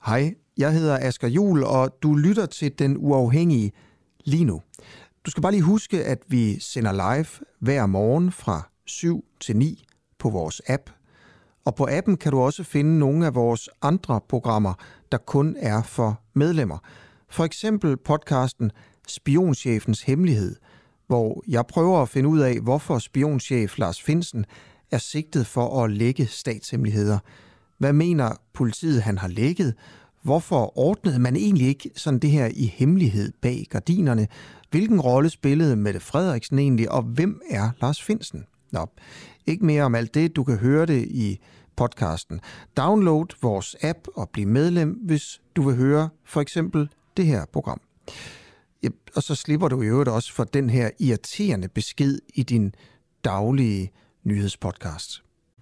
Hej, jeg hedder Asger Juhl, og du lytter til Den Uafhængige lige nu. Du skal bare lige huske, at vi sender live hver morgen fra 7 til 9 på vores app. Og på appen kan du også finde nogle af vores andre programmer, der kun er for medlemmer. For eksempel podcasten Spionchefens Hemmelighed, hvor jeg prøver at finde ud af, hvorfor spionchef Lars Findsen er sigtet for at lække statshemmeligheder. Hvad mener politiet, han har lækket? Hvorfor ordnede man egentlig ikke sådan det her i hemmelighed bag gardinerne? Hvilken rolle spillede Mette Frederiksen egentlig, og hvem er Lars Findsen? Nå, ikke mere om alt det. Du kan høre det i podcasten. Download vores app og bliv medlem, hvis du vil høre for eksempel det her program. Ja, og så slipper du i øvrigt også for den her irriterende besked i din daglige nyhedspodcast.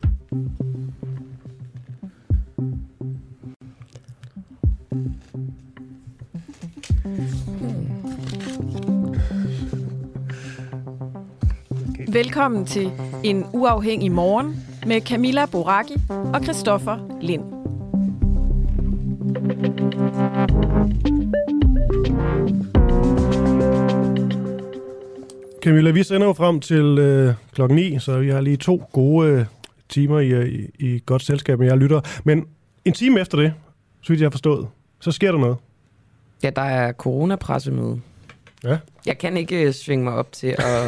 Velkommen til En Uafhængig Morgen med Camilla Boracchi og Christoffer Lind. Camilla, vi sender jo frem til klokken 9, så vi har lige 2 gode timer i godt selskab med jer lytter. Men en time efter det, så vidt jeg har forstået, så sker der noget. Ja, der er coronapressemøde. Ja. Jeg kan ikke svinge mig op til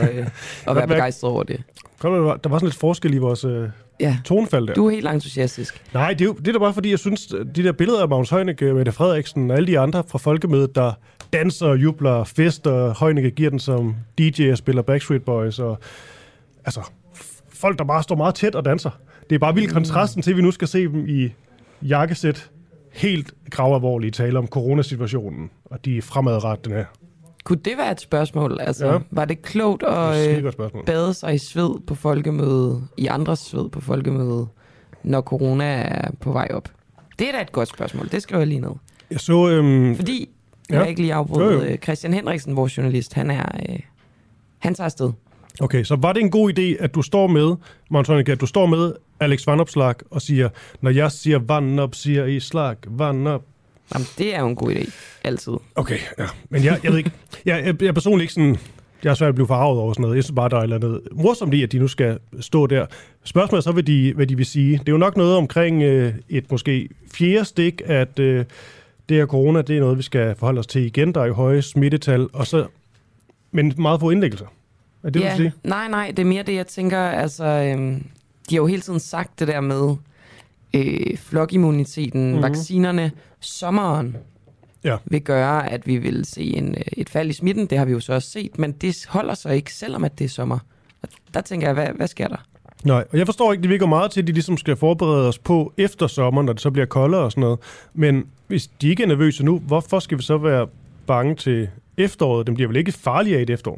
at være begejstret over det. Der var sådan lidt forskel i vores tonefald der. Du er helt entusiastisk. Nej, det er da bare fordi, jeg synes, de der billeder af Magnus Heunicke, Mette Frederiksen og alle de andre fra folkemødet, der danser, jubler, fester, Heunicke giver den som DJ og spiller Backstreet Boys, og altså folk, der bare står meget tæt og danser. Det er bare vild kontrasten til, at vi nu skal se dem i jakkesæt helt gravalvorlige tale om coronasituationen, og de fremadrettende. Kunne det være et spørgsmål? Altså, ja. Var det klogt at bade sig i sved på folkemødet, i andres sved på folkemødet, når corona er på vej op? Det er da et godt spørgsmål. Det skriver jeg lige ned. Jeg så... Fordi, jeg har ikke lige afbrudt, Christian Henriksen, vores journalist, han tager afsted. Okay, så var det en god idé, at du står med, Magnus Heunicke, at du står med Alex Vanopslagh og siger, når jeg siger vand op, siger I slag, vand op. Jamen, det er jo en god idé. Altid. Okay, ja. Men jeg ved ikke... Jeg er personligt ikke sådan... Jeg er svært at blive forarvet over sådan noget. Jeg synes bare, der er et eller andet morsomt i, at de nu skal stå der. Spørgsmålet er så, hvad de vil sige. Det er jo nok noget omkring et måske 4. stik, at det her corona, det er noget, vi skal forholde os til igen. Der er jo høje smittetal, og så... Men meget få indlæggelser. Er det, du sige? Nej, det er mere det, jeg tænker. Altså, de har jo hele tiden sagt det der med flokimmuniteten, vaccinerne, sommeren vil gøre, at vi vil se et fald i smitten. Det har vi jo så også set, men det holder sig ikke, selvom at det er sommer. Og der tænker jeg, hvad sker der? Nej, og jeg forstår ikke, det virker meget til, at de ligesom skal forberede os på efter sommeren, når det så bliver koldere og sådan noget. Men hvis de ikke er nervøse nu, hvorfor skal vi så være bange til efteråret? Den bliver vel ikke farligere i et efterår?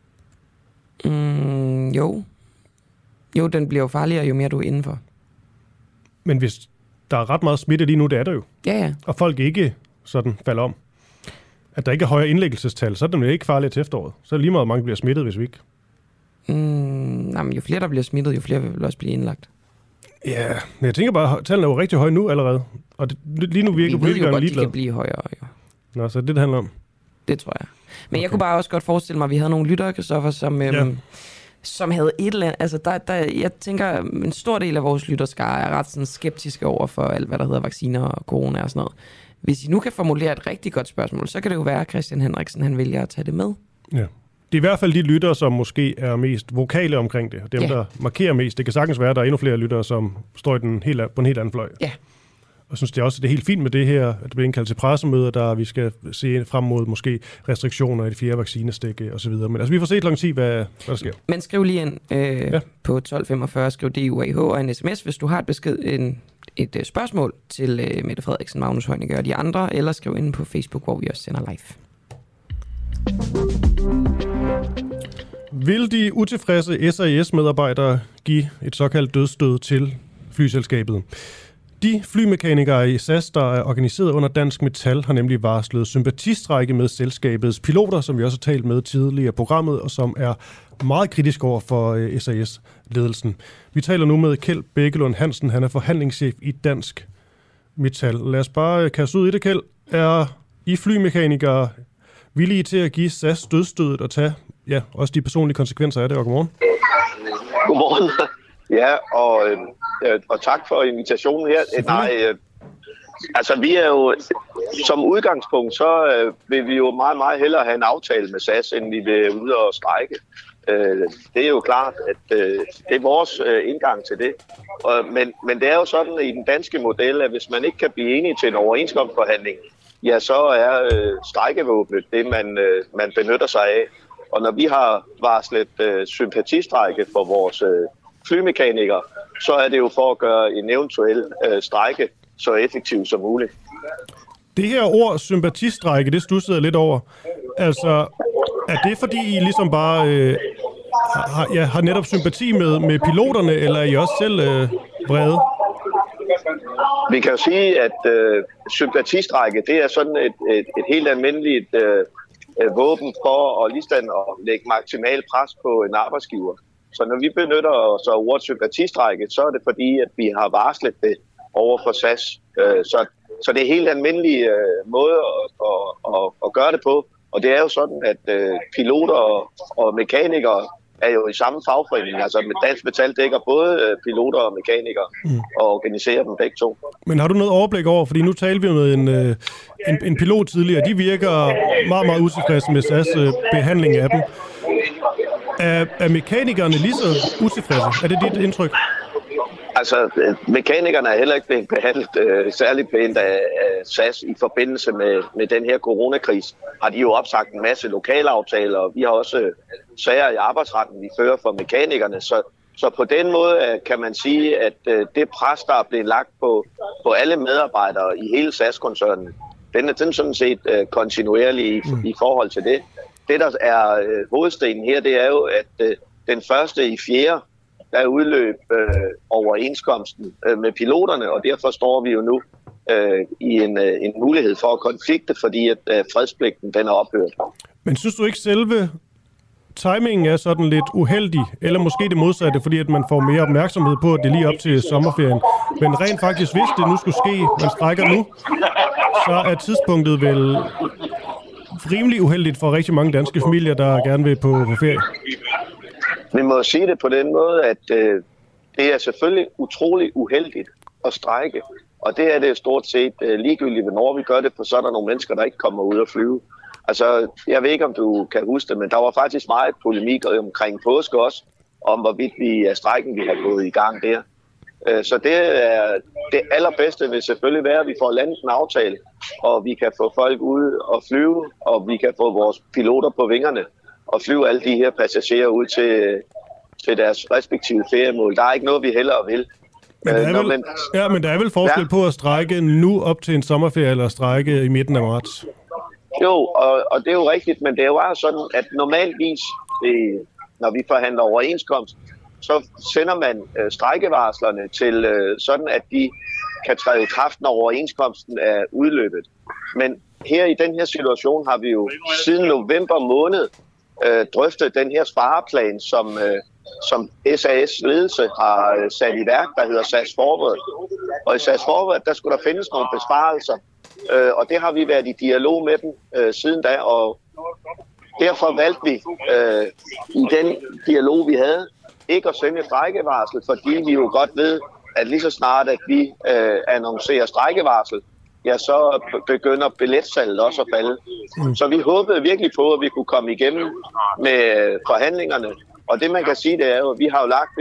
Jo, den bliver jo farligere, jo mere du er indenfor. Men hvis der er ret meget smitte lige nu, det er der jo. Ja. Og folk ikke sådan falder om. At der ikke er højere indlæggelsestal, så er det ikke farligt til efteråret. Så er det lige meget, mange bliver smittet, hvis vi ikke. Jo flere der bliver smittet, jo flere vil også blive indlagt. Ja, men jeg tænker bare, at tallene er jo rigtig høje nu allerede. Og lige nu virker politikerne ligeglade. De kan blive højere, jo. Nå, så det handler om. Det tror jeg. Men jeg kunne bare også godt forestille mig, at vi havde nogle lyttere, Christoffer, som havde et eller andet... Altså, jeg tænker, en stor del af vores lytterskare er ret sådan skeptiske over for alt, hvad der hedder vacciner og corona og sådan noget. Hvis I nu kan formulere et rigtig godt spørgsmål, så kan det jo være, at Christian Henriksen, han vælger at tage det med. Ja. Det er i hvert fald de lyttere, som måske er mest vokale omkring det. Dem, der markerer mest. Det kan sagtens være, at der er endnu flere lyttere, som står på en helt anden fløj. Ja. Og synes det også, at det er helt fint med det her, at det bliver indkaldt til pressemøder, der vi skal se frem mod måske restriktioner i de 4. vaccinestikke osv. Men altså, vi får se kl. 10, hvad der sker. Men skriv lige ind på 1245, skriv DUAH og en sms, hvis du har et spørgsmål til Mette Frederiksen, Magnus Heunicke og de andre, eller skriv ind på Facebook, hvor vi også sender live. Vil de utilfredse SAS-medarbejdere give et såkaldt dødsstød til flyselskabet? De flymekanikere i SAS, der er organiseret under Dansk Metal, har nemlig varslet sympatistrække med selskabets piloter, som vi også har talt med tidligere i programmet, og som er meget kritisk over for SAS-ledelsen. Vi taler nu med Kjeld Bækkelund Hansen, han er forhandlingschef i Dansk Mittal. Lad os bare kaste ud i det, Kjeld. Er I flymekanikere villige til at give SAS dødsstødet og tage også de personlige konsekvenser af det? Og godmorgen. Godmorgen. Ja, og tak for invitationen her. Nej, altså vi er jo som udgangspunkt, så vil vi jo meget, meget hellere have en aftale med SAS, end vi vil ude og strejke. Det er jo klart, at det er vores indgang til det. Men det er jo sådan i den danske model, at hvis man ikke kan blive enige til en overenskomstforhandling, ja, så er strejkevåbnet det, man benytter sig af. Og når vi har varslet sympatistrejke for vores flymekanikere, så er det jo for at gøre en eventuel strejke så effektiv som muligt. Det her ord, sympatistrejke, det stussede jeg lidt over. Altså, er det fordi I ligesom bare har netop sympati med piloterne, eller er I også selv vrede? Vi kan jo sige, at sympatistrejke, det er sådan et helt almindeligt våben for at lægge maksimal pres på en arbejdsgiver. Så når vi benytter os af ordet sympatistrejke, så er det fordi, at vi har varslet det over for SAS. Så det er helt almindelig måde at gøre det på. Og det er jo sådan, at piloter og mekanikere er jo i samme fagforening. Altså Dansk Metal dækker både piloter og mekanikere og organiserer dem begge to. Men har du noget overblik over, fordi nu talte vi med en pilot tidligere, de virker meget, meget utilfredse med SAS behandling af dem. Er mekanikerne lige så utilfredse? Er det dit indtryk? Altså, mekanikerne er heller ikke blevet behandlet særligt pænt af SAS i forbindelse med den her coronakris. Har de jo opsagt en masse lokalaftaler, og vi har også sager i arbejdsretten, vi fører for mekanikerne. Så på den måde kan man sige, at det pres, der er blevet lagt på alle medarbejdere i hele SAS-koncernen, den er sådan set kontinuerlig i forhold til det. Det, der er hovedstenen her, det er jo, at den 1.4. der udløb overenskomsten med piloterne, og derfor står vi jo nu i en mulighed for at konflikte, fordi at fredspligten den er ophørt. Men synes du ikke selve timingen er sådan lidt uheldig, eller måske det modsatte, fordi at man får mere opmærksomhed på, at det er lige op til sommerferien. Men rent faktisk, hvis det nu skulle ske, man strækker nu, så er tidspunktet vel rimelig uheldigt for rigtig mange danske familier, der gerne vil på ferie. Vi må sige det på den måde, at det er selvfølgelig utrolig uheldigt at strejke. Og det er det stort set ligegyldigt, når vi gør det, for så er der nogle mennesker, der ikke kommer ud og flyve. Altså, jeg ved ikke, om du kan huske det, men der var faktisk meget polemik omkring påske også, om hvorvidt strejken vi har gået i gang der. Så det allerbedste vil selvfølgelig være, at vi får landet en aftale, og vi kan få folk ud og flyve, og vi kan få vores piloter på vingerne og flyve alle de her passagerer ud til deres respektive feriemål. Der er ikke noget, vi hellere vil. Men der er vel forskel på at strejke nu op til en sommerferie, eller strejke i midten af marts? Jo, og det er jo rigtigt, men det er jo bare sådan, at normalvis, når vi forhandler overenskomst, så sender man strejkevarslerne til sådan, at de kan træde i kraft, når overenskomsten er udløbet. Men her i den her situation har vi jo siden november måned drøftet den her spareplan, som SAS ledelse har sat i værk, der hedder SAS Forward. Og i SAS Forward, der skulle der findes nogle besparelser, og det har vi været i dialog med dem siden da, og derfor valgte vi i den dialog, vi havde, ikke at sende strejkevarsel, fordi vi jo godt ved, at lige så snart, at vi annoncerer strejkevarsel, ja, så begynder billetsalget også at falde. Så vi håbede virkelig på, at vi kunne komme igennem med forhandlingerne. Og det, man kan sige, det er jo, at vi har jo lagt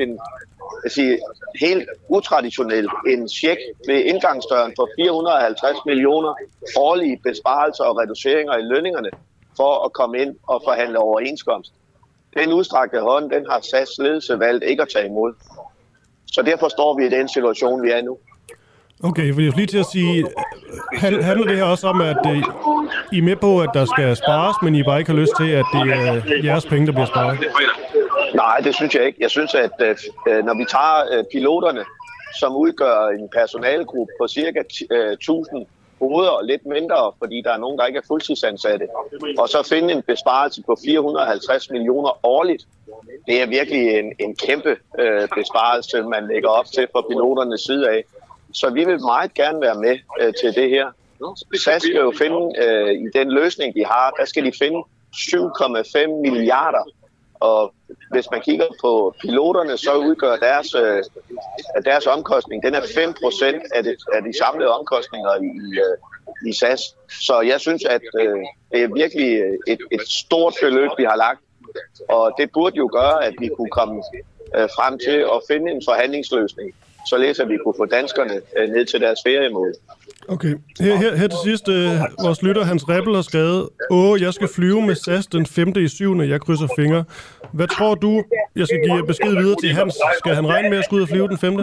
helt utraditionelt en check ved indgangsdøren på 450 millioner årlige besparelser og reduceringer i lønningerne for at komme ind og forhandle overenskomst. Den udstrakte hånd, den har SAS ledelse valgt ikke at tage imod. Så derfor står vi i den situation, vi er nu. Okay, for jeg lige til at sige, handler det her også om, at I er med på, at der skal spares, men I bare ikke har lyst til, at det er jeres penge, der bliver sparet? Nej, det synes jeg ikke. Jeg synes, at når vi tager piloterne, som udgør en personalegruppe på cirka 1000 hoveder og lidt mindre, fordi der er nogen, der ikke er fuldtidsansatte, og så finde en besparelse på 450 millioner årligt, det er virkelig en kæmpe besparelse, man lægger op til fra piloternes side af. Så vi vil meget gerne være med til det her. SAS skal jo finde, i den løsning, de har, der skal de finde 7,5 milliarder. Og hvis man kigger på piloterne, så udgør deres omkostning, den er 5% af de samlede omkostninger i SAS. Så jeg synes, at det er virkelig et stort beløb, vi har lagt. Og det burde jo gøre, at vi kunne komme frem til at finde en forhandlingsløsning, således at vi kunne få danskerne ned til deres feriemål. Okay. Her til sidst, vores lytter Hans Reppel har skrevet, jeg skal flyve med SAS den 5.7. Jeg krydser fingre. Hvad tror du, jeg skal give besked videre til Hans? Skal han regne med at skulle ud og flyve den 5.?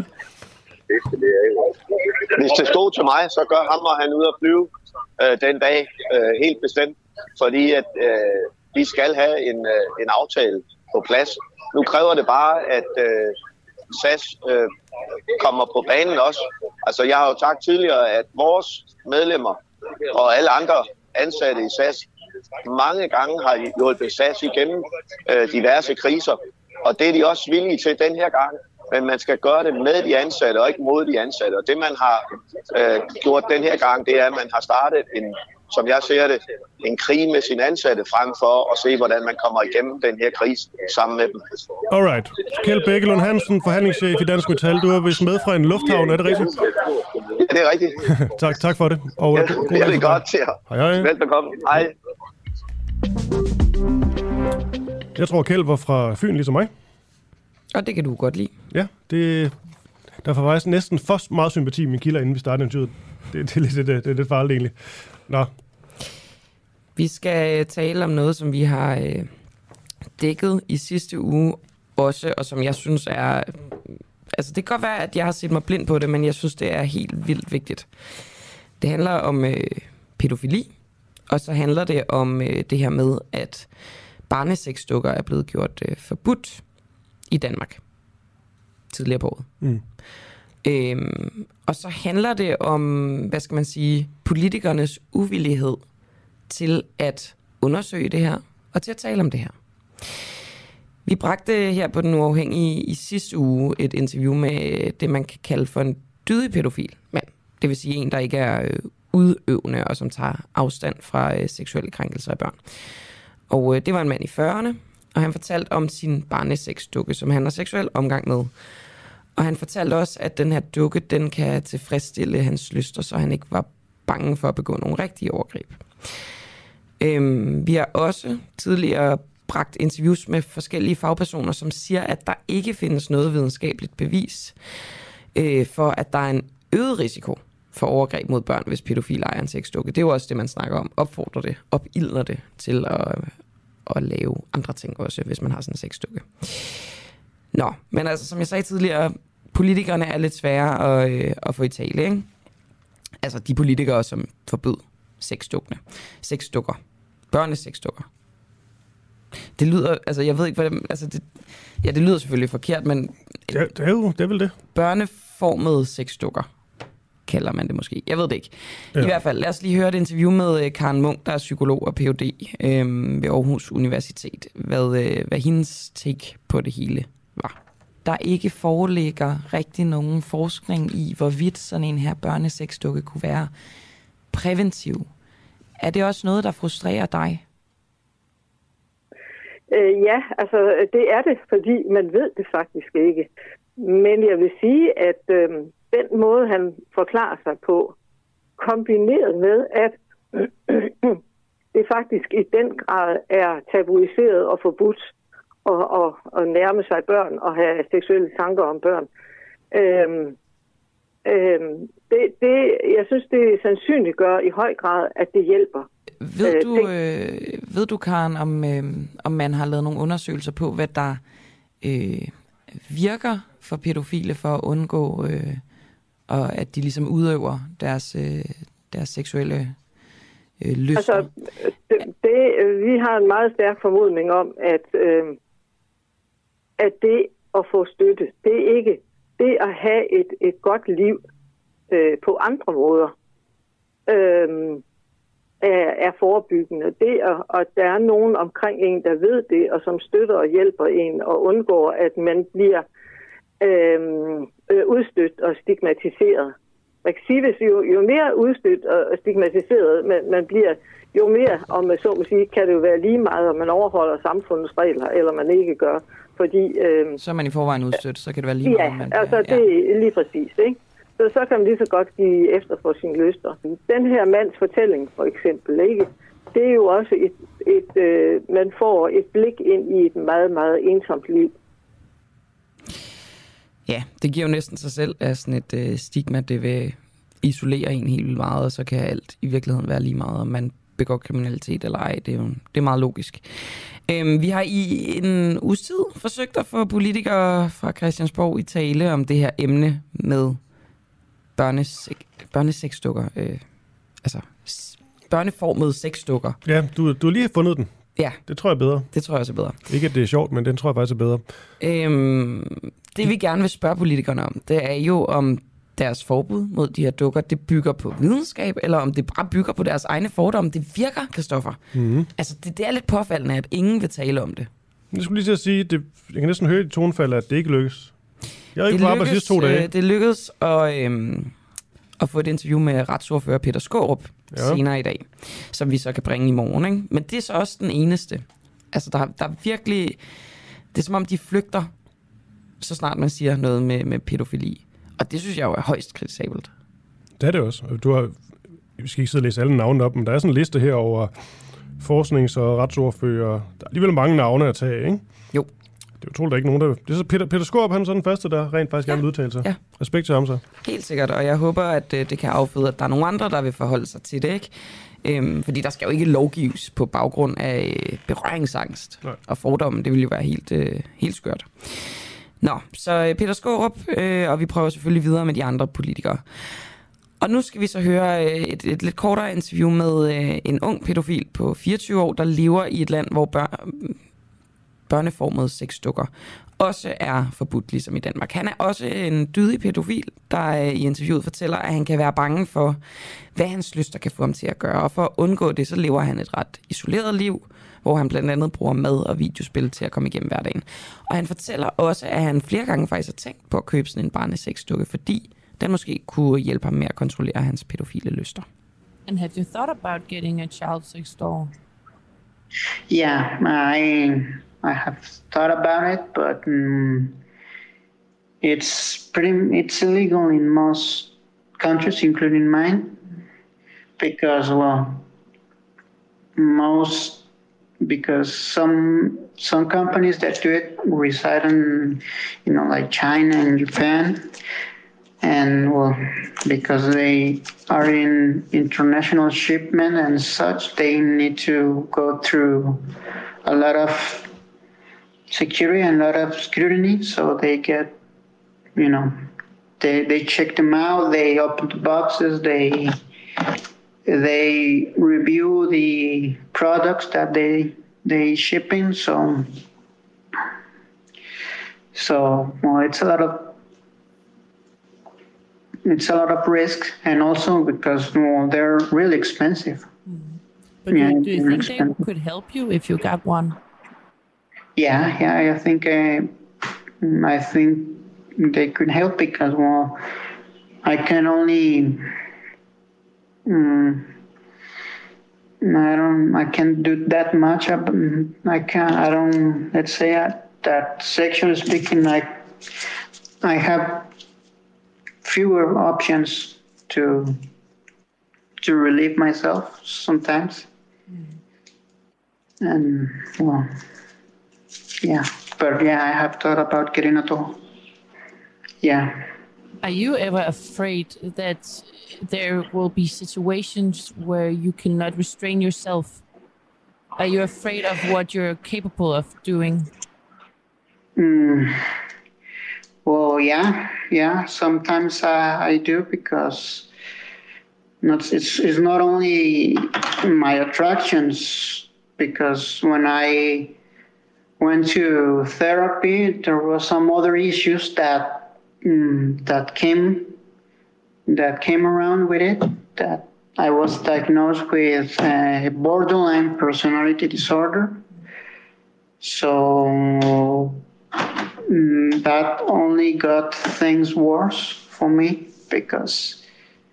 Hvis det stod til mig, så gør ham og han ud at flyve den dag helt bestemt. Fordi at vi skal have en aftale på plads. Nu kræver det bare, at SAS kommer på banen også. Altså, jeg har jo sagt tidligere, at vores medlemmer og alle andre ansatte i SAS mange gange har hjulpet SAS igennem diverse kriser. Og det er de også villige til den her gang. Men man skal gøre det med de ansatte og ikke mod de ansatte. Og det, man har gjort den her gang, det er, at man har startet som jeg ser det, en krig med sine ansatte frem for at se, hvordan man kommer igennem den her krise sammen med dem. Alright. Kjeld Bækkelund Hansen, forhandlingschef i Dansk Metal. Du er vist med fra en lufthavn, er det rigtigt? Ja, det er rigtigt. tak for det. Og ja, det er godt til jer. Hej. Velbekomme. Hej. Jeg tror, Kjeld var fra Fyn, ligesom mig. Og det kan du godt lide. Ja, der var faktisk næsten for meget sympati i mine kilder, inden vi startede interviewet. Det er lidt farligt egentlig. Nå. Vi skal tale om noget, som vi har dækket i sidste uge også, og som jeg synes er... Altså, det kan godt være, at jeg har set mig blind på det, men jeg synes, det er helt vildt vigtigt. Det handler om pædofili, og så handler det om det her med, at barnesexdukker er blevet gjort forbudt i Danmark tidligere på året. Og så handler det om, hvad skal man sige, politikernes uvillighed til at undersøge det her, og til at tale om det her. Vi bragte her på Den Uafhængige i sidste uge et interview med det, man kan kalde for en dydig pædofil mand. Det vil sige en, der ikke er udøvende, og som tager afstand fra seksuelle krænkelser af børn. Og det var en mand i 40'erne, og han fortalte om sin barnesexdukke, som han har seksuel omgang med. Og han fortalte også, at den her dukke, den kan tilfredsstille hans lyster, så han ikke var bange for at begå nogle rigtige overgreb. Vi har også tidligere bragt interviews med forskellige fagpersoner, som siger, at der ikke findes noget videnskabeligt bevis for, at der er en øget risiko for overgreb mod børn, hvis pædofil ejer en sexdukke. Det er jo også det, man snakker om. Opfordrer det, opildner det til at lave andre ting også, hvis man har sådan en sexdukke. Nå, men altså, som jeg sagde tidligere, politikerne er lidt svære at få i tale, ikke? Altså, de politikere, som forbød sexdukker. Børnesexdukker. Det lyder, altså, jeg ved ikke, hvordan, altså, det lyder selvfølgelig forkert, men... Ja, det er vel det. Børneformede sexdukker, kalder man det måske. Jeg ved det ikke. Ja. I hvert fald, lad os lige høre et interview med Karen Munk, der er psykolog og Ph.D. Ved Aarhus Universitet. Hvad hendes take på det hele var. Der ikke foreligger rigtig nogen forskning i, hvorvidt sådan en her børnesexdukke kunne være præventiv. Er det også noget, der frustrerer dig? Ja, altså det er det, fordi man ved det faktisk ikke. Men jeg vil sige, at den måde, han forklarer sig på, kombineret med, at det faktisk i den grad er tabuiseret og forbudt at nærme sig børn og have seksuelle tanker om børn. Jeg synes, det sandsynliggør i høj grad, at det hjælper. Ved du, Karen, om man har lavet nogle undersøgelser på, hvad der virker for pædofile for at undgå, og at de ligesom udøver deres seksuelle lyster? Altså, vi har en meget stærk formodning om, at det at få støtte, det er ikke det at have et godt liv på andre måder, er forebyggende. Det og der er nogen omkring en, der ved det, og som støtter og hjælper en, og undgår, at man bliver udstødt og stigmatiseret. man kan sige, hvis jo mere udstødt og stigmatiseret man bliver, jo mere, om man så må sige, kan det jo være lige meget, om man overholder samfundets regler, eller man ikke gør. Fordi, så er man i forvejen udstødt, så kan det være lige meget. Ja, altså det er lige præcis, ikke? Så kan man lige så godt give efter for sine lyster. Den her mands fortælling, for eksempel, ikke? Det er jo også man får et blik ind i et meget, meget ensomt liv. Ja, det giver jo næsten sig selv af sådan et stigma, det vil isolere en helt vildt meget, og så kan alt i virkeligheden være lige meget, om man begår kriminalitet eller ej. Det er meget logisk. Vi har i en uges tid forsøgt at få politikere fra Christiansborg i tale om det her emne med børnesexdukker. Altså børneformede sexdukker. Ja, du har lige fundet den. Ja. Det tror jeg er bedre. Det tror jeg også er bedre. Ikke, at det er sjovt, men den tror jeg faktisk er bedre. Det vi gerne vil spørge politikerne om, det er jo om deres forbud mod de her dukker, det bygger på videnskab, eller om det bare bygger på deres egne fordomme. Det virker, Christoffer. Mm-hmm. Altså, det er lidt påfaldende, at ingen vil tale om det. Jeg skulle lige til at sige, jeg kan næsten høre i tonefaldet, at det ikke lykkes. Jeg har ikke på arbejde sidste 2 dage. Det lykkedes at få et interview med retsordfører Peter Skaarup senere i dag, som vi så kan bringe i morgen. Ikke? Men det er så også den eneste. Altså, der er virkelig... Det er som om, de flygter, så snart man siger noget med pædofili. Og det synes jeg jo er højst kritisabelt. Det er det også. Vi skal ikke sidde og læse alle navnene op, men der er sådan en liste her over forsknings- og retsordfører. Der er alligevel mange navne at tage, ikke? Jo. Det er utroligt, der er ikke nogen, der... Det er så Peter Skaarup, han er så den første, der rent faktisk gerne vil udtale sig. Ja. Respekt til ham så. Helt sikkert, og jeg håber, at det kan afføde, at der er nogle andre, der vil forholde sig til det, ikke? Fordi der skal jo ikke lovgives på baggrund af berøringsangst og fordomme. Det vil jo være helt skørt. Nå, så Peter Skaarup, og vi prøver selvfølgelig videre med de andre politikere. Og nu skal vi så høre et lidt kortere interview med en ung pædofil på 24 år, der lever i et land, hvor børneformede sexdukker også er forbudt, ligesom i Danmark. Han er også en dydig pædofil, der i interviewet fortæller, at han kan være bange for, hvad hans lyster kan få ham til at gøre. Og for at undgå det, så lever han et ret isoleret liv, hvor han blandt andet bruger mad og videospil til at komme igennem hverdagen. Og han fortæller også, at han flere gange faktisk har tænkt på at købe sådan en barnesexdukke, fordi den måske kunne hjælpe ham med at kontrollere hans pædofile lyster. And have you thought about getting a child sex doll? Yeah, I have thought about it, but it's illegal in most countries, including mine, because some companies that do it reside in, like China and Japan, and because they are in international shipment and such, they need to go through a lot of security and a lot of scrutiny, so they get, they check them out, they open the boxes, they review the products that they ship in, so it's a lot of risk, and also because they're really expensive. But do you think they could help you if you got one? Yeah, I think they could help because I can only I can't do that much. Let's say that sexually speaking, I have fewer options to relieve myself sometimes. And I have thought about getting a doll. Yeah. Are you ever afraid that there will be situations where you cannot restrain yourself? Are you afraid of what you're capable of doing? Well, yeah. Sometimes I do, because it's not only my attractions. Because when I went to therapy, there were some other issues that came around with it. That I was diagnosed with a borderline personality disorder. So that only got things worse for me, because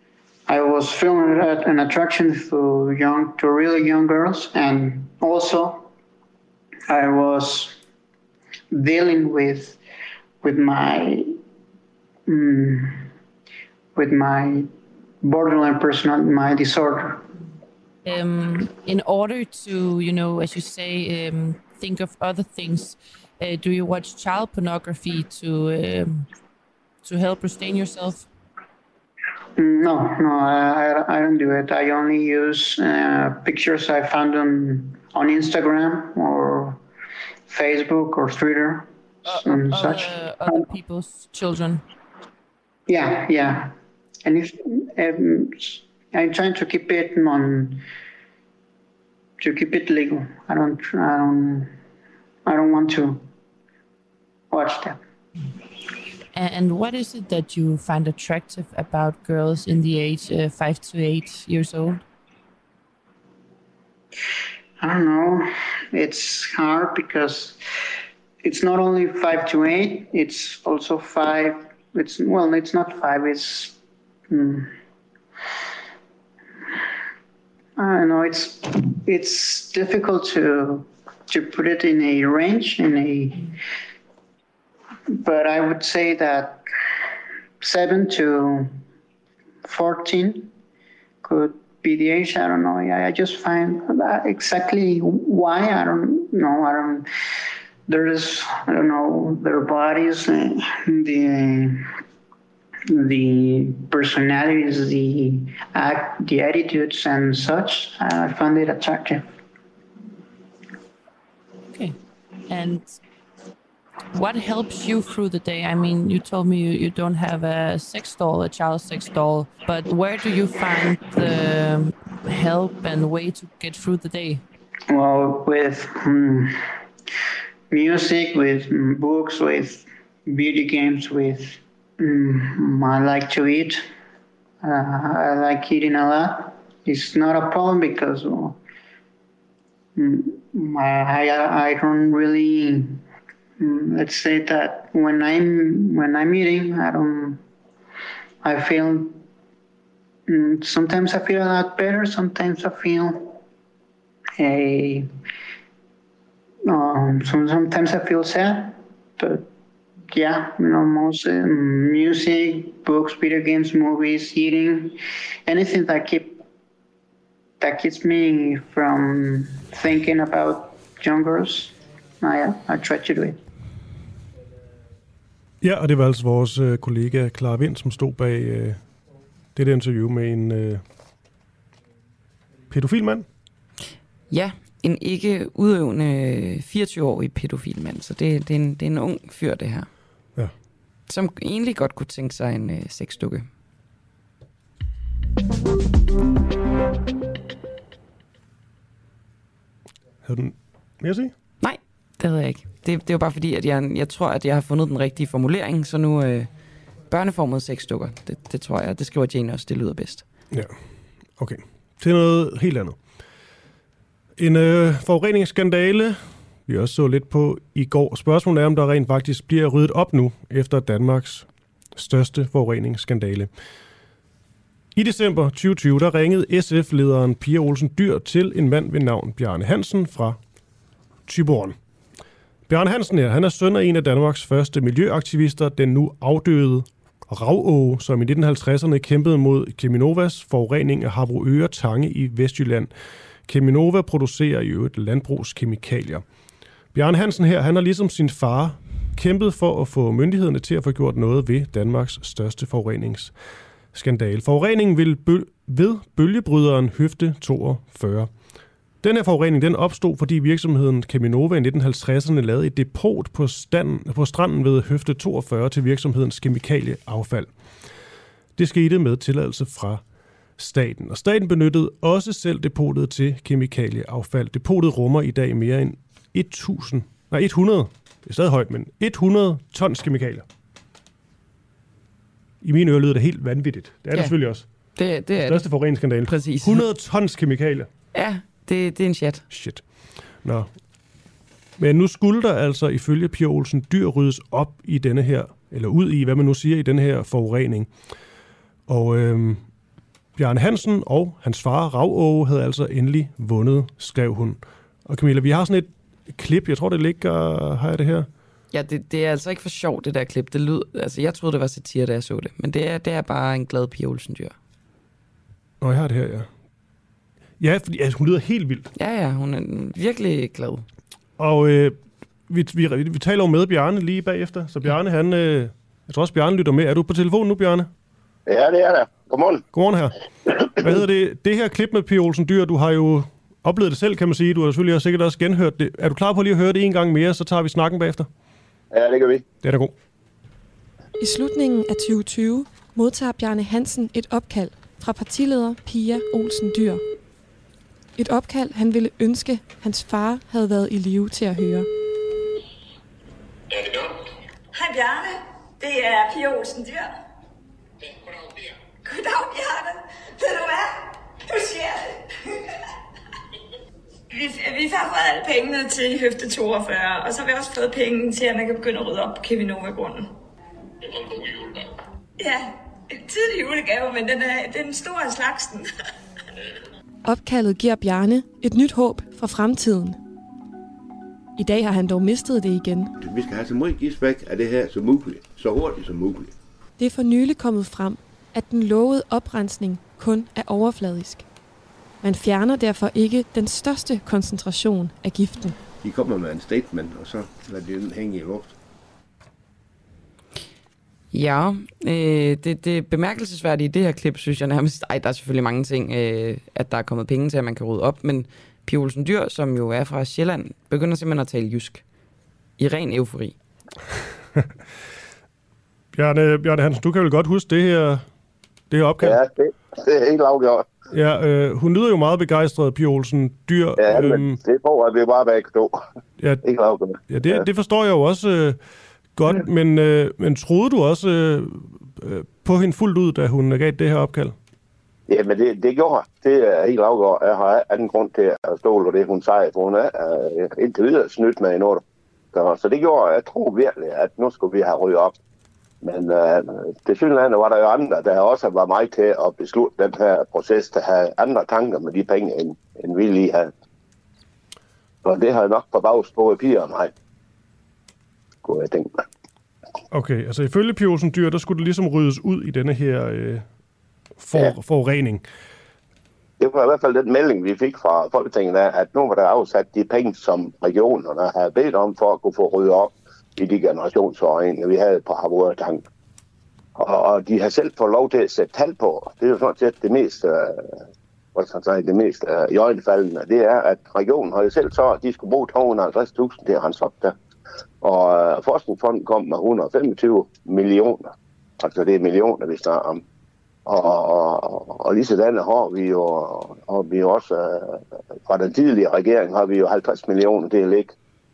I was feeling an attraction to really young girls, and also I was dealing with my borderline personality, my disorder. In order to, as you say, think of other things, do you watch child pornography to help restrain yourself? No, I don't do it. I only use pictures I found on Instagram or Facebook or Twitter and such. Other people's children. Yeah. And I'm trying to keep it legal. I don't want to watch that. And what is it that you find attractive about girls in the age 5 to 8 years old? I don't know. It's hard because it's not only 5 to 8. It's also 5. It's not 5. It's I don't know. It's difficult to put it in a range but I would say that 7 to 14 could be the age. I don't know. I just find exactly why. I don't know. I don't know, their bodies, the personalities, the attitudes and such. I find it attractive. Okay. And what helps you through the day? I mean, you told me you don't have a child sex doll, but where do you find the help and way to get through the day? Well, with music, with books, with video games, with I like to eat. I like eating a lot. It's not a problem because I don't really. Let's say that when I'm eating, I feel. Sometimes I feel a lot better. Sometimes I feel sometimes I feel sad, but yeah, most music, books, video games, movies, eating, anything that keeps me from thinking about young girls. I try to do it. Ja, og det var altså vores kollega Clara Vind, som stod bag dette interview med en pædofil mand. Ja, en ikke udøvende 24-årig pædofil mand, så det er en ung fyr, det her. Ja. Som egentlig godt kunne tænke sig en sexdukke. Havde du mere at sige? Nej, det havde jeg ikke. Det er jo bare fordi, at jeg tror, at jeg har fundet den rigtige formulering, så nu børneformede sexdukker, det tror jeg, det skriver Jane også, det lyder bedst. Ja, okay. Til noget helt andet. En forureningsskandale, vi også så lidt på i går. Spørgsmålet er, om der rent faktisk bliver ryddet op nu, efter Danmarks største forureningsskandale. I december 2020, der ringede SF-lederen Pia Olsen Dyhr til en mand ved navn Bjarne Hansen fra Thyborøn. Bjarne Hansen her, han er søn af en af Danmarks første miljøaktivister, den nu afdøde Ravåge, som i 1950'erne kæmpede mod Cheminovas forurening af Harboøre Tange i Vestjylland. Cheminova producerer i øvrigt landbrugskemikalier. Bjarne Hansen her, han har ligesom sin far kæmpet for at få myndighederne til at få gjort noget ved Danmarks største forureningsskandale. Forureningen vil ved bølgebryderen Høfde 42. Den her forurening, den opstod, fordi virksomheden Cheminova i 1950'erne lavede et depot på stranden ved Høfde 42 til virksomhedens kemikalieaffald. Det skete med tilladelse fra staten, og staten benyttede også selv depotet til kemikalieaffald. Depotet rummer i dag mere end 100, det er stadig højt, men 100 tons kemikalier. I mine ører lyder det helt vanvittigt. Det er det selvfølgelig også. Det er det største forureningsskandale. Præcis. 100 tons kemikalier. Ja, det er en chat. Shit. Nå. Men nu skulle der altså ifølge Pia Olsen Dyhr ryddes op i denne her, eller ud i, hvad man nu siger, i denne her forurening. Og Bjarne Hansen og hans far, Rav-Åge, havde altså endelig vundet, skrev hun. Og Camilla, vi har sådan et klip, jeg tror, det ligger, har jeg det her? Ja, det er altså ikke for sjovt, det der klip. Det lød, altså, jeg troede, det var satire, da jeg så det. Men det er bare en glad Pia Olsen Dyhr. Nå, jeg har det her, ja. Ja, fordi altså, hun lyder helt vildt. Ja, hun er virkelig glad. Og vi taler jo med Bjarne lige bagefter. Så Bjarne, jeg tror også, Bjarne lytter med. Er du på telefonen nu, Bjarne? Ja, det er der. Godmorgen. Godmorgen her. Hvad hedder det? Det her klip med Pia Olsen Dyhr, du har jo oplevet det selv, kan man sige. Du har selvfølgelig også sikkert også genhørt det. Er du klar på lige at høre det en gang mere, så tager vi snakken bagefter? Ja, det gør vi. Det er da god. I slutningen af 2020 modtager Bjarne Hansen et opkald fra partileder Pia Olsen Dyhr. Et opkald, han ville ønske, hans far havde været i live til at høre. Ja, det gør. Hej Bjarne, det er Pia Olsen Dyhr. Goddag, Pia. Goddag Bjarne. Ved du hvad? Du siger det. Vi har fået alle pengene til høfte 42, og så har vi også fået penge til, at man kan begynde at rydde op på Cheminova-grunden. Det var en god julegave. Ja, en tidlig julegave, men den er den store af slagsen. Opkaldet giver Bjarne et nyt håb for fremtiden. I dag har han dog mistet det igen. Vi skal have så meget gisvæk af det her som muligt, så hurtigt som muligt. Det er for nylig kommet frem, at den lovede oprensning kun er overfladisk. Man fjerner derfor ikke den største koncentration af giften. De kommer med en statement, og så lader de den hænge i luft. Ja, det bemærkelsesværdige i det her klip, synes jeg nærmest, der er selvfølgelig mange ting, at der er kommet penge til, at man kan rydde op, men Pia Olsen Dyhr, som jo er fra Sjælland, begynder simpelthen at tale jysk. I ren eufori. Bjarne Hansen, du kan vel godt huske det her opkald? Ja, det er helt afgjort. Ja, hun lyder jo meget begejstret, Pia Olsen Dyhr. Ja, men det får at vi bare væk stå. Ja, helt afgjort. Ja, det forstår jeg jo også godt, men troede du også på hende fuldt ud, da hun gav det her opkald? Ja, men det gjorde det er helt afgjort. Jeg har anden grund til at stole på det, hun sagde, for hun er indtil videre snydt med en ord. Så det gjorde, jeg tror virkelig, at nu skulle vi have ryddet op. Men det synligheden var der jo andre, der også var mig til at beslutte den her proces, der havde andre tanker med de penge, end vi lige havde. Og det har nok forbavset både Pia og mig, kunne jeg tænke mig. Okay, altså ifølge Pia Olsen Dyhr, der skulle det ligesom ryddes ud i denne her forurening. Det var i hvert fald den melding, vi fik fra Folketinget af, at nu var der afsat de penge, som regionerne havde bedt om for at kunne få ryddet op i de generationsforureninger, vi havde på Harboøre-tanken. Og de har selv fået lov til at sætte tal på. Det er jo sådan set det mest iøjnefaldende. Det er, at regionen har jo selv så, at de skulle bruge 250.000 til at rense op der. Og Forskningsfonden kom med 125 millioner. Altså det er millioner, vi snakker om. Og lige sådan har vi jo også fra den tidligere regering har vi jo 50 millioner til at ligge.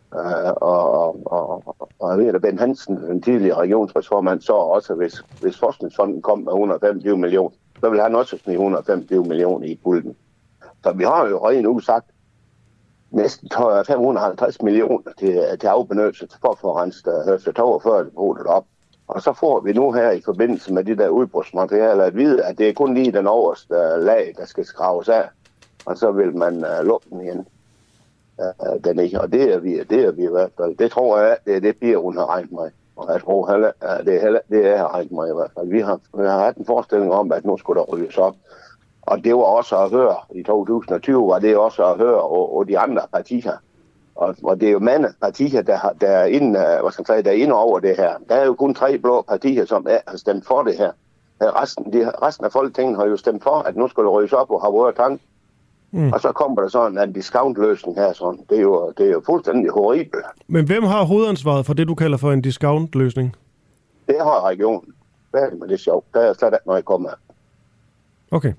Og jeg ved, at Ben Hansen, den tidligere regionsrådsformand, så også, hvis Forskningsfonden kom med 125 millioner, så vil han også snige 125 millioner i pulten. Så vi har jo rent udsagt næsten 550 millioner til afbenyttelse for at få renset høfde 42 det op. Og så får vi nu her i forbindelse med de der udbrudsmaterialer at vide, at det er kun lige den overste lag, der skal skraves af, og så vil man lukke den igen. Den ikke. Og det er vi i hvert fald. Det tror jeg, det er det Pia, hun har regnet mig. Og jeg tror heller, det er har regnet mig i hvert fald. Vi har haft en forestilling om, at nu skulle der ryddes op. Og det var også at høre, i 2020 var det også at høre og de andre partier. Og det er jo mange partier, der er inde over det her. Der er jo kun 3 blå partier, som har stemt for det her. Resten af Folketinget har jo stemt for, at nu skulle der ryddes op og have vores tank. Og så kommer der sådan en discount-løsning her. Sådan. Det er jo fuldstændig horribelt. Men hvem har hovedansvaret for det, du kalder for en discount-løsning? Det har regionen. Hvad er det med det sjovt? Der er slet ikke noget, jeg kommer af. Okay.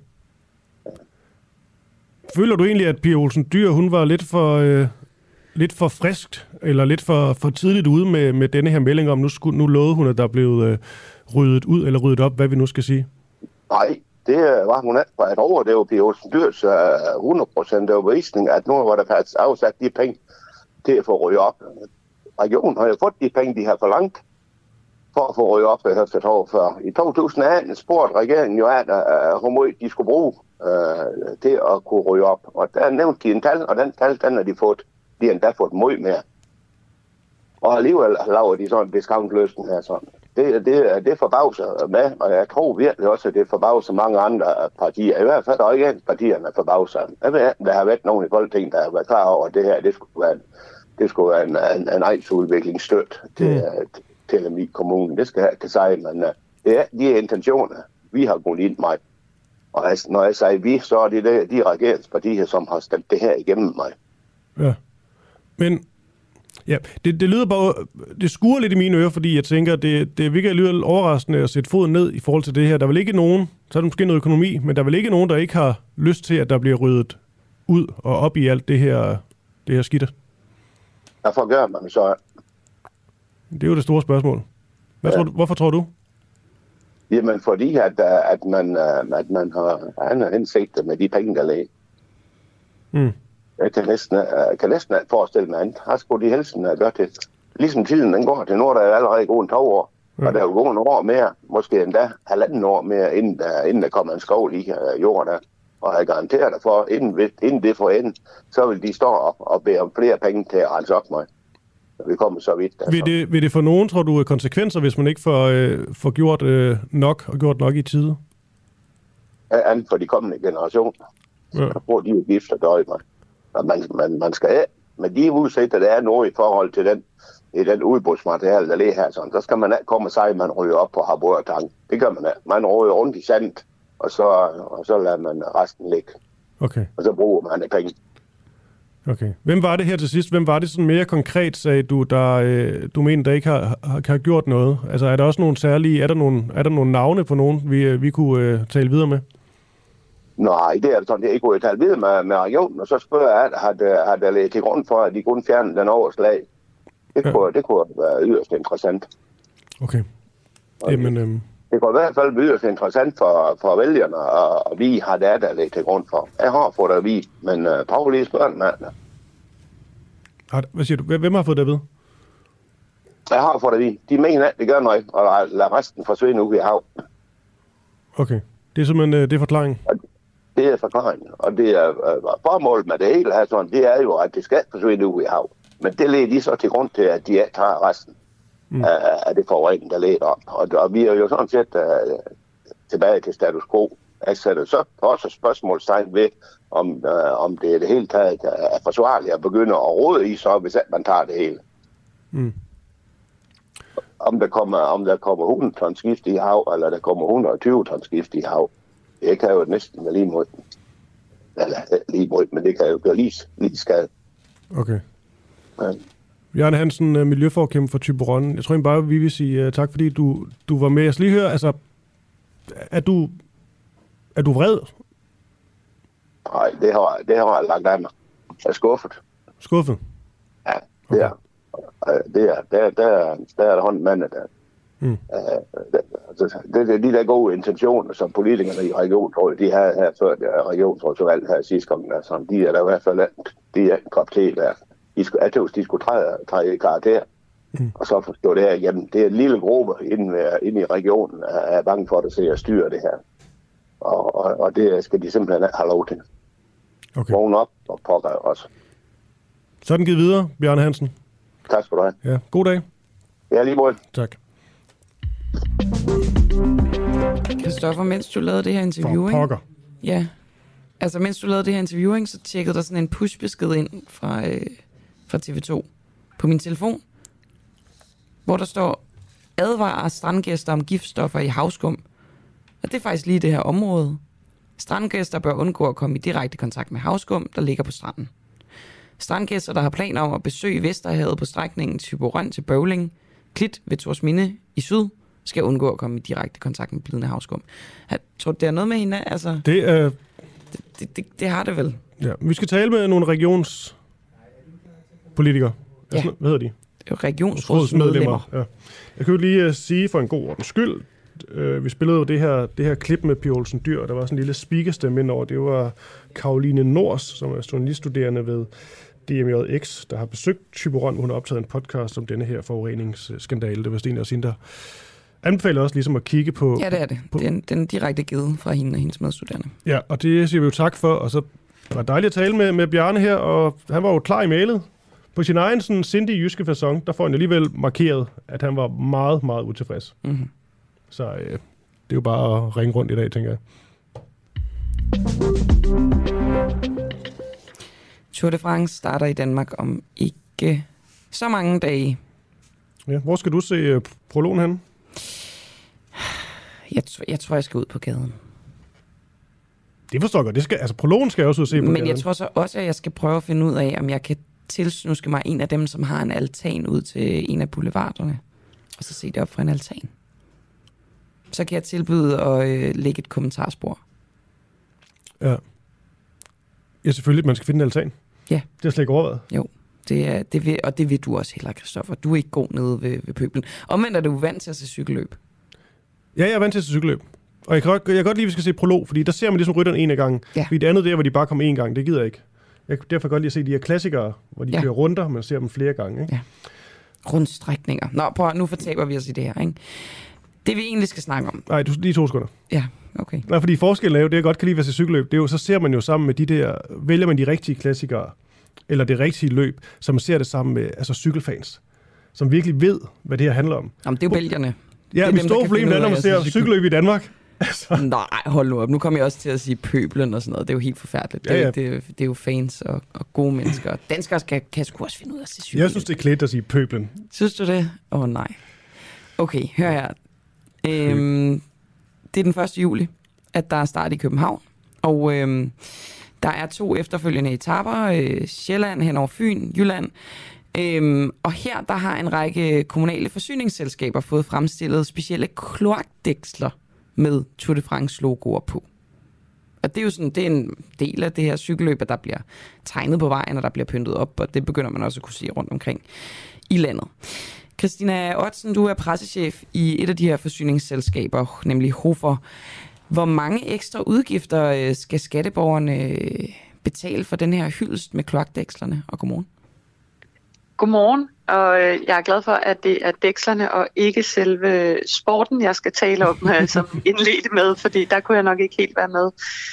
Føler du egentlig, at Pia Olsen Dyhr, hun var lidt for friskt, eller lidt for tidligt ude med denne her melding om, nu lovede hun, at der blev ryddet ud, eller ryddet op, hvad vi nu skal sige? Nej, det var hun ikke for et år. Det var Pia Olsen Dyhrs 100% overbevisning, at nu var der faktisk afsat de penge til at få ryddet op. Regionen har jo fået de penge, de har forlangt. for at få ryddet op ved Høfde Torv før. I 2018 spurgte regeringen jo, at hvor meget de skulle bruge til at kunne rydde op. Og der nævnte de en tal, og den tal, den har de fået. De har endda fået meget mere. Og alligevel laver de sådan en discountløsning her sådan. Det forbavser med, og jeg tror virkelig også, at det forbavser mange andre partier. I hvert fald regeringspartierne forbavser. Jeg ved, der har været nogen i Folketinget, der har været klar over, at det her det skulle være en egnsudviklingsstøt til Lemvig Kommune. Det skal have sig, men det er de intentioner, vi har gået ind med. Og når jeg siger vi, så er det de regeringspartier, som har stemt det her igennem mig. Ja, men ja, det lyder bare, det skuer lidt i mine ører, fordi jeg tænker, det virkelig lyder overraskende at sætte foden ned i forhold til det her. Der er vel ikke nogen, så er der måske noget økonomi, men der er vel ikke nogen, der ikke har lyst til, at der bliver ryddet ud og op i alt det her skidt. Hvorfor gør man så? Det er jo det store spørgsmål. Hvorfor tror du? Jamen fordi, at man har andre hensigter med de penge, der ligger. Jeg kan næsten forestille mig andet. Her skulle de helst gøre til. Ligesom tiden den går til nu, der er allerede gået 2 år. Og der er jo gået 1 år mere, måske endda 1,5 år mere, inden der kommer en skov i jorden der. Og jeg garanterer dig for, inden det får enden, så vil de stå op og bede om flere penge til at rense op med. Vi kommer så vidt. Altså. Vil det for nogen, tror du, konsekvenser, hvis man ikke får gjort nok og gjort nok i tide? Andet for de kommende generationer. Ja. Jeg tror, de er gift og døje med. Og man skal af. Men de udsigter, der er noget i forhold til den udbrudsmateriale, der ligger her. Sådan. Så skal man ikke komme og sige, at man ryger op på Harbour og Tang. Det gør man ikke. Man ryger rundt i sandet, og så lader man resten ligge. Okay. Og så bruger man penge. Okay. Hvem var det her til sidst? Hvem var det sådan mere konkret, sagde du, du mener, der ikke har gjort noget? Altså er der også nogle særlige, er der nogle navne på nogen, vi kunne tale videre med? Nej, det er sådan, jeg ikke kunne tale videre med regionen, og så spørger jeg, har der ligget til grund for, at de kunne fjerne den overslag? Det kunne være yderst interessant. Okay. Jamen, det kunne i hvert fald være yderst interessant for vælgerne, og vi har der ligget til grund for. Jeg har fået det at vide, men prøv lige at spørge den mand. Hvad siger du? Hvem har fået det at vide? Jeg har fået det at vide. De mener, at det gør noget, og lader resten forsvinde ud i hav. Okay. Det er simpelthen det er forklaringen? Det er forklaringen, og det er formålet med det hele her, sådan, det er jo, at det skal forsvinde ud i hav. Men det leder de så til grund til, at de tager resten af det forurening, der leder op. Og vi er jo sådan set tilbage til status quo. Altså, så også spørgsmålstegn ved, om det er det hele taget er forsvarligt at begynde at råde i, så hvis man tager det hele. Om der kommer 100 tons gift i hav, eller der kommer 120 tons gift i hav, det kan jo næsten være lige mod. Eller lige mod, men det kan jo gøre lige skade. Okay. Ja. Bjarne Hansen, miljøforkæmper for Thyborøn. Jeg tror bare, vi vil sige tak, fordi du var med. Jeg skal lige høre, altså, er du vred? Nej, det har jeg lagt af mig. Jeg er skuffet. Skuffet? Ja, det er. Der er hånden mand, der. Det er de der gode intentioner, som politikerne i regionsrådet, de har her før regionsrådsvalget her sidste gang, altså, de er der i hvert fald en kop te der. De skulle træde i karakter, og så forstå det her, jamen det er en lille gruppe inde i regionen, er bange for at se at styre det her. Og det skal de simpelthen have lov til. Okay. Vågne op og pokker også. Så er den givet videre, Bjarne Hansen. Tak skal du have. Ja, god dag. Ja, lige måde. Tak. Christoffer, mens du lavede det her interview, ikke? Ja. Altså, mens du lavede det her interview, så tjekkede der sådan en pushbesked ind fra TV2 på min telefon, hvor der står, advarer strandgæster om giftstoffer i havskum. Og det er faktisk lige det her område. Strandgæster bør undgå at komme i direkte kontakt med havskum, der ligger på stranden. Strandgæster, der har planer om at besøge Vesterhavet på strækningen Thyborøn til Bøvling, Klit ved Torsminde i syd, skal undgå at komme i direkte kontakt med blidende havskum. Jeg tror, det er noget med hende, altså... Det har det vel. Ja, vi skal tale med nogle regionspolitikere. Ja. Altså, hvad hedder de? Regionsrådsmedlemmer. Ja. Jeg kan jo lige sige for en god ordens skyld, vi spillede jo det her klip med Pia Olsen Dyhr, og der var sådan en lille speakerstemme indover. Det var Karoline Nors, som er journaliststuderende ved DMJX, der har besøgt Thyborøn. Hun har optaget en podcast om denne her forureningsskandale. Det var Sten og Sinter, anbefaler også ligesom at kigge på... Ja, det er det. Den er direkte givet fra hende og hendes medstuderende. Ja, og det siger vi jo tak for, og så var det dejligt at tale med Bjarne her, og han var jo klar i mailet. På sin egen sådan sindige jyske facon, der får han alligevel markeret, at han var meget, meget utilfreds. Mm-hmm. Så det er jo bare at ringe rundt i dag, tænker jeg. Tour de France starter i Danmark om ikke så mange dage. Ja, hvor skal du se prologen henne? Jeg tror, jeg skal ud på gaden. Det forstår jeg godt. Prologen skal jeg også ud og se på gaden. Men jeg tror så også, at jeg skal prøve at finde ud af, om jeg kan tilsnuske mig en af dem, som har en altan ud til en af boulevarderne. Og så se det op fra en altan. Så kan jeg tilbyde at lægge et kommentarspor. Ja. Ja, selvfølgelig, man skal finde en altan. Ja. Det har slet ikke overvejet. Jo, det vil du også heller, Christoffer. Du er ikke god nede ved pøblen. Omvendt er du vant til at se cykelløb. Ja, jeg er vant til at se cykelløb. Og jeg kan godt lide, at vi skal se prolog, fordi der ser man ligesom rytteren en af gangen. Ja. Fordi det andet der, hvor de bare kommer en gang, det gider jeg ikke. Jeg kan derfor godt lide at se de her klassikere, hvor de kører runder, man ser dem flere gange. Ikke? Ja. Rundstrækninger. Nå, prøv, nu fortaber vi os i det her, ikke? Det vi egentlig skal snakke om. Nej, lige 2 sekunder. Ja, okay. Nej, fordi forskellen er jo, det jeg godt kan lide ved at se cykelløb, det er jo, så ser man jo sammen med de der, vælger man de rigtige klassikere, eller det rigtige løb, så man ser det sammen med cykelfans, som virkelig ved, hvad det her handler om. Jamen, det er jo vælgerne. Ja, mit store problem er, når man ser cykelløb i Danmark. Nej, hold nu op. Nu kommer jeg også til at sige pøblen og sådan noget. Det er jo helt forfærdeligt. Ja. Det er jo fans og gode mennesker. Danskere kan sgu også finde ud af at se cykelløb. Jeg synes, det er klædt at sige pøblen. Synes du det? Nej. Okay, hør her. Det er den 1. juli, at der er start i København. Og der er 2 efterfølgende etaper. Sjælland hen over Fyn, Jylland. Og her der har en række kommunale forsyningsselskaber fået fremstillet specielle kloakdæksler med Tour de France logoer på. Og det er jo sådan, det er en del af det her cykelløb, at der bliver tegnet på vejen, og der bliver pyntet op, og det begynder man også at kunne se rundt omkring i landet. Christina Ottsen, du er pressechef i et af de her forsyningsselskaber, nemlig Hofer. Hvor mange ekstra udgifter skal skatteborgerne betale for den her hyldest med kloakdækslerne? Og godmorgen. Godmorgen, og jeg er glad for, at det er dækslerne og ikke selve sporten, jeg skal tale om, som indledte med, fordi der kunne jeg nok ikke helt være med.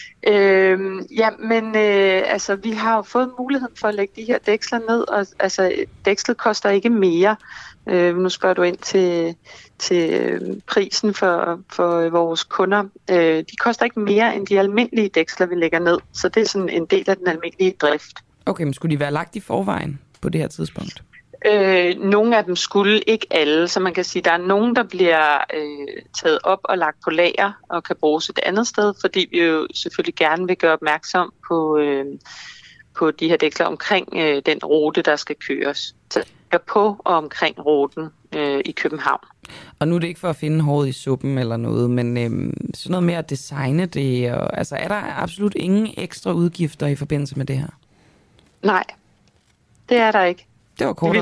Vi har jo fået muligheden for at lægge de her dæksler ned, og dækslet koster ikke mere. Nu spørger du ind til prisen for vores kunder. De koster ikke mere end de almindelige dæksler, vi lægger ned, så det er sådan en del af den almindelige drift. Okay, men skulle de være lagt i forvejen på det her tidspunkt? Nogle af dem skulle, ikke alle, så man kan sige, at der er nogen, der bliver taget op og lagt på lager og kan bruges et andet sted, fordi vi jo selvfølgelig gerne vil gøre opmærksom på de her dæksler omkring den rute, der skal køres. Så på og omkring ruten i København. Og nu er det ikke for at finde håret i suppen eller noget, men sådan noget med at designe det, og, altså er der absolut ingen ekstra udgifter i forbindelse med det her? Nej, det er der ikke. Det var kort.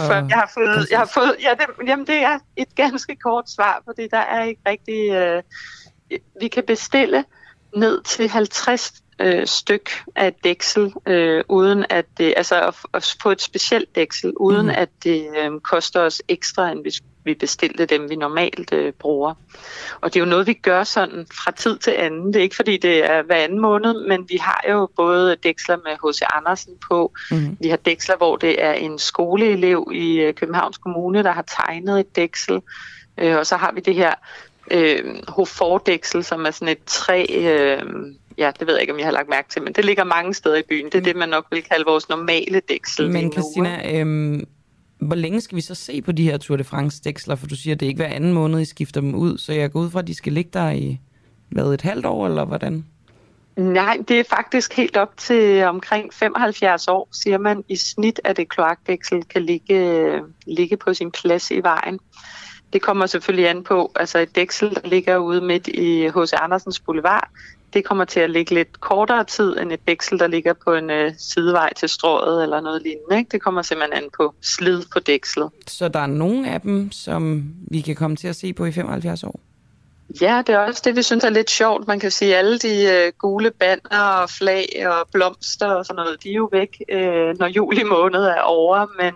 Det er et ganske kort svar, fordi der er ikke rigtig... vi kan bestille ned til 50 styk af et dæksel, uden at det... Altså at få et specielt dæksel, uden at det koster os ekstra, end hvis vi bestilte dem, vi normalt bruger. Og det er jo noget, vi gør sådan fra tid til anden. Det er ikke, fordi det er hver anden måned, men vi har jo både dæksler med H.C. Andersen på. Vi har dæksler, hvor det er en skoleelev i Københavns Kommune, der har tegnet et dæksel. Og så har vi det her Hofor-dæksel, som er sådan et træ... det ved jeg ikke, om jeg har lagt mærke til, men det ligger mange steder i byen. Det er det, man nok vil kalde vores normale dæksel. Men Christina... Hvor længe skal vi så se på de her Tour de France-dæksler? For du siger, at det ikke hver anden måned, I skifter dem ud. Så jeg går ud fra, at de skal ligge der i et halvt år, eller hvordan? Nej, det er faktisk helt op til omkring 75 år, siger man i snit, at et kloakdæksel kan ligge på sin plads i vejen. Det kommer selvfølgelig an på, altså et dæksel, der ligger ude midt i H.C. Andersens Boulevard, det kommer til at ligge lidt kortere tid end et dæksel, der ligger på en sidevej til Strøget eller noget lignende. Ikke? Det kommer simpelthen an på slid på dækslet. Så der er nogle af dem, som vi kan komme til at se på i 75 år? Ja, det er også det, vi synes er lidt sjovt. Man kan sige, at alle de gule banner og flag og blomster og sådan noget, de er jo væk, når juli måned er over.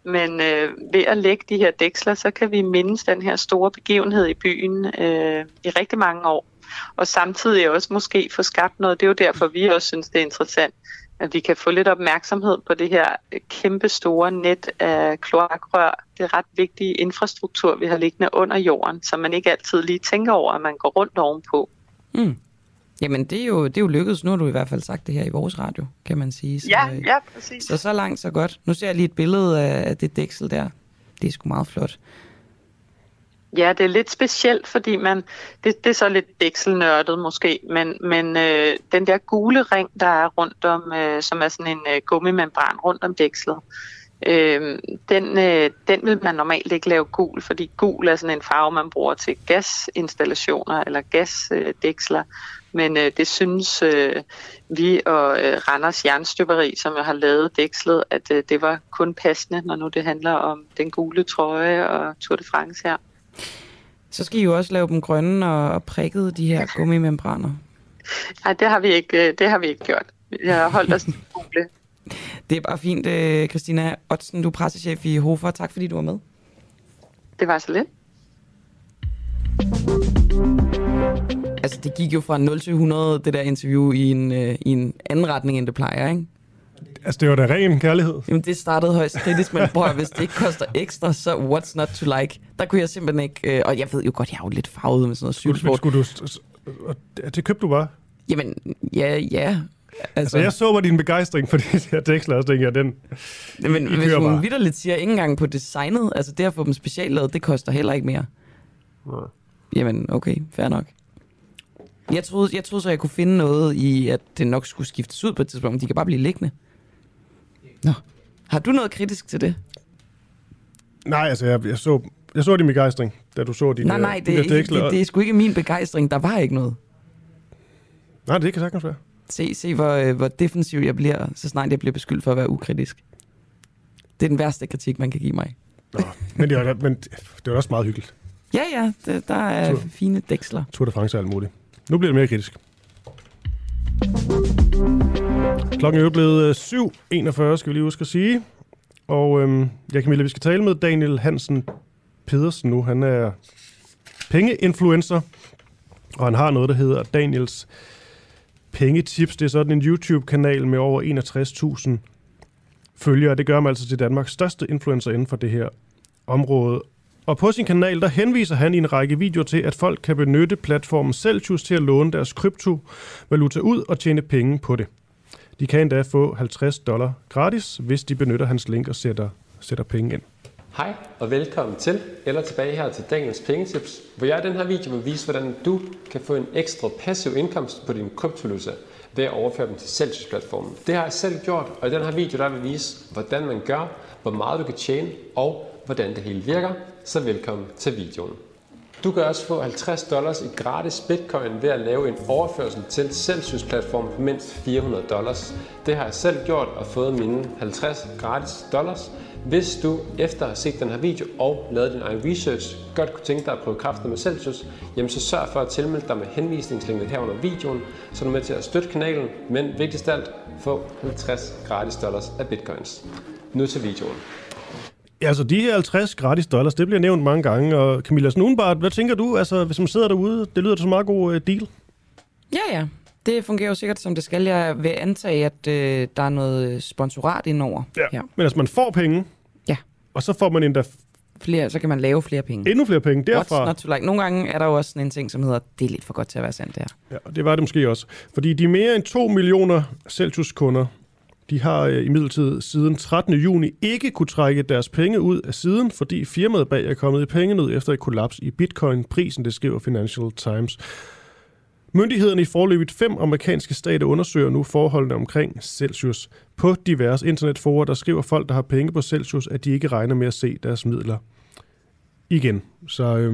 Men ved at lægge de her dæksler, så kan vi mindes den her store begivenhed i byen i rigtig mange år. Og samtidig også måske få skabt noget. Det er jo derfor, vi også synes, det er interessant, at vi kan få lidt opmærksomhed på det her kæmpe store net af kloakrør. Det er ret vigtig infrastruktur, vi har liggende under jorden, som man ikke altid lige tænker over, at man går rundt ovenpå. Mm. Jamen, det er jo lykkedes. Nu har du i hvert fald sagt det her i vores radio, kan man sige. Så, ja, præcis. Så langt, så godt. Nu ser jeg lige et billede af det dæksel der. Det er sgu meget flot. Ja, det er lidt specielt, fordi det er så lidt dækselnørdet måske, men den der gule ring, der er rundt om, som er sådan en gummimembran rundt om dækslet, den vil man normalt ikke lave gul, fordi gul er sådan en farve, man bruger til gasinstallationer eller gasdæksler. Men det synes vi og Randers Jernstøberi, som jo har lavet dækslet, at det var kun passende, når nu det handler om den gule trøje og Tour de France her. Så skal I jo også lave dem grønne og prikkede, de her gummimembraner. Nej, det har vi ikke gjort. Jeg har holdt os gule. Det er bare fint, Christina Ottsen, du er pressechef i Hofer. Tak fordi du var med. Det var så lidt. Altså, det gik jo fra 0 til 100, det der interview, i en anden retning, end det plejer, ikke? Altså, det var da ren kærlighed. Jamen, det startede højst kritisk, men prøv, hvis det ikke koster ekstra, så what's not to like? Der kunne jeg simpelthen ikke... og jeg ved jo godt, jeg er jo lidt farvet med sådan noget cykelsport. Det købte du bare? Jamen, ja. Altså, jeg så bare din begejstring for det her dæksler, og så tænkte jeg, den... Men hvis hun vitterligt siger ikke engang på designet, altså det at få dem speciallavet, det koster heller ikke mere. Nej. Jamen, okay, fair nok. Jeg troede så, jeg kunne finde noget i, at det nok skulle skiftes ud på et tidspunkt. De kan bare blive liggende. Nå. Har du noget kritisk til det? Nej, altså, jeg så din begejstring, da du så dine Nej, det er sgu ikke min begejstring. Der var ikke noget. Nej, det kan sagtens være. Se hvor defensiv jeg bliver, så snart jeg bliver beskyldt for at være ukritisk. Det er den værste kritik, man kan give mig. Nå, men det var også meget hyggeligt. Ja, der er fine dæksler. Tour de France og alt muligt. Nu bliver det mere kritisk. Klokken er jo blevet 7:41, skal vi lige huske at sige. Og Camilla, vi skal tale med Daniel Hansen Pedersen nu. Han er pengeinfluencer, og han har noget, der hedder Daniels Pengetips. Det er sådan en YouTube-kanal med over 61.000 følgere. Det gør man altså til Danmarks største influencer inden for det her område. Og på sin kanal, der henviser han i en række videoer til, at folk kan benytte platformen Celsius til at låne deres kryptovaluta ud og tjene penge på det. De kan endda få $50 gratis, hvis de benytter hans link og sætter penge ind. Hej og velkommen til, eller tilbage her til Daniels Pengetips, hvor jeg i den her video vil vise, hvordan du kan få en ekstra passiv indkomst på din kryptovaluta ved at overføre dem til Celsius-platformen. Det har jeg selv gjort, og i den her video der vil jeg vise, hvordan man gør, hvor meget du kan tjene og hvordan det hele virker, så velkommen til videoen. Du kan også få $50 i gratis bitcoin ved at lave en overførsel til Celsius-platformen på mindst $400. Det har jeg selv gjort og fået mine 50 gratis dollars. Hvis du efter at have set den her video og lavet din egen research godt kunne tænke dig at prøve kræfter med Celsius, jamen så sørg for at tilmelde dig med henvisningslinket her under videoen, så du er med til at støtte kanalen, men vigtigst af alt, få 50 gratis dollars af bitcoins. Nu til videoen. Ja, altså de her 50 gratis dollars, det bliver nævnt mange gange, og Camilla, sådan udenbart, hvad tænker du, altså hvis man sidder derude, det lyder som en meget god deal? Ja, det fungerer jo sikkert som det skal. Jeg vil antage, at der er noget sponsorat indover. Ja, men altså man får penge, og så får man endda flere, så kan man lave flere penge. Endnu flere penge derfra. What's not to like? Nogle gange er der jo også sådan en ting, som hedder, det er lidt for godt til at være sandt, det her. Ja, og det var det måske også. Fordi de mere end 2 millioner Celsius-kunder, de har imidlertid siden 13. juni ikke kunne trække deres penge ud af siden, fordi firmaet bag er kommet i pengenød efter et kollaps i bitcoin-prisen, det skriver Financial Times. Myndighederne i forløbet 5 amerikanske stater undersøger nu forholdene omkring Celsius. På diverse internetforer, der skriver folk, der har penge på Celsius, at de ikke regner med at se deres midler igen. Så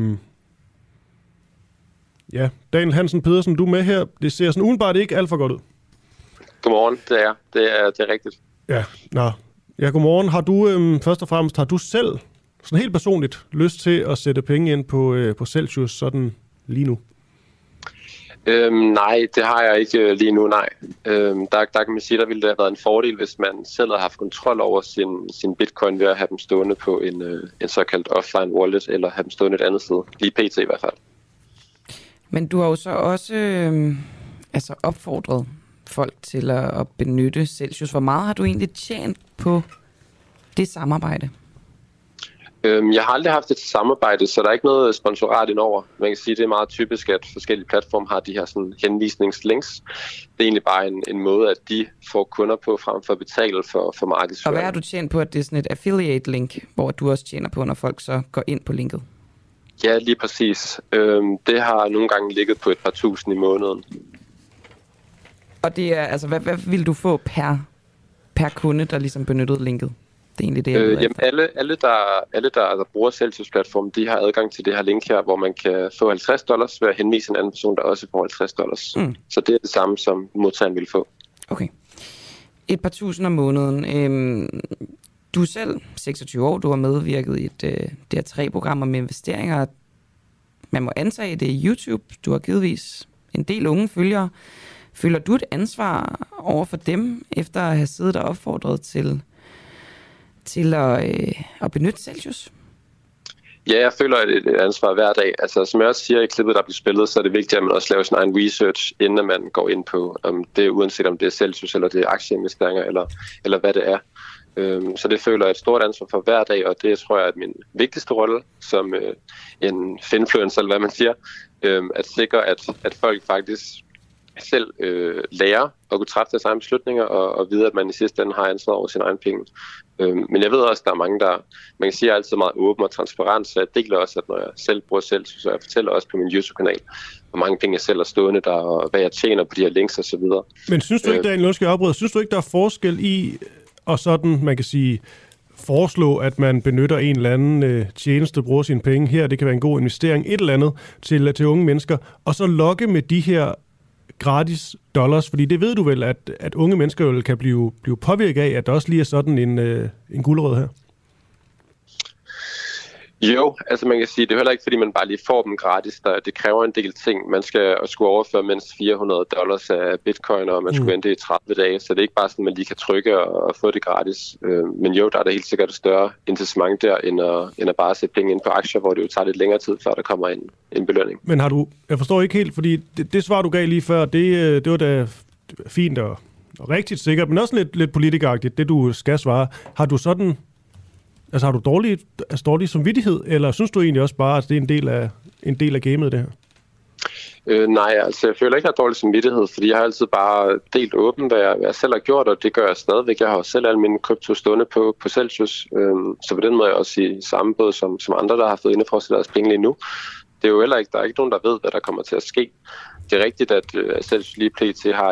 ja, Daniel Hansen Pedersen, du er med her. Det ser sådan udenbart ikke alt for godt ud. Godmorgen, det er rigtigt. Ja, godmorgen. Har du først og fremmest, har du selv sådan helt personligt lyst til at sætte penge ind på Celsius sådan lige nu? Nej, det har jeg ikke lige nu, nej. Der kan man sige, der ville det have været en fordel, hvis man selv havde haft kontrol over sin bitcoin ved at have dem stående på en såkaldt offline wallet, eller have dem stående et andet sted. Lige pt. i hvert fald. Men du har jo så også opfordret folk til at benytte Celsius. Hvor meget har du egentlig tjent på det samarbejde? Jeg har aldrig haft et samarbejde, så der er ikke noget sponsorat indover. Man kan sige, at det er meget typisk, at forskellige platforme har de her sådan henvisningslinks. Det er egentlig bare en måde, at de får kunder på, frem for at betale for markedsføring. Og hvad har du tjent på, at det er sådan et affiliate-link, hvor du også tjener på, når folk så går ind på linket? Ja, lige præcis. Det har nogle gange ligget på et par tusind i måneden. Og det er, altså, hvad vil du få per kunde, der ligesom benyttede linket? Det er egentlig det, jeg alle, der bruger Celsius-platformen, de har adgang til det her link her, hvor man kan få $50 ved at henvise en anden person, der også får $50. Så det er det samme, som modtageren vil få. Okay. Et par tusind om måneden. Du er selv 26 år, du har medvirket i et DR3-program med investeringer. Man må antage, det er YouTube. Du har givetvis en del unge følgere. Føler du et ansvar over for dem, efter at have siddet og opfordret til at benytte Celsius? Ja, jeg føler et ansvar hver dag. Altså, som jeg også siger i klippet, der bliver spillet, så er det vigtigt, at man også laver sin egen research, inden man går ind på det, uanset om det er Celsius, eller det er aktieinvesteringer, eller hvad det er. Så det føler jeg et stort ansvar for hver dag, og det tror jeg er min vigtigste rolle som en finfluencer, eller hvad man siger, at sikre, at folk faktisk selv lærer at kunne træffe deres egne beslutninger og vide, at man i sidste ende har ansvar over sine egne penge. Men jeg ved også, at der er mange, man kan sige, er altid meget åben og transparent, så jeg deler også, at når jeg selv bruger Celsius, så jeg fortæller også på min YouTube-kanal, hvor mange penge jeg selv har stående der, og hvad jeg tjener på de her links og så videre. Men synes du ikke, synes du ikke, der er forskel i, og sådan, man kan sige, foreslå, at man benytter en eller anden tjeneste, bruger sine penge her, det kan være en god investering, et eller andet til unge mennesker, og så lokke med de her gratis dollars, fordi det ved du vel, at unge mennesker jo kan blive påvirket af, at der også lige er sådan en gulerod her? Jo, altså man kan sige, det er heller ikke, fordi man bare lige får dem gratis. Det kræver en del ting. Man skal skulle overføre mindst $400 af bitcoin, og man skulle vente i 30 dage, så det er ikke bare sådan, man lige kan trykke og få det gratis. Men jo, der er der helt sikkert et større incitament der, end at bare sætte penge ind på aktier, hvor det jo tager lidt længere tid, før der kommer en belønning. Men jeg forstår ikke helt, fordi det svar, du gav lige før, det var da fint og rigtigt sikkert, men også lidt politikeragtigt, det du skal svare. Har du sådan... Altså har du dårlig samvittighed, eller synes du egentlig også bare, at det er en del af gamet, det her? Nej, altså jeg føler ikke, at jeg har dårlig samvittighed, fordi jeg har altid bare delt åbent, hvad jeg selv har gjort, og det gør jeg stadigvæk. Jeg har også selv alle mine krypto stående på Celsius, så på den måde er jeg også i samme båd som andre, der har fået indefrosset deres penge lige nu. Det er jo heller ikke, der er ikke nogen, der ved, hvad der kommer til at ske. Det er rigtigt, at Celsius lige pt. Har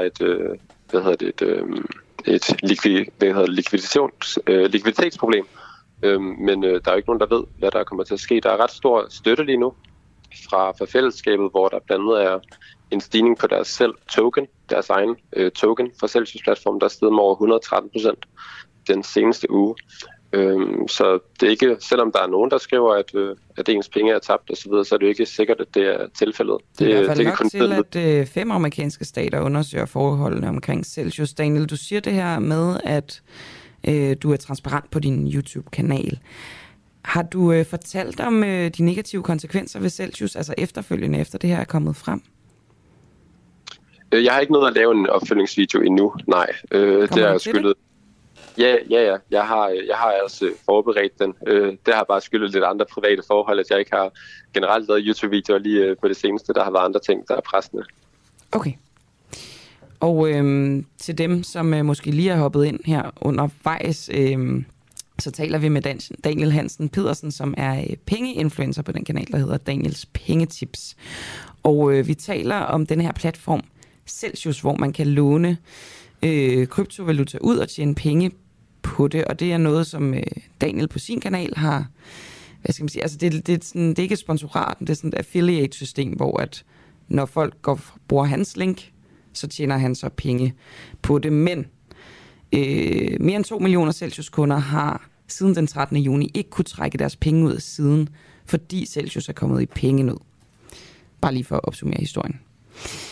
et likviditetsproblem. Men der er jo ikke nogen, der ved, hvad der kommer til at ske. Der er ret stor støtte lige nu fra fællesskabet, hvor der blandt andet er en stigning på deres token, deres egen token fra Celsius-platformen, der er steget med over 113% den seneste uge. Så det er ikke, selvom der er nogen, der skriver, at ens penge er tabt osv., så er det jo ikke sikkert, at det er tilfældet. Det er i hvert fald nok til, at 5 amerikanske stater undersøger forholdene omkring Celsius. Daniel, du siger det her med, at du er transparent på din YouTube-kanal. Har du fortalt om de negative konsekvenser ved Celsius, altså efterfølgende efter det her er kommet frem? Jeg har ikke nået at lave en opfølgningsvideo endnu, nej. Det er skyldet. Ja. Jeg har altså forberedt den. Det har bare skyldet lidt andre private forhold, at jeg ikke har generelt lavet YouTube-videoer lige på det seneste. Der har været andre ting, der er pressende. Okay. Og til dem, som måske lige har hoppet ind her undervejs, så taler vi med Daniel Hansen Pedersen, som er pengeinfluencer på den kanal, der hedder Daniels Pengetips. Og vi taler om den her platform Celsius, hvor man kan låne kryptovaluta ud og tjene penge på det. Og det er noget, som Daniel på sin kanal har, hvad skal man sige, altså det er ikke et sponsorat, det er sådan et affiliate-system, hvor at når folk bruger hans link, så tjener han så penge på det. Men mere end 2 millioner Celsius-kunder har siden den 13. juni ikke kunne trække deres penge ud af siden, fordi Celsius er kommet i pengenød. Bare lige for at opsummere historien.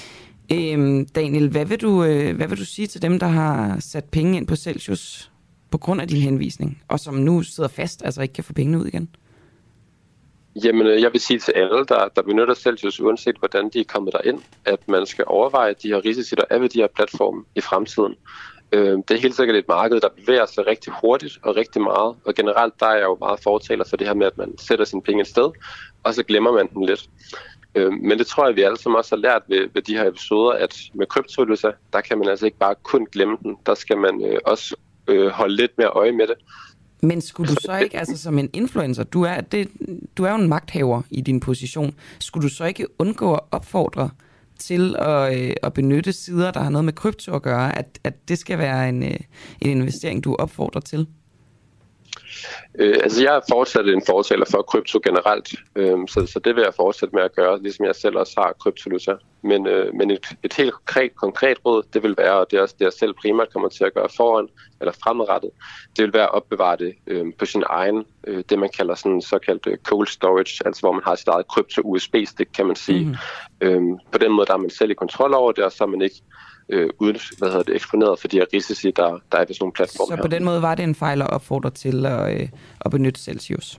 Daniel, hvad vil du sige til dem, der har sat penge ind på Celsius på grund af din henvisning, og som nu sidder fast, altså ikke kan få pengene ud igen? Jamen, jeg vil sige til alle, der benytter Celsius, uanset hvordan de er kommet derind, at man skal overveje de her risici, der er ved de her platforme i fremtiden. Det er helt sikkert et marked, der bevæger sig rigtig hurtigt og rigtig meget, og generelt der er jeg jo meget fortaler for det her med, at man sætter sine penge et sted, og så glemmer man dem lidt. Men det tror jeg, vi alle sammen også har lært ved de her episoder, at med kryptovaluta, der kan man altså ikke bare kun glemme den, der skal man også holde lidt mere øje med det. Men skulle du så ikke, altså som en influencer, du er jo en magthaver i din position, skulle du så ikke undgå at opfordre til at benytte sider, der har noget med krypto at gøre, at det skal være en investering, du opfordrer til? Altså jeg er fortsat en fortaler for krypto generelt, så det vil jeg fortsætte med at gøre, ligesom jeg selv også har kryptovaluta. Men et helt konkret råd, det vil være, og det er også det, jeg selv primært kommer til at gøre fremadrettet, det vil være at opbevare det på sin egen, det man kalder sådan såkaldt cold storage, altså hvor man har sit eget krypto-USB-stik, kan man sige. På den måde, der er man selv i kontrol over det, og så er man ikke uden, eksponeret for de her risici, der er ved sådan nogle platforme. Så på den måde var det en fejl at opfordre til at benytte Celsius?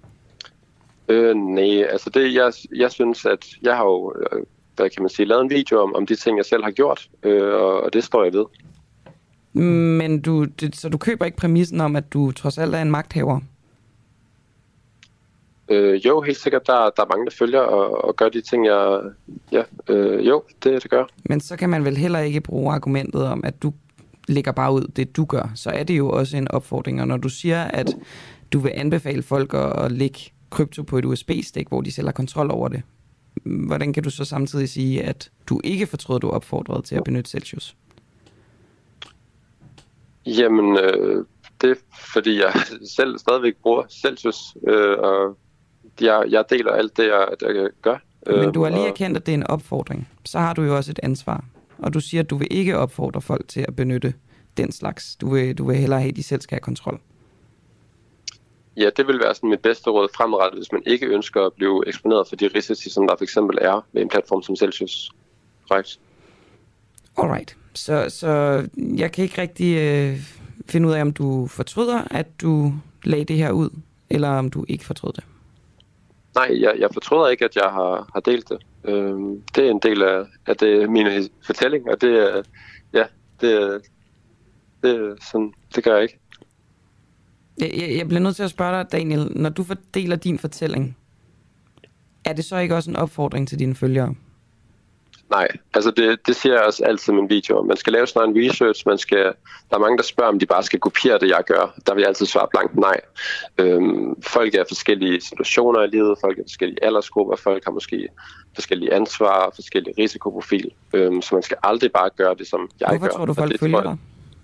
Nej, altså det, jeg synes, at jeg har jo, hvad kan man sige, lavet en video om de ting, jeg selv har gjort, og det står jeg ved. Men så du køber ikke præmissen om, at du trods alt er en magthaver? Jo, helt sikkert. Der er mange, der følger og gør de ting, det gør. Men så kan man vel heller ikke bruge argumentet om, at du lægger bare ud det, du gør. Så er det jo også en opfordring. Og når du siger, at du vil anbefale folk at lægge krypto på et USB-stik, hvor de selv har kontrol over det, hvordan kan du så samtidig sige, at du ikke fortrød, du opfordrede til at benytte Celsius? Jamen, det er fordi, jeg selv stadigvæk bruger Celsius, og jeg deler alt det, jeg gør. Men du har lige erkendt, at det er en opfordring. Så har du jo også et ansvar. Og du siger, at du vil ikke opfordre folk til at benytte den slags. Du vil hellere have, at de selv skal have kontrol. Ja, det vil være sådan mit bedste råd fremadrettet, hvis man ikke ønsker at blive eksponeret for de risici, som der for eksempel er ved en platform som Celsius. Right. Alright. Så jeg kan ikke rigtig finde ud af, om du fortryder, at du lagde det her ud, eller om du ikke fortrød det. Nej, jeg fortryder ikke, at jeg har delt det. Det er en del af det, min fortælling, og det er sådan, det gør jeg ikke. Jeg bliver nødt til at spørge dig, Daniel, når du fordeler din fortælling, er det så ikke også en opfordring til dine følgere? Nej, altså det siger jeg også altid i min video. Man skal lave sådan en research, der er mange, der spørger, om de bare skal kopiere det, jeg gør. Der vil jeg altid svare blankt nej. Folk er forskellige situationer i livet, folk er forskellige aldersgrupper, folk har måske forskellige ansvar og forskellige risikoprofil. Så man skal aldrig bare gøre det, som jeg gør. Hvorfor tror du, folk følger dig?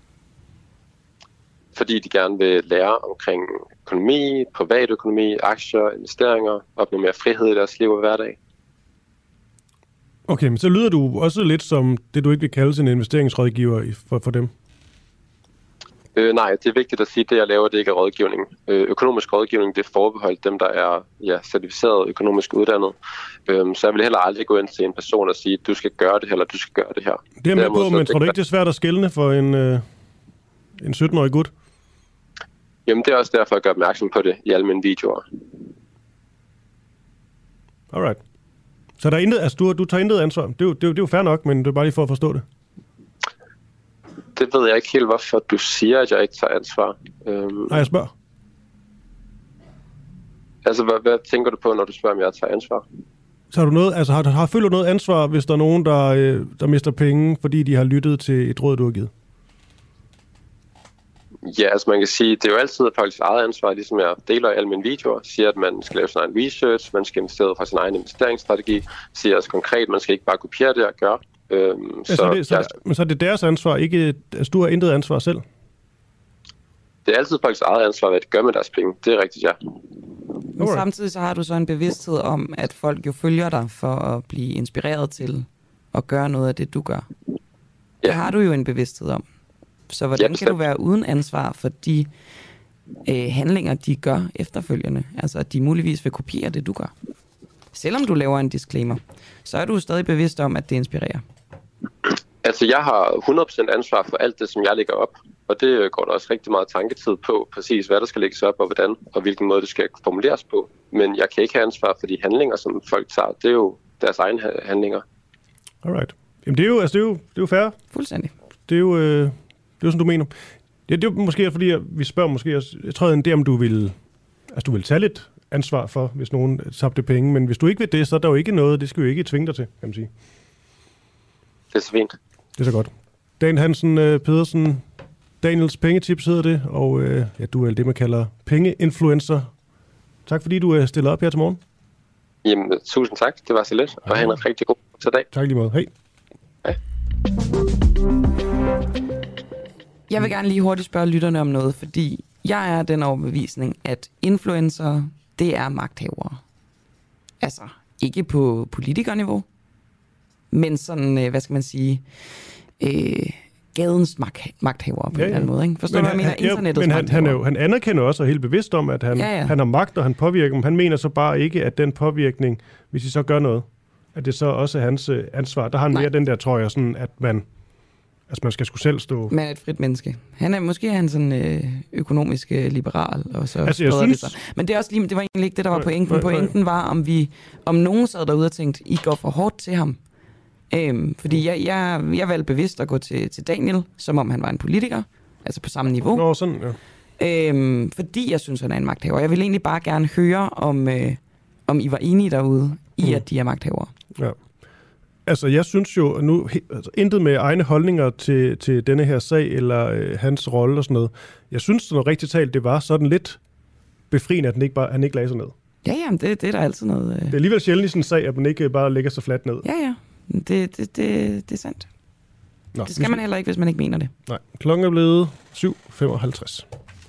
Fordi de gerne vil lære omkring økonomi, privatøkonomi, aktier, investeringer, opnå mere frihed i deres liv og hverdag. Okay, men så lyder du også lidt som det, du ikke vil kalde en investeringsrådgiver for dem. Nej, det er vigtigt at sige, at det, jeg laver, det ikke er rådgivning. Økonomisk rådgivning, det er forbeholdt dem, der er certificeret økonomisk uddannet. Så jeg vil heller aldrig gå ind til en person og sige, du skal gøre det her, eller du skal gøre det her. Det er med på, men tror du ikke, det er svært at skelne for en 17-årig gut? Jamen, det er også derfor, jeg gør opmærksom på det i alle mine videoer. Alright. Så der er intet, altså du tager intet ansvar. Det er jo fair nok, men det er bare lige for at forstå det. Det ved jeg ikke helt, hvorfor du siger, at jeg ikke tager ansvar. Nej, jeg spørger. Altså, hvad tænker du på, når du spørger, om jeg tager ansvar? Så har du noget, altså føler du noget ansvar, hvis der er nogen, der mister penge, fordi de har lyttet til et råd, du har givet? Ja, altså man kan sige, det er jo altid folks eget ansvar, ligesom jeg deler i alle mine videoer, siger, at man skal lave sin egen research, man skal investere fra sin egen investeringsstrategi, siger også konkret, man skal ikke bare kopiere det, jeg gør. Men så er det deres ansvar, ikke, altså du har intet ansvar selv? Det er altid folks eget ansvar, hvad de gør med deres penge. Det er rigtigt, ja. Men samtidig så har du så en bevidsthed om, at folk jo følger dig for at blive inspireret til at gøre noget af det, du gør. Ja. Det har du jo en bevidsthed om. Så hvordan kan du være uden ansvar for de handlinger, de gør efterfølgende? Altså, at de muligvis vil kopiere det, du gør. Selvom du laver en disclaimer, så er du stadig bevidst om, at det inspirerer. Altså, jeg har 100% ansvar for alt det, som jeg lægger op. Og det går der også rigtig meget tanketid på, præcis hvad der skal lægges op, og hvordan, og hvilken måde det skal formuleres på. Men jeg kan ikke have ansvar for de handlinger, som folk tager. Det er jo deres egne handlinger. Alright. Jamen, det er jo fair. Fuldstændig. Det er jo sådan, du mener. Ja, det er måske, fordi vi spørger måske også, jeg tror, det er, om du vil tage lidt ansvar for, hvis nogen tabte penge. Men hvis du ikke vil det, så er der jo ikke noget, det skal jo ikke tvinge dig til, kan man sige. Det er så fint. Det er så godt. Dan Hansen Pedersen, Daniels Pengetips hedder det, og du er det, man kalder pengeinfluencer. Tak fordi du stiller op her til morgen. Jamen, tusind tak. Det var så let, og have en rigtig god dag. Tak lige måde. Hej. Hej. Jeg vil gerne lige hurtigt spørge lytterne om noget, fordi jeg er den overbevisning, at influencer, det er magthavere. Altså, ikke på politikerniveau, men sådan, hvad skal man sige, gadens magthavere på en eller anden måde. Ikke? Forstår du, hvad jeg mener? Internettets magthavere. Men han anerkender også og er helt bevidst om, at han har magt, og han påvirker dem. Han mener så bare ikke, at den påvirkning, hvis de så gør noget, at det så også er hans ansvar. Der har han mere den der, tror jeg, sådan, at man skal sgu selv stå... Man er et frit menneske. Måske er han sådan økonomisk liberal, og så altså, jeg synes... det sig. Men det er også lige, det var egentlig ikke det, der var pointen. Pointen var, om nogen sad derude og tænkte, I går for hårdt til ham. Fordi jeg valgte bevidst at gå til Daniel, som om han var en politiker, altså på samme niveau. Nå, sådan, ja. Fordi jeg synes, han er en magthaver. Jeg vil egentlig bare gerne høre, om I var enige derude i, at de er magthavere. Ja. Altså, jeg synes jo nu, intet med egne holdninger til denne her sag, eller hans rolle og sådan noget. Jeg synes, noget rigtigt talt, det var sådan lidt befriende, at han ikke lagde sig ned. Ja, jamen, det er der altid noget... Det er alligevel sjældent i sådan en sag, at man ikke bare lægger sig fladt ned. Ja. Det er sandt. Nå, det skal man heller ikke, hvis man ikke mener det. Nej, klokken er blevet 7:55.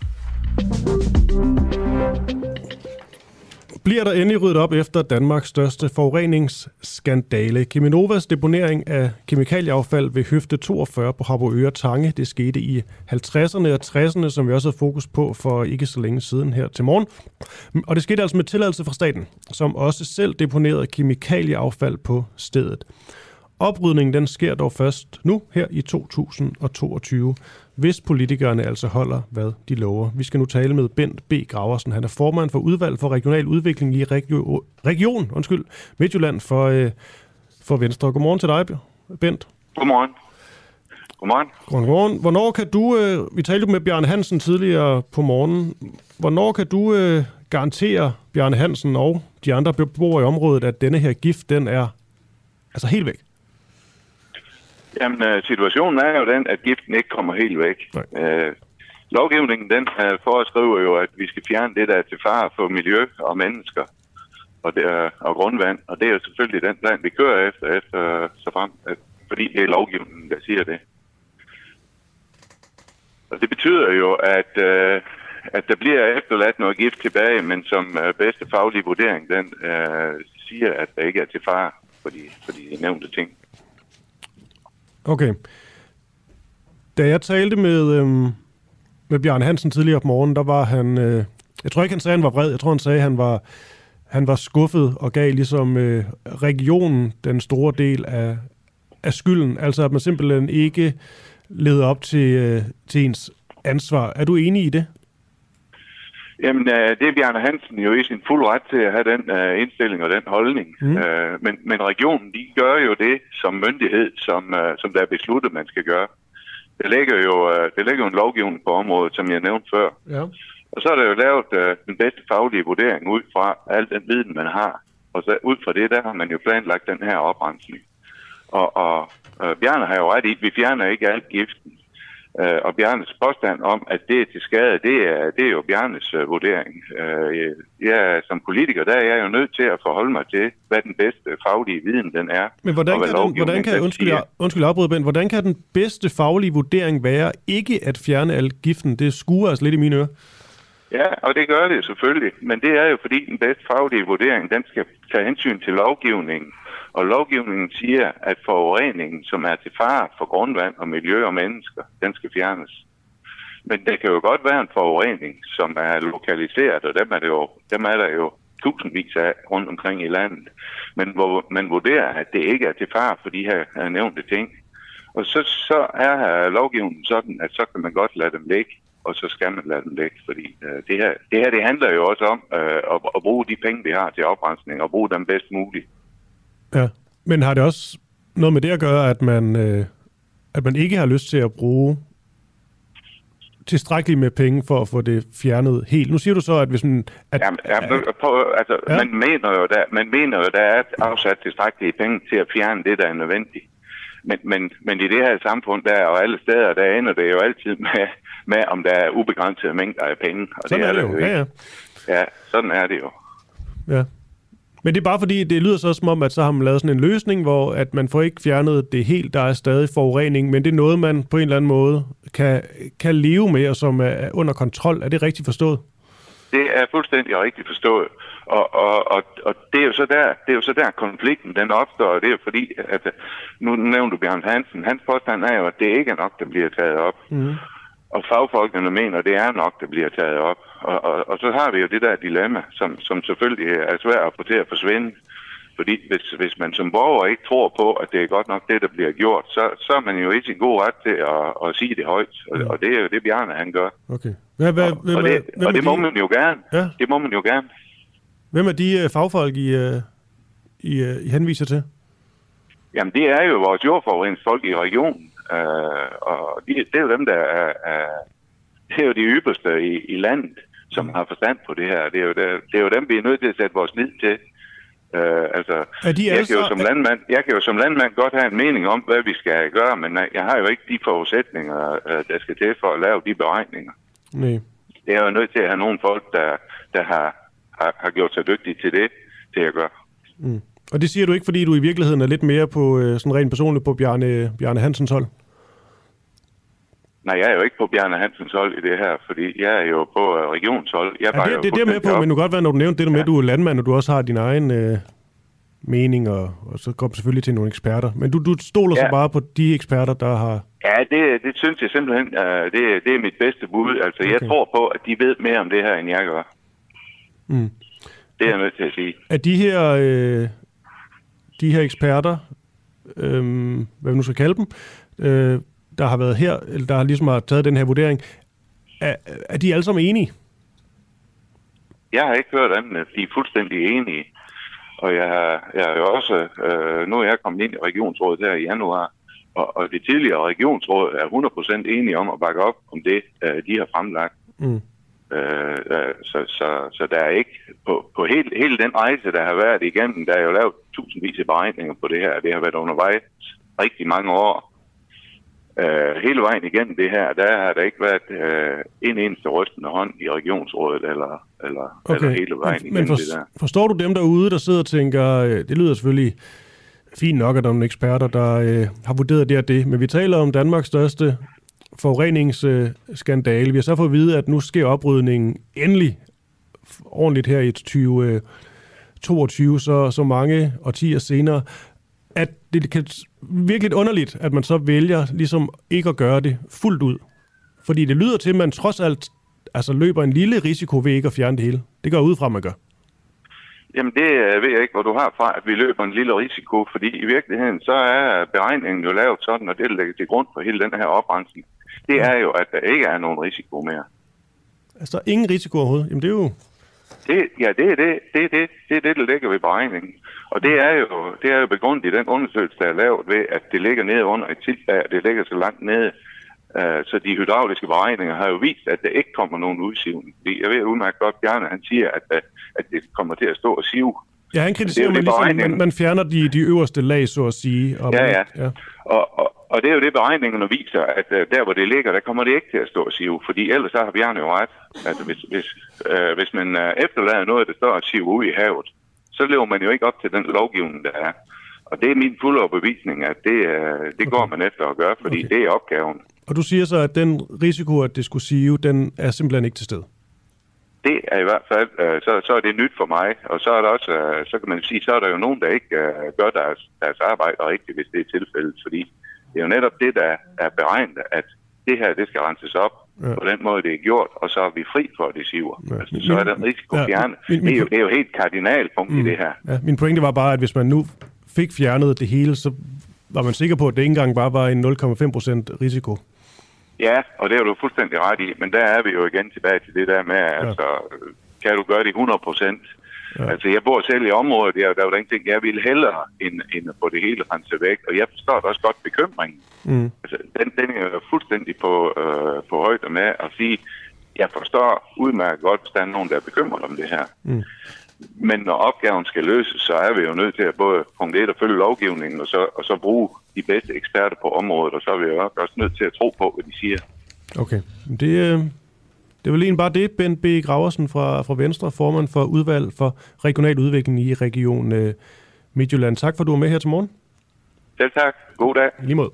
Bliver der endelig ryddet op efter Danmarks største forureningsskandale? Cheminovas deponering af kemikalieaffald ved Høfde 42 på Harboøre Tange, det skete i 50'erne og 60'erne, som vi også havde fokus på for ikke så længe siden her til morgen. Og det skete altså med tilladelse fra staten, som også selv deponerede kemikalieaffald på stedet. Oprydningen den sker dog først nu her i 2022, hvis politikerne altså holder, hvad de lover. Vi skal nu tale med Bent B. Graversen. Han er formand for udvalg for regional udvikling i Region Midtjylland for Venstre. Godmorgen til dig, Bent. Godmorgen. Godmorgen. Hvornår kan du, vi talte med Bjarne Hansen tidligere på morgenen, hvornår kan du garantere Bjarne Hansen og de andre beboere i området, at denne her gift, den er altså helt væk? Jamen, situationen er jo den, at giften ikke kommer helt væk. Lovgivningen, den foreskriver jo, at vi skal fjerne det, der er til fare for miljø og mennesker og grundvand. Og det er jo selvfølgelig den plan, vi kører efter så frem, fordi det er lovgivningen, der siger det. Og det betyder jo, at der bliver efterladt noget gift tilbage, men som bedste faglige vurdering, den siger, at der ikke er til fare for de nævnte ting. Okay. Da jeg talte med Bjarne Hansen tidligere på morgenen, der var han... jeg tror ikke, han sagde, at han var vred. Jeg tror, han sagde, at han var skuffet og gav ligesom regionen den store del af skylden. Altså, at man simpelthen ikke levede op til ens ansvar. Er du enig i det? Jamen, det er Bjarne Hansen jo i sin fuld ret til at have den indstilling og den holdning. Men regionen, de gør jo det som myndighed, som der er besluttet, man skal gøre. Det ligger jo en lovgivning på området, som jeg nævnte før. Ja. Og så er der jo lavet den bedste faglige vurdering ud fra al den viden, man har. Og så ud fra det, der har man jo planlagt den her oprensning. Og Bjarne har jo ret i, at vi fjerner ikke alt giften. Og Bjarnes påstand om, at det er til skade, det er jo Bjarnes vurdering. Jeg som politiker, der er jeg jo nødt til at forholde mig til, hvad den bedste faglige viden den er. Men hvordan kan den bedste faglige vurdering være ikke at fjerne al giften? Det skuer altså lidt i mine ører. Ja, og det gør det selvfølgelig. Men det er jo fordi den bedste faglige vurdering, den skal tage hensyn til lovgivningen. Og lovgivningen siger, at forureningen, som er til fare for grundvand og miljø og mennesker, den skal fjernes. Men det kan jo godt være en forurening, som er lokaliseret, og dem er der jo tusindvis af rundt omkring i landet. Men hvor man vurderer, at det ikke er til fare for de her nævnte ting. Og så er lovgivningen sådan, at så kan man godt lade dem ligge, og så skal man lade dem ligge, fordi det her handler jo også om at bruge de penge, vi har til oprensning, og bruge dem bedst muligt. Ja, men har det også noget med det at gøre, at man ikke har lyst til at bruge tilstrækkeligt med penge for at få det fjernet helt? Nu siger du så, at hvis man... Man mener jo, der er afsat tilstrækkelige penge til at fjerne det, der er nødvendigt. Men i det her samfund, der og alle steder, der ender det jo altid med om der er ubegrænsede mængder af penge. Og sådan det er det jo, ja. Ja, sådan er det jo. Ja. Men det er bare fordi, det lyder så som om, at så har man lavet sådan en løsning, hvor at man får ikke fjernet det helt, der er stadig forurening, men det er noget, man på en eller anden måde kan leve med, og som er under kontrol. Er det rigtigt forstået? Det er fuldstændig rigtigt forstået. Og det er jo så der, konflikten den opstår, og det er fordi, at nu nævnte du Bjarne Hansen, hans påstand er jo, at det ikke er nok, der bliver taget op. Mm. Og fagfolkene mener, at det er nok, der bliver taget op. Og så har vi jo det der dilemma, som selvfølgelig er svært at få til at forsvinde. Fordi hvis man som borger ikke tror på, at det er godt nok det, der bliver gjort, så er man jo ikke i god ret til at sige det højt. Og det er jo det, Bjarne han gør. Okay. Og det må man jo gerne. Ja. Det må man jo gerne. Hvem er de fagfolk, I henviser til? Jamen, det er jo vores jordforureningsfolk i regionen. Og det er jo dem, der det er jo de ypperste i landet, som har forstand på det her. Det er jo dem, vi er nødt til at sætte vores lid til. Jeg kan jo som landmand godt have en mening om, hvad vi skal gøre, men jeg har jo ikke de forudsætninger, der skal til for at lave de beregninger. Nej. Det er jo nødt til at have nogle folk, der har gjort sig dygtige til at gøre. Mm. Og det siger du ikke, fordi du i virkeligheden er lidt mere på sådan rent personligt på Bjarne Hansens hold? Nej, jeg er jo ikke på Bjarne Hansens hold i det her, fordi jeg er jo på regionshold. Det er med på, men du kan godt være, når du nævnte det med, at du er landmand, og du også har din egen mening, og så kommer selvfølgelig til nogle eksperter. Men du stoler så bare på de eksperter, der har... Ja, det synes jeg simpelthen, det er mit bedste bud. Altså, okay. Jeg tror på, at de ved mere om det her, end jeg gør. Mm. Det er jeg nødt til at sige. Er de her eksperter, hvad vi nu skal kalde dem, der har været her, eller der ligesom har taget den her vurdering, er de alle sammen enige? Jeg har ikke hørt andet, at de er fuldstændig enige. Og jeg er jo også, nu er jeg kommet ind i regionsrådet her i januar, og det tidligere regionsråd er 100% enige om at bakke op om det, de har fremlagt. Mm. Så der er ikke på hele den rejse, der har været igennem, der er jo lavet tusindvis af beregninger på det her. Det har været undervejs rigtig mange år. Hele vejen igennem det her, der har der ikke været en eneste rystende hånd i regionsrådet eller hele vejen igennem det der. Forstår du dem derude, der sidder og tænker, det lyder selvfølgelig fint nok, at der er nogle eksperter, der har vurderet det og det, men vi taler om Danmarks største forureningsskandale. Vi har så fået at vide, at nu sker oprydningen endelig ordentligt her i 2022, så mange årtier senere, at det kan virkelig underligt, at man så vælger ligesom ikke at gøre det fuldt ud. Fordi det lyder til, at man trods alt løber en lille risiko ved ikke at fjerne det hele. Det går ud fra, man gør. Jamen det ved jeg ikke, hvor du har fra, at vi løber en lille risiko, fordi i virkeligheden så er beregningen jo lavet sådan, og det ligger til grund for hele den her oprensning. Det er jo, at der ikke er nogen risiko mere. Altså ingen risiko overhovedet? Jamen det er jo... Det er det, der ligger ved beregningen. Og det er jo begrundet i den undersøgelse, der er lavet ved, at det ligger nede under et tiltag, det ligger så langt nede. Så de hydrauliske beregninger har jo vist, at der ikke kommer nogen udsivning. Jeg ved udmærket godt, Bjarne, han siger, at det kommer til at stå og sive. Ja, han kritiserer, at man fjerner de øverste lag, så at sige. Ja. Og det er jo det, beregningerne viser, at der, hvor det ligger, der kommer det ikke til at stå og sive. Fordi ellers så har Bjarne jo ret. Altså, hvis man efterlader noget, der står og sive ud i havet, så lever man jo ikke op til den lovgivning, der er. Og det er min fulde overbevisning, at det går man efter at gøre, fordi det er opgaven. Og du siger så, at den risiko, at det skulle sive, den er simpelthen ikke til stede? Det er i hvert fald, så er det nyt for mig, og så er der også, så kan man sige, så er der jo nogen, der ikke gør deres arbejde rigtigt, hvis det er tilfældet, fordi det er jo netop det, der er beregnet, at det her, det skal renses op på den måde, det er gjort, og så er vi fri for, at det siver. Altså, så er den risiko fjernet. Det er jo helt kardinalpunkt i det her. Ja, min pointe var bare, at hvis man nu fik fjernet det hele, så var man sikker på, at det ikke engang bare var en 0,5% risiko? Ja, og det er du fuldstændig ret i, men der er vi jo igen tilbage til det der med, altså, kan du gøre det 100%? Ja. Altså, jeg bor selv i området, der er jo ingenting, jeg vil hellere end at få det hele renset væk, og jeg forstår også godt bekymringen. Altså, den er jo fuldstændig på højde med at sige, jeg forstår udmærket godt, hvis der er nogen, der er bekymret om det her. Men når opgaven skal løses, så er vi jo nødt til at både punkt 1 at følge lovgivningen, og så bruge de bedste eksperter på området, og så er vi jo også nødt til at tro på, hvad de siger. Okay. Det er vel egentlig bare det, Bent B. Graversen fra Venstre, formand for udvalg for regional udvikling i Region Midtjylland. Tak for, at du var med her til morgen. Selv tak. God dag. I lige måde.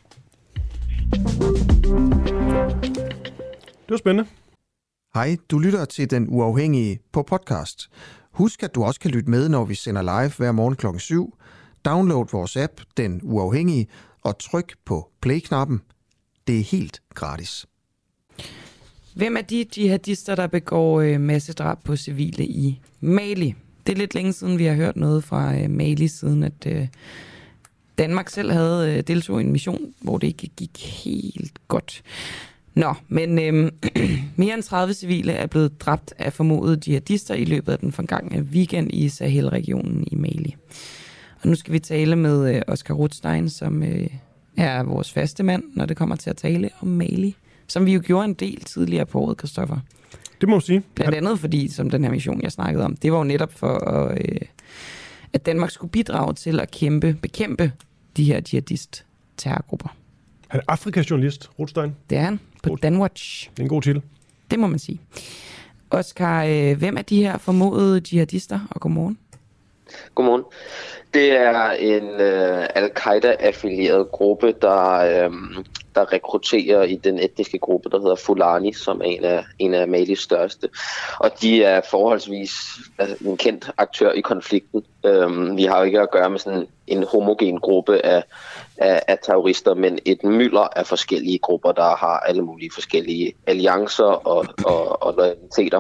Det var spændende. Hej, du lytter til Den Uafhængige på podcast. Husk, at du også kan lytte med, når vi sender live hver morgen kl. 7. Download vores app, Den Uafhængige, og tryk på play-knappen. Det er helt gratis. Hvem er de jihadister, der begår massedrab på civile i Mali? Det er lidt længe siden, vi har hørt noget fra Mali, siden at Danmark selv havde deltog i en mission, hvor det ikke gik helt godt. Nå, men mere end 30 civile er blevet dræbt af formodede jihadister i løbet af den forgangne weekend i Sahel-regionen i Mali. Og nu skal vi tale med Oscar Rothstein, som er vores faste mand, når det kommer til at tale om Mali. Som vi jo gjorde en del tidligere på året, Christoffer. Det må man sige. Blandt andet fordi, som den her mission, jeg snakkede om, det var jo netop for, at Danmark skulle bidrage til at bekæmpe de her jihadist-terrorgrupper. Han er Afrika-journalist, Rothstein. Det er han, på Danwatch. Det er en god titel. Det må man sige. Oscar, hvem er de her formodede jihadister, og godmorgen? Godmorgen. Det er en Al-Qaida-affilieret gruppe, der rekrutterer i den etniske gruppe, der hedder Fulani, som er en af Malis største. Og de er forholdsvis en kendt aktør i konflikten. Vi har jo ikke at gøre med sådan en homogen gruppe af terrorister, men et mylder af forskellige grupper, der har alle mulige forskellige alliancer og loyaliteter.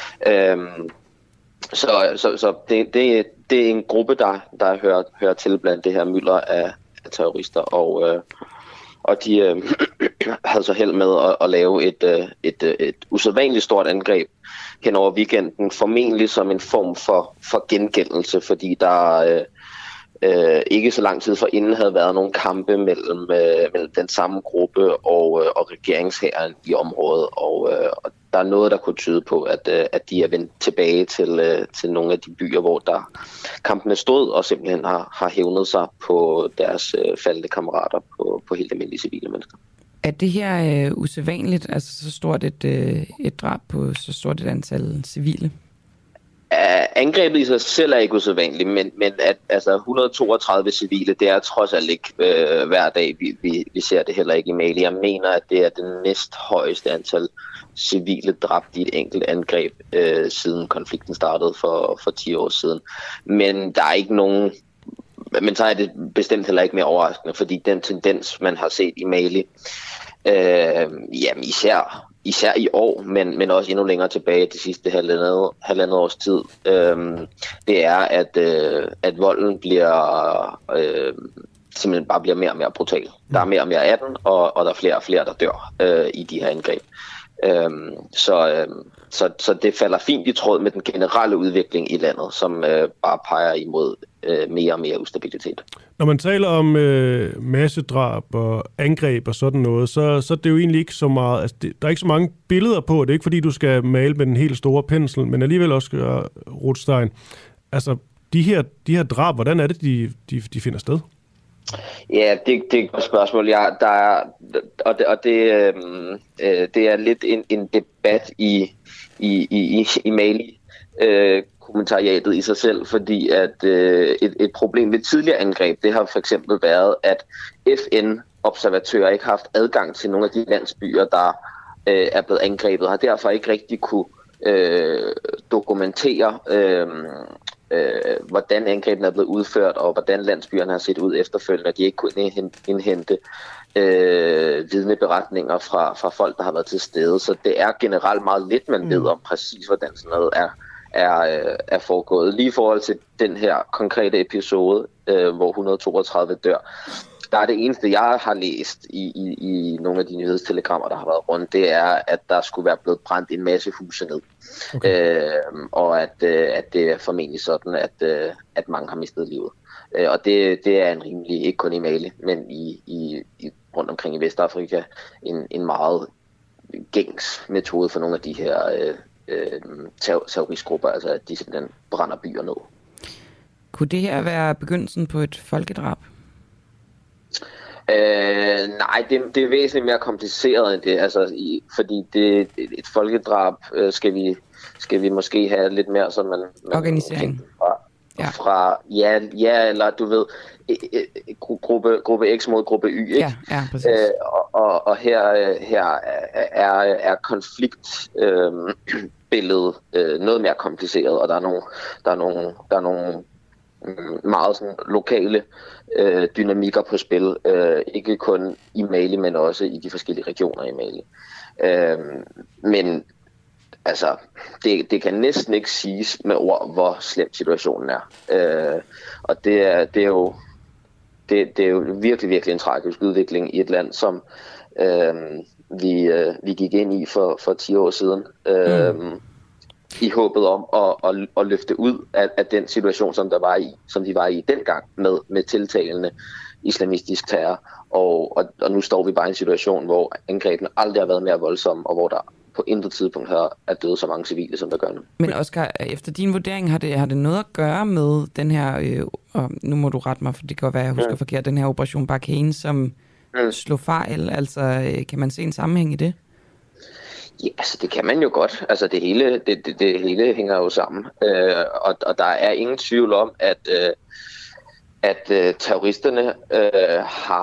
Så det er en gruppe, der hører til blandt det her mylder af terrorister, og de havde så held med at lave et usædvanligt stort angreb hen over weekenden, formentlig som en form for gengældelse, fordi der ikke så lang tid forinden havde været nogle kampe mellem den samme gruppe og regeringshæren i området, og der er noget, der kunne tyde på, at de er vendt tilbage til nogle af de byer, hvor der kampene stod, og simpelthen har hævnet sig på deres faldne kammerater på helt almindelige civile mennesker. Er det her usædvanligt, altså så stort et drab på så stort et antal civile? Angrebet i sig selv er ikke usædvanligt, men at 132 civile, det er trods alt ikke hver dag, vi ser det heller ikke i Mali. Jeg mener, at det er det næsthøjeste antal civile dræbt i et enkelt angreb, siden konflikten startede for 10 år siden. Men der er ikke nogen... Men så er det bestemt heller ikke mere overraskende, fordi den tendens, man har set i Mali, især i år, men også endnu længere tilbage de sidste halvandet års tid, det er, at volden simpelthen bare bliver mere og mere brutal. Der er mere og mere af den, og der er flere og flere, der dør i de her angreb. Så det falder fint i tråd med den generelle udvikling i landet, som bare peger imod mere og mere ustabilitet. Når man taler om massedrab og angreb og sådan noget, så er det jo egentlig ikke så meget... Altså der er ikke så mange billeder på. Det er ikke fordi, du skal male med den helt store pensel, men alligevel også, Rothstein. Altså, de her drab, hvordan er det, de finder sted? Ja, det er et godt spørgsmål. Det er lidt en debat i Mali kommentariatet i sig selv, fordi at et problem ved tidligere angreb, det har for eksempel været, at FN-observatører ikke har haft adgang til nogle af de landsbyer, der er blevet angrebet, har derfor ikke rigtig kunne dokumentere hvordan angrebene er blevet udført, og hvordan landsbyerne har set ud efterfølgende. De ikke kunne indhente vidneberetninger fra folk, der har været til stede. Så det er generelt meget lidt, man ved om præcis, hvordan sådan noget er foregået. Lige i forhold til den her konkrete episode, hvor 132 dør, der er det eneste, jeg har læst i nogle af de nyhedstelegrammer, der har været rundt, det er, at der skulle være blevet brændt en masse huse ned. Okay. Og at det er formentlig sådan, at mange har mistet livet. Og det er en rimelig, ikke kun i Mali, men i rundt omkring i Vestafrika, en meget gængs metode for nogle af de her terroristgrupper, altså at de simpelthen brænder byer ned. Kunne det her være begyndelsen på et folkedrab? Nej, det er væsentligt mere kompliceret end det, altså, fordi et folkedrab skal vi måske have lidt mere sådan man organisering fra eller du ved gruppe X mod gruppe Y, ikke? Ja, præcis. Og her er konfliktbilledet noget mere kompliceret, og der er nogle meget sådan lokale dynamikker på spil, ikke kun i Mali, men også i de forskellige regioner i Mali. Men altså, det kan næsten ikke siges med ord, hvor slem situationen er. Og det er jo virkelig, virkelig en tragisk udvikling i et land, som vi gik ind i for 10 år siden. I håbet om at løfte ud af den situation, som de var i dengang med tiltagende islamistisk terror. Og nu står vi bare i en situation, hvor angrebene aldrig har været mere voldsomme, og hvor der på intet tidspunkt er døde så mange civile, som der gør nu. Men Oscar, efter din vurdering, har det noget at gøre med den her, og nu må du rette mig, for det kan godt være, jeg husker forkert, den her Operation Barkhane, som slog fejl. Altså, kan man se en sammenhæng i det? Ja, altså det kan man jo godt. Altså det hele hænger jo sammen. Og der er ingen tvivl om, at terroristerne har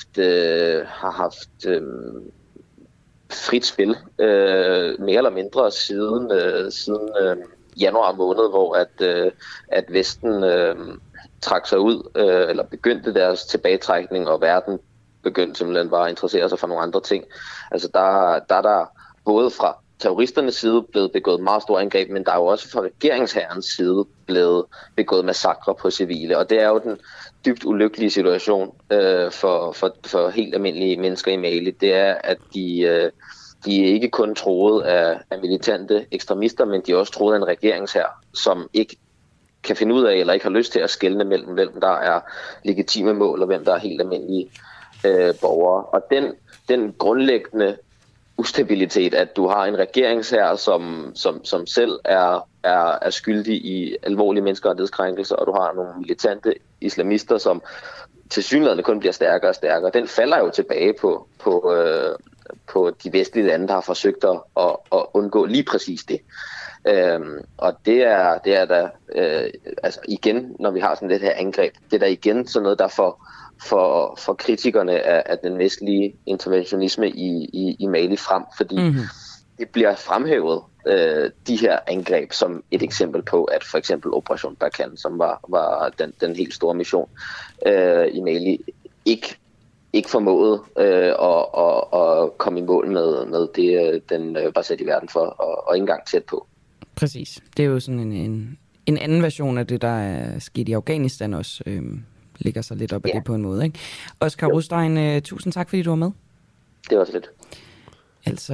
haft frit spil mere eller mindre siden januar måned, hvor at Vesten trak sig ud eller begyndte deres tilbagetrækning, og verden begyndte simpelthen bare at interessere sig for nogle andre ting. Altså der både fra terroristernes side blevet begået meget store angreb, men der er jo også fra regeringsherrens side blevet begået massakre på civile. Og det er jo den dybt ulykkelige situation for helt almindelige mennesker i Mali. Det er, at de er ikke kun troet af militante ekstremister, men de er også troet af en regeringshær, som ikke kan finde ud af eller ikke har lyst til at skelne mellem hvem der er legitime mål og hvem der er helt almindelige borgere. Og den grundlæggende ustabilitet, at du har en regeringshær, som selv er skyldig i alvorlige menneskerettighedskrænkelser, og du har nogle militante islamister, som tilsyneladende kun bliver stærkere og stærkere. Den falder jo tilbage på de vestlige lande, der har forsøgt at undgå lige præcis det. Og det er der altså igen, når vi har sådan det her angreb, det er der igen sådan noget, der for kritikerne af den vestlige interventionisme i Mali frem, fordi det bliver fremhævet, de her angreb, som et eksempel på, at for eksempel Operation Barkhane, som var den helt store mission i Mali, ikke formåede at komme i mål med det, den var sat i verden for, og ikke engang tæt på. Præcis. Det er jo sådan en anden version af det, der er sket i Afghanistan også, ligger sig lidt op af det på en måde, ikke? Oscar Rostein, tusind tak, fordi du var med. Det var så lidt. Altså,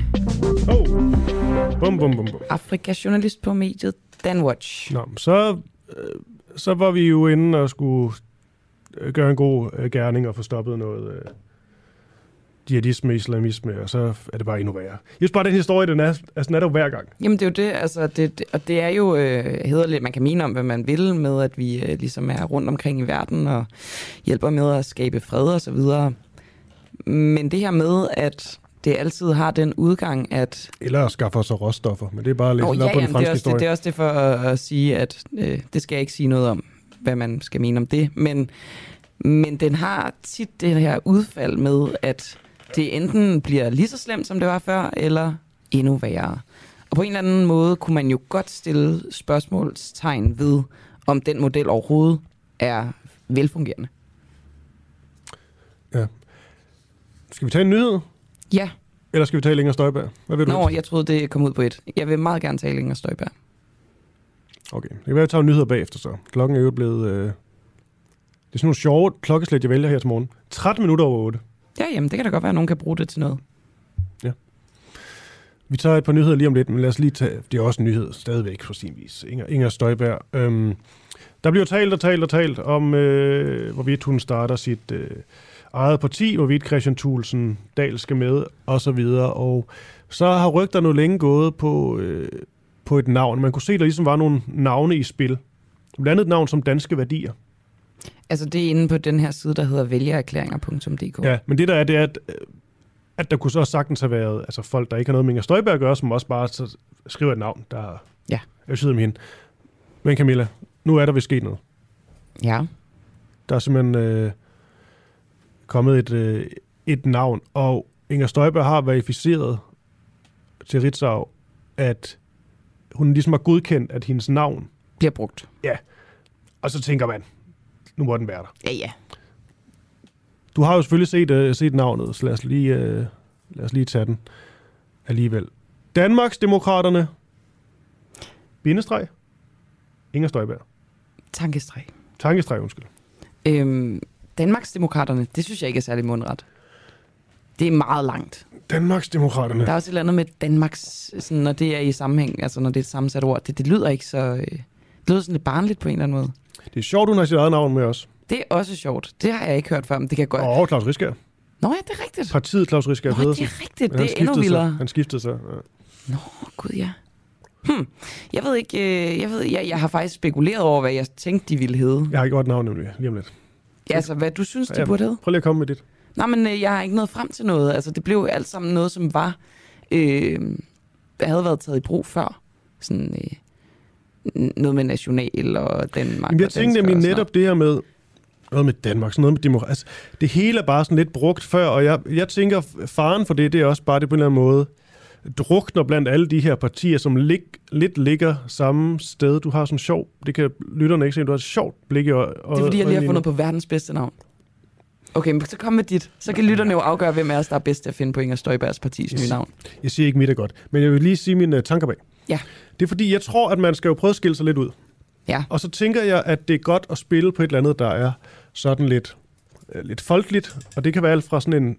Afrika-journalist på mediet Danwatch. Nå, så var vi jo inde og skulle gøre en god gerning og få stoppet noget jihadisme, islamisme, og så er det bare endnu værre. Just bare den historie, den er der jo hver gang. Jamen det er jo det, altså, og det er jo hæderligt, man kan mene om, hvad man vil med, at vi ligesom er rundt omkring i verden og hjælper med at skabe fred og så videre. Men det her med, at det altid har den udgang, at... Eller at skaffe os råstoffer, men det er bare lidt på den franske historie. Det er også det for at sige, at det skal jeg ikke sige noget om, hvad man skal mene om det, men den har tit det her udfald med, at det enten bliver lige så slemt, som det var før, eller endnu værre. Og på en eller anden måde kunne man jo godt stille spørgsmålstegn ved, om den model overhovedet er velfungerende. Ja. Skal vi tage en nyhed? Ja. Eller skal vi tale Inger Støjberg? Hvad vil du? Jeg troede, det kom ud på et. Jeg vil meget gerne tale Inger Støjberg. Okay. Det kan være, at jeg tager nyheder bagefter så. Klokken er jo blevet Det er sådan nogle sjove klokkeslæt, jeg vælger her til morgen. 13 minutter over 8. Ja, jamen, det kan da godt være, at nogen kan bruge det til noget. Ja. Vi tager et par nyheder lige om lidt, men lad os lige tage... Det er også en nyhed stadigvæk, på sin vis. Inger Støjberg. Der bliver talt om, hvorvidt hun starter sit eget parti, hvorvidt Kristian Thulesen Dahl skal med, og så videre. Og så har rygter nu længe gået på et navn. Man kunne se, at der ligesom var nogle navne i spil. Blandt andet et navn som Danske Værdier. Altså, det er inde på den her side, der hedder vælgererklæringer.dk. Ja, men det der er, det er, at der kunne så sagtens have været altså folk, der ikke har noget med Inger Støjberg at gøre, som også bare så skriver et navn, der er siddet med hende. Men Camilla, nu er der vist sket noget. Ja. Der er simpelthen kommet et navn, og Inger Støjberg har verificeret til Ritzau, at hun ligesom har godkendt, at hendes navn bliver brugt. Ja. Og så tænker man, nu må den være der. Ja. Du har jo selvfølgelig set navnet, så lad os lige tage den alligevel. Danmarksdemokraterne, bindestreg, Inger Støjberg. Tankestreg, undskyld. Danmarksdemokraterne, det synes jeg ikke er særlig mundret. Det er meget langt. Danmarksdemokraterne. Der er også et eller andet med Danmarks, sådan, når det er i sammenhæng, altså når det er et sammensat ord. Det lyder ikke så... det lyder sådan lidt barnligt på en eller anden måde. Det er sjovt, hun har sit eget navn med os. Det er også sjovt. Det har jeg ikke hørt før, men det kan godt... Og Claus Riskær. Nå ja, det er rigtigt. Partiet Claus Riskær. Nå, det er rigtigt. Det er endnu vildere. Han skiftede sig. Ja. Nå, gud ja. Jeg ved ikke, jeg har faktisk spekuleret over, hvad jeg tænkte, de ville hedde. Jeg har ikke godt navn nemlig, lige om lidt. Ja, altså, hvad du synes, de burde hedde? Prøv lige at komme med dit. Nej, men jeg har ikke nået frem til noget. Altså, det blev alt sammen noget, som var... havde været taget i brug før. Sådan noget med national og Danmark. Men jeg tænkte nemlig netop det her med noget med Danmark, sådan noget med demokrati. Altså, det hele er bare sådan lidt brugt før, og jeg tænker, faren for det er også bare det på en eller anden måde drukner blandt alle de her partier, som lidt ligger samme sted. Du har sådan sjov, det kan lytterne ikke se, du har et sjovt blik i øjnene. Det er fordi, jeg lige har fundet på verdens bedste navn. Okay, men så kom med dit. Så kan lytterne jo afgøre, hvem af os, der er bedst til at finde på Inger Støjbergs partis nye navn. Jeg siger ikke mit er godt, men jeg vil lige sige mine tanker bag. Ja. Det er fordi, jeg tror, at man skal jo prøve at skille sig lidt ud. Ja. Og så tænker jeg, at det er godt at spille på et eller andet, der er sådan lidt folkeligt, og det kan være alt fra sådan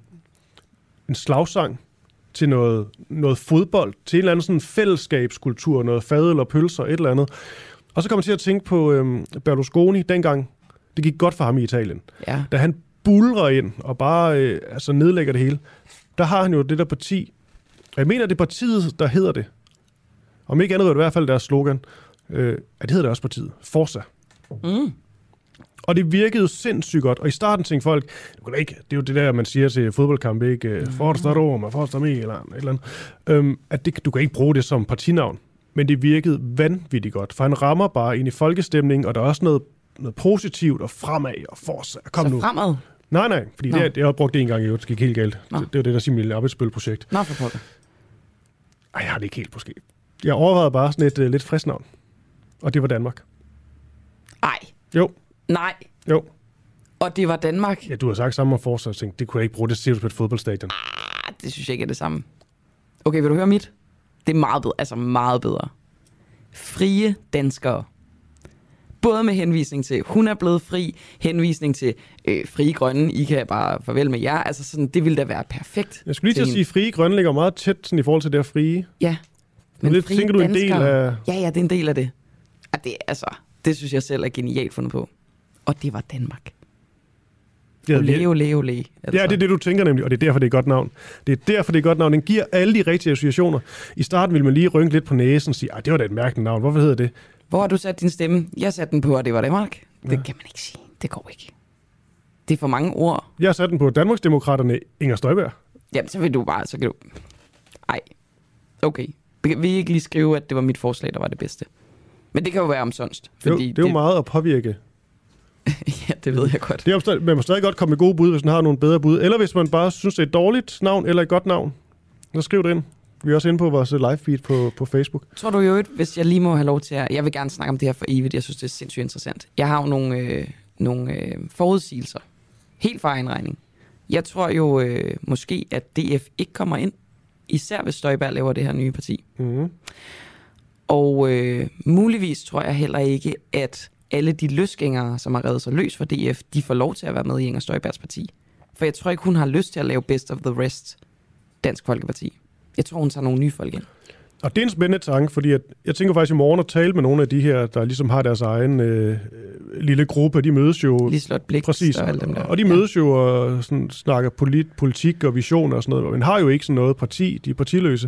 en slagsang til noget fodbold, til en eller anden sådan fællesskabskultur, noget fadøl og pølser, et eller andet. Og så kommer jeg til at tænke på Berlusconi dengang. Det gik godt for ham i Italien. Ja. Da han bulrer ind og bare nedlægger det hele, der har han jo det der parti. Jeg mener, det er partiet, der hedder det. Om ikke andet er det i hvert fald deres slogan. Det hedder det også partiet. Forza. Mm. Og det virkede sindssygt godt. Og i starten tænkte folk, det er jo det der, man siger til fodboldkamp, ikke? Forza Roma, Forza Me, eller et eller andet. At du kan ikke bruge det som partinavn. Men det virkede vanvittigt godt. For han rammer bare ind i folkestemningen, og der er også noget positivt og fremad og Forza. Kom så nu. Fremad? Nej, fordi jeg har brugt det en gang i øvrigt. Det gik helt galt. Det var det, der siger mit arbejdsspilprojekt. Nå, for pokker. Ej, jeg har det ikke helt måske. Jeg overvejede bare sådan et lidt frisk navn. Og det var Danmark. Ej. Jo. Nej. Jo. Og det var Danmark? Ja, du har sagt sammen med Forza, og tænkte, det kunne jeg ikke bruge, det ser du på et fodboldstadion. Det synes jeg ikke er det samme. Okay, vil du høre mit? Det er meget bedre, altså meget bedre. Frie danskere. Både med henvisning til, hun er blevet fri, henvisning til Frie Grønne, I kan bare farvel med jer. Altså sådan, det ville da være perfekt. Jeg skulle lige til at sige, Frie Grønne ligger meget tæt sådan, i forhold til det her frie. Ja. Men lidt, tænker du en del af... Ja, det er en del af det. Det synes jeg selv er genialt fundet på. Og det var Danmark. Ole. Altså. Ja, det er det, du tænker nemlig, og det er derfor, det er et godt navn. Det er derfor, det er et godt navn. Den giver alle de rigtige associationer. I starten ville man lige rynke lidt på næsen og sige, det var da et mærkeligt navn. Hvorfor hedder det? Hvor har du sat din stemme? Jeg satte den på, at det var Danmark. Ja. Det kan man ikke sige. Det går ikke. Det er for mange ord. Jeg har sat den på Danmarksdemokraterne Inger Støjberg. Jamen, så vil du bare... Så kan du... Ej. Okay. Vil I ikke lige skrive, at det var mit forslag, der var det bedste? Men det kan jo være omsonst. Fordi det er jo meget at påvirke. Ja, det ved jeg godt. Man må stadig godt komme med gode bud, hvis man har nogle bedre bud. Eller hvis man bare synes, det er et dårligt navn eller et godt navn. Så skriv det ind. Vi er også inde på vores live feed på Facebook. Tror du jo, hvis jeg lige må have lov til at... Jeg vil gerne snakke om det her for evigt. Jeg synes, det er sindssygt interessant. Jeg har jo nogle forudsigelser. Helt for egen regning. Jeg tror jo måske, at DF ikke kommer ind. Især hvis Støjberg laver det her nye parti. Mm. Og muligvis tror jeg heller ikke, at alle de løsgængere, som har reddet sig løs fra DF, de får lov til at være med i Inger Støjbergs parti. For jeg tror ikke, hun har lyst til at lave best of the rest Dansk Folkeparti. Jeg tror, hun tager nogle nye folk ind. Og det er en spændende tanke, fordi jeg tænker faktisk i morgen at tale med nogle af de her, der ligesom har deres egen lille gruppe. De mødes jo... Liselott Blixt præcis, og alle dem der. Og de mødes jo og sådan, snakker politik og visioner og sådan noget. Men har jo ikke sådan noget parti. De er partiløse.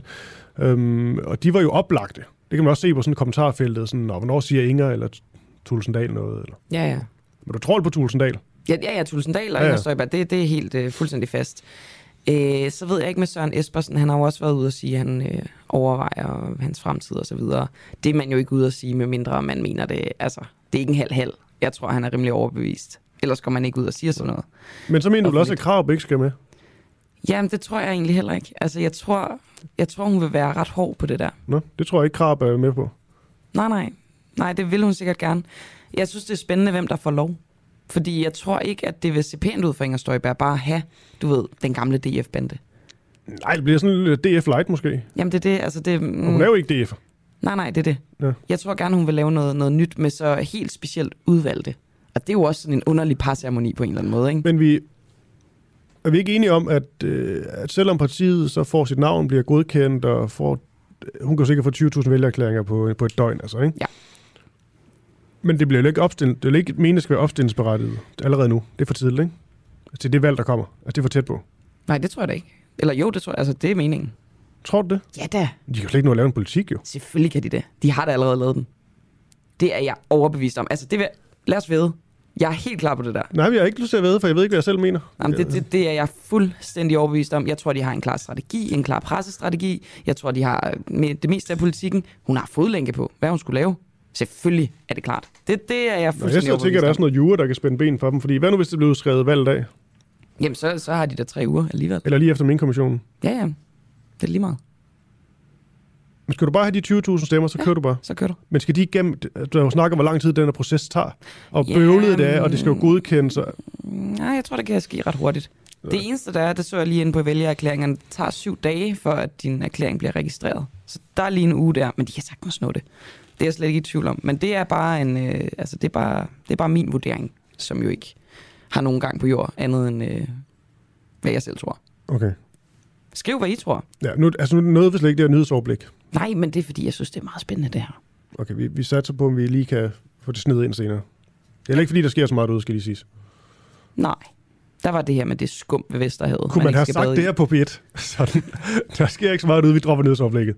Og de var jo oplagte. Det kan man også se på sådan kommentarfeltet. Sådan, hvornår siger Inger eller Tulsendal noget? Eller. Ja. Men du tror på Tulsendal? Ja, Tulsendal og Inger Støjberg, det er helt fuldstændig fast. Så ved jeg ikke med Søren Espersen, han har jo også været ude at sige, at han overvejer hans fremtid og så videre. Det er man jo ikke ude at sige, medmindre man mener det. Altså, det er ikke en halv-halv. Jeg tror, han er rimelig overbevist. Ellers går man ikke ud og siger sådan noget. Men så mener du også, at Krarup ikke skal med? Jamen, det tror jeg egentlig heller ikke. Altså, jeg tror hun vil være ret hård på det der. Nå, det tror jeg ikke, Krarup er med på. Nej, det vil hun sikkert gerne. Jeg synes, det er spændende, hvem der får lov. Fordi jeg tror ikke, at det vil se pænt ud for Inger Støjberg bare at have, du ved, den gamle DF-bande. Nej, det bliver sådan en DF-light måske. Jamen det er det, altså det... Hun er jo ikke DF. Nej, det er det. Ja. Jeg tror gerne, hun vil lave noget nyt med så helt specielt udvalgte. Og det er jo også sådan en underlig parceremoni på en eller anden måde, ikke? Men er vi ikke enige om, at selvom partiet så får sit navn, bliver godkendt og får... Hun kan jo sikkert få 20.000 vælgererklæringer på et døgn, altså, ikke? Ja. Men det bliver jo ikke opstillet. Det er jo ikke meningen, at skal være opstillingsberettiget allerede nu. Det er for tidligt, ikke? Altså, det er valg, der kommer. Altså, det er for tæt på. Nej, det tror jeg da ikke. Eller jo, det tror jeg. Altså, det er meningen. Tror du det? Ja da. De kan jo slet ikke nå at lave en politik, jo. Selvfølgelig kan de det. De har da allerede lavet den. Det er jeg overbevist om. Altså, lad os vide. Jeg er helt klar på det der. Nej, jeg har ikke lyst til at vide, for jeg ved ikke, hvad jeg selv mener. Jamen, det er jeg fuldstændig overbevist om. Jeg tror, de har en klar strategi, en klar pressestrategi. Jeg tror, de har det meste af politikken. Hun har fodlænke på, hvad hun skulle lave. Selvfølgelig er det klart. Det er jeg fuldstændig overbevist om. Jeg tænker, at der er sådan noget jura, der kan spænde ben for dem. Fordi hvad nu, hvis det bliver udskrevet valgdag? Jamen, så har de da 3 uger alligevel. Eller lige efter min kommission. Ja. Det er lige meget. Men skal du bare have de 20.000 stemmer, så kører du bare? Så kører du. Men skal de igennem... Du har jo snakket om, hvor lang tid den her proces tager. Og bøvlet det er, og det skal jo godkendes. Nej, jeg tror, det kan ske ret hurtigt. Ja. Det eneste, der er, det så jeg lige inde på vælgererklæringerne, det tager 7 dage, for at din erklæring bliver registreret. Så der er lige en uge der, men de kan sagtens nå det. Det er jeg slet ikke i tvivl om. Men det er bare det er bare min vurdering, som jo ikke har nogen gang på jord, andet end hvad jeg selv tror. Okay. Skriv, hvad I tror. Ja, nu nåede vi slet ikke det her nyhedsoverblik. Nej, men det er fordi, jeg synes, det er meget spændende, det her. Okay, vi satser på, om vi lige kan få det snedet ind senere. Det er ikke fordi, der sker så meget ud, skal lige siges. Nej. Der var det her med det skum ved Vesterhavet. Kunne man have sagt det her på P1? Sådan. Der sker ikke så meget ud, vi dropper nyhedsoverblikket.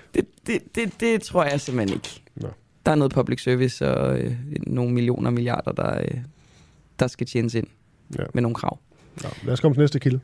Det tror jeg simpelthen ikke. Nå. Der er noget public service og nogle millioner og milliarder, der skal tjenes ind med nogle krav. Ja, lad os komme til næste kilde.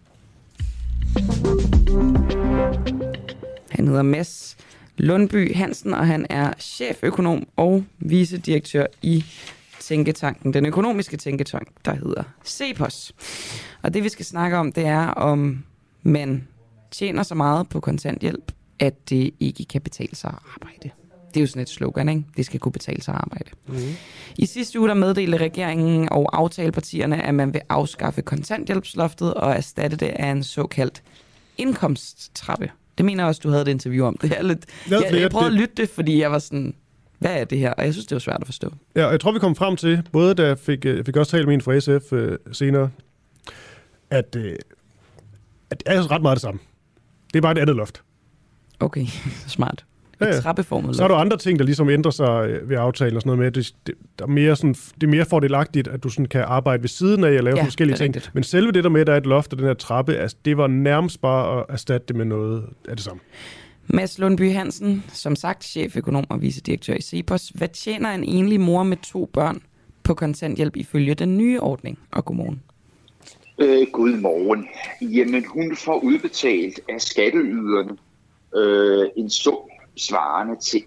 Han hedder Mads Lundby Hansen, og han er cheføkonom og vicedirektør i tænketanken, den økonomiske tænketank, der hedder CEPOS. Og det vi skal snakke om, det er, om man tjener så meget på kontanthjælp, at det ikke kan betale sig at arbejde. Det er jo sådan et slogan, ikke? Det skal kunne betale sig at arbejde. I sidste uge der meddelte regeringen og aftalepartierne, at man vil afskaffe kontanthjælpsloftet og erstatte det af en såkaldt indkomsttrappe. Det mener jeg også, du havde et interview om. Det er lidt, jeg prøvede at lytte det, fordi jeg var sådan, hvad er det her? Og jeg synes, det var svært at forstå. Ja, jeg tror, vi kom frem til, både da jeg fik også talt med en fra SF senere, at det er ret meget det samme. Det er bare et andet loft. Okay, smart. Trappeformet loft. Så er der andre ting, der ligesom ændrer sig ved aftalen og sådan noget med. Det er mere fordelagtigt, at du sådan kan arbejde ved siden af og lave forskellige ting. Rigtigt. Men selve det der med, at der er et loft og den her trappe, altså, det var nærmest bare at erstatte det med noget af det samme. Mads Lundby Hansen, som sagt cheføkonom og vicedirektør i CEPOS. Hvad tjener en enlig mor med 2 børn på kontanthjælp ifølge den nye ordning? Og godmorgen. Godmorgen. Jamen, hun får udbetalt af skatteyderne en sum svarende til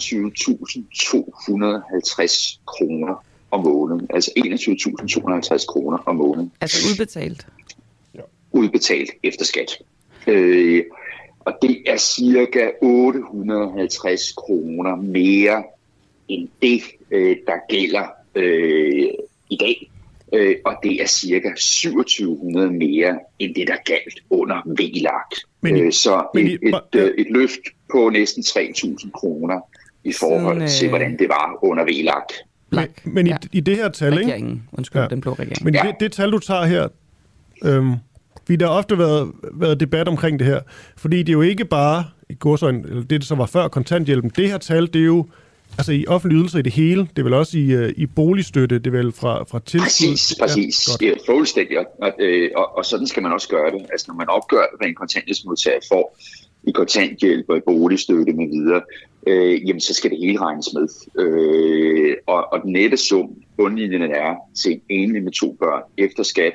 21.250 kroner om måneden. Altså 21.250 kroner om måneden. Altså udbetalt? Ja. Udbetalt efter skat. Og det er cirka 850 kroner mere end det, der gælder i dag. Og det er cirka 2700 mere end det, der galt under VLAK. Så et løft på næsten 3.000 kroner i forhold til, hvordan det var under VLAK. Men i det her tal, regeringen, den blå regering. Men i det tal, du tager her, der har ofte været debat omkring det her, fordi det er jo ikke bare i godsøjne, eller det, som var før kontanthjælpen. Det her tal, det er jo altså i offentlige ydelser i det hele. Det er vel også i boligstøtte, det er vel fra tilskud. Præcis. Ja, fuldstændig. Og sådan skal man også gøre det. Altså når man opgør, hvad en kontanthjælpsmodtager får i kontanthjælp og i boligstøtte med videre, jamen så skal det hele regnes med. Og den nette sum, bundlinjen er til en enlig med 2 børn efter skat,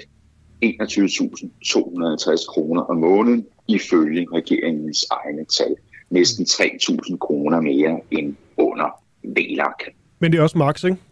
21.250 kroner om måneden, ifølge regeringens egne tal. Næsten 3.000 kroner mere end under VLAK. Men det er også maks, ikke?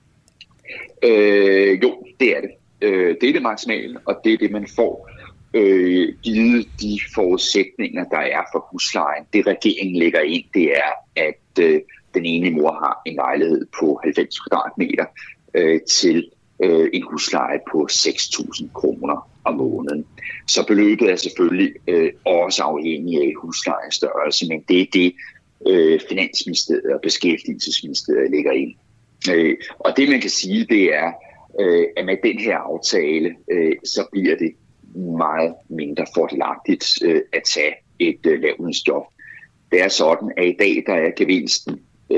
Jo, det er det. Det er det maksimale, og det er det, man får, givet de forudsætninger, der er for huslejen. Det regeringen lægger ind, det er, at den ene mor har en lejlighed på 90 kvadratmeter til en husleje på 6.000 kroner om måneden. Så beløbet er selvfølgelig også afhængig af huslejens størrelse, men det er det, Finansministeriet og Beskæftigelsesministeriet lægger ind. Og det man kan sige, det er, at med den her aftale, så bliver det meget mindre fordelagtigt at tage et lavtlønsjob. Det er sådan, at i dag der er gevinsten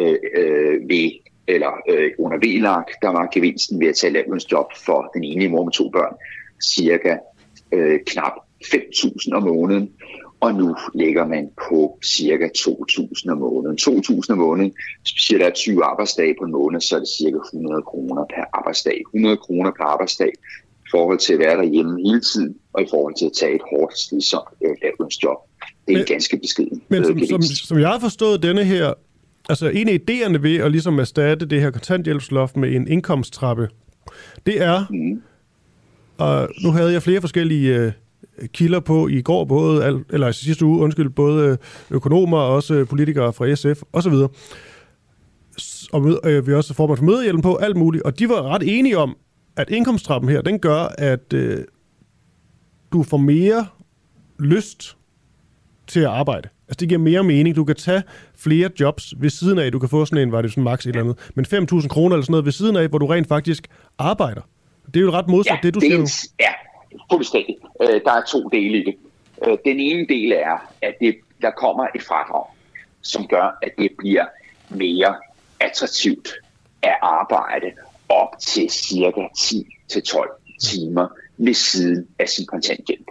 under VLAK, der var gevinsten ved at tage lavtlønsjob for den ene mor med 2 børn cirka knap 5.000 om måneden, og nu ligger man på cirka 2.000 om måneden. 2.000 om måneden, specielt der er 20 arbejdsdage på en måned, så er det cirka 100 kroner per arbejdsdag. 100 kroner per arbejdsdag i forhold til at være derhjemme hele tiden, og i forhold til at tage et hårdt slidsomt lavtlønsjob. Det er en ganske beskeden. Men som jeg har forstået denne her, altså en af idéerne ved at ligesom erstatte det her kontanthjælpsloft med en indkomsttrappe, det er, og nu havde jeg flere forskellige kilder på i går, sidste uge, både økonomer og også politikere fra SF osv. Og vi også formand for Mødrehjælpen på, alt muligt, og de var ret enige om, at indkomsttrappen her, den gør, at du får mere lyst til at arbejde. Altså det giver mere mening. Du kan tage flere jobs ved siden af. Du kan få sådan en, var det sådan max et eller andet, men 5.000 kroner eller sådan noget ved siden af, hvor du rent faktisk arbejder. Det er jo ret modsat, det du siger nu. Ja, fuldstændig. Der er 2 dele i det. Den ene del er, at der kommer et fradrag, som gør, at det bliver mere attraktivt at arbejde op til cirka 10-12 timer ved siden af sin kontanthjælp.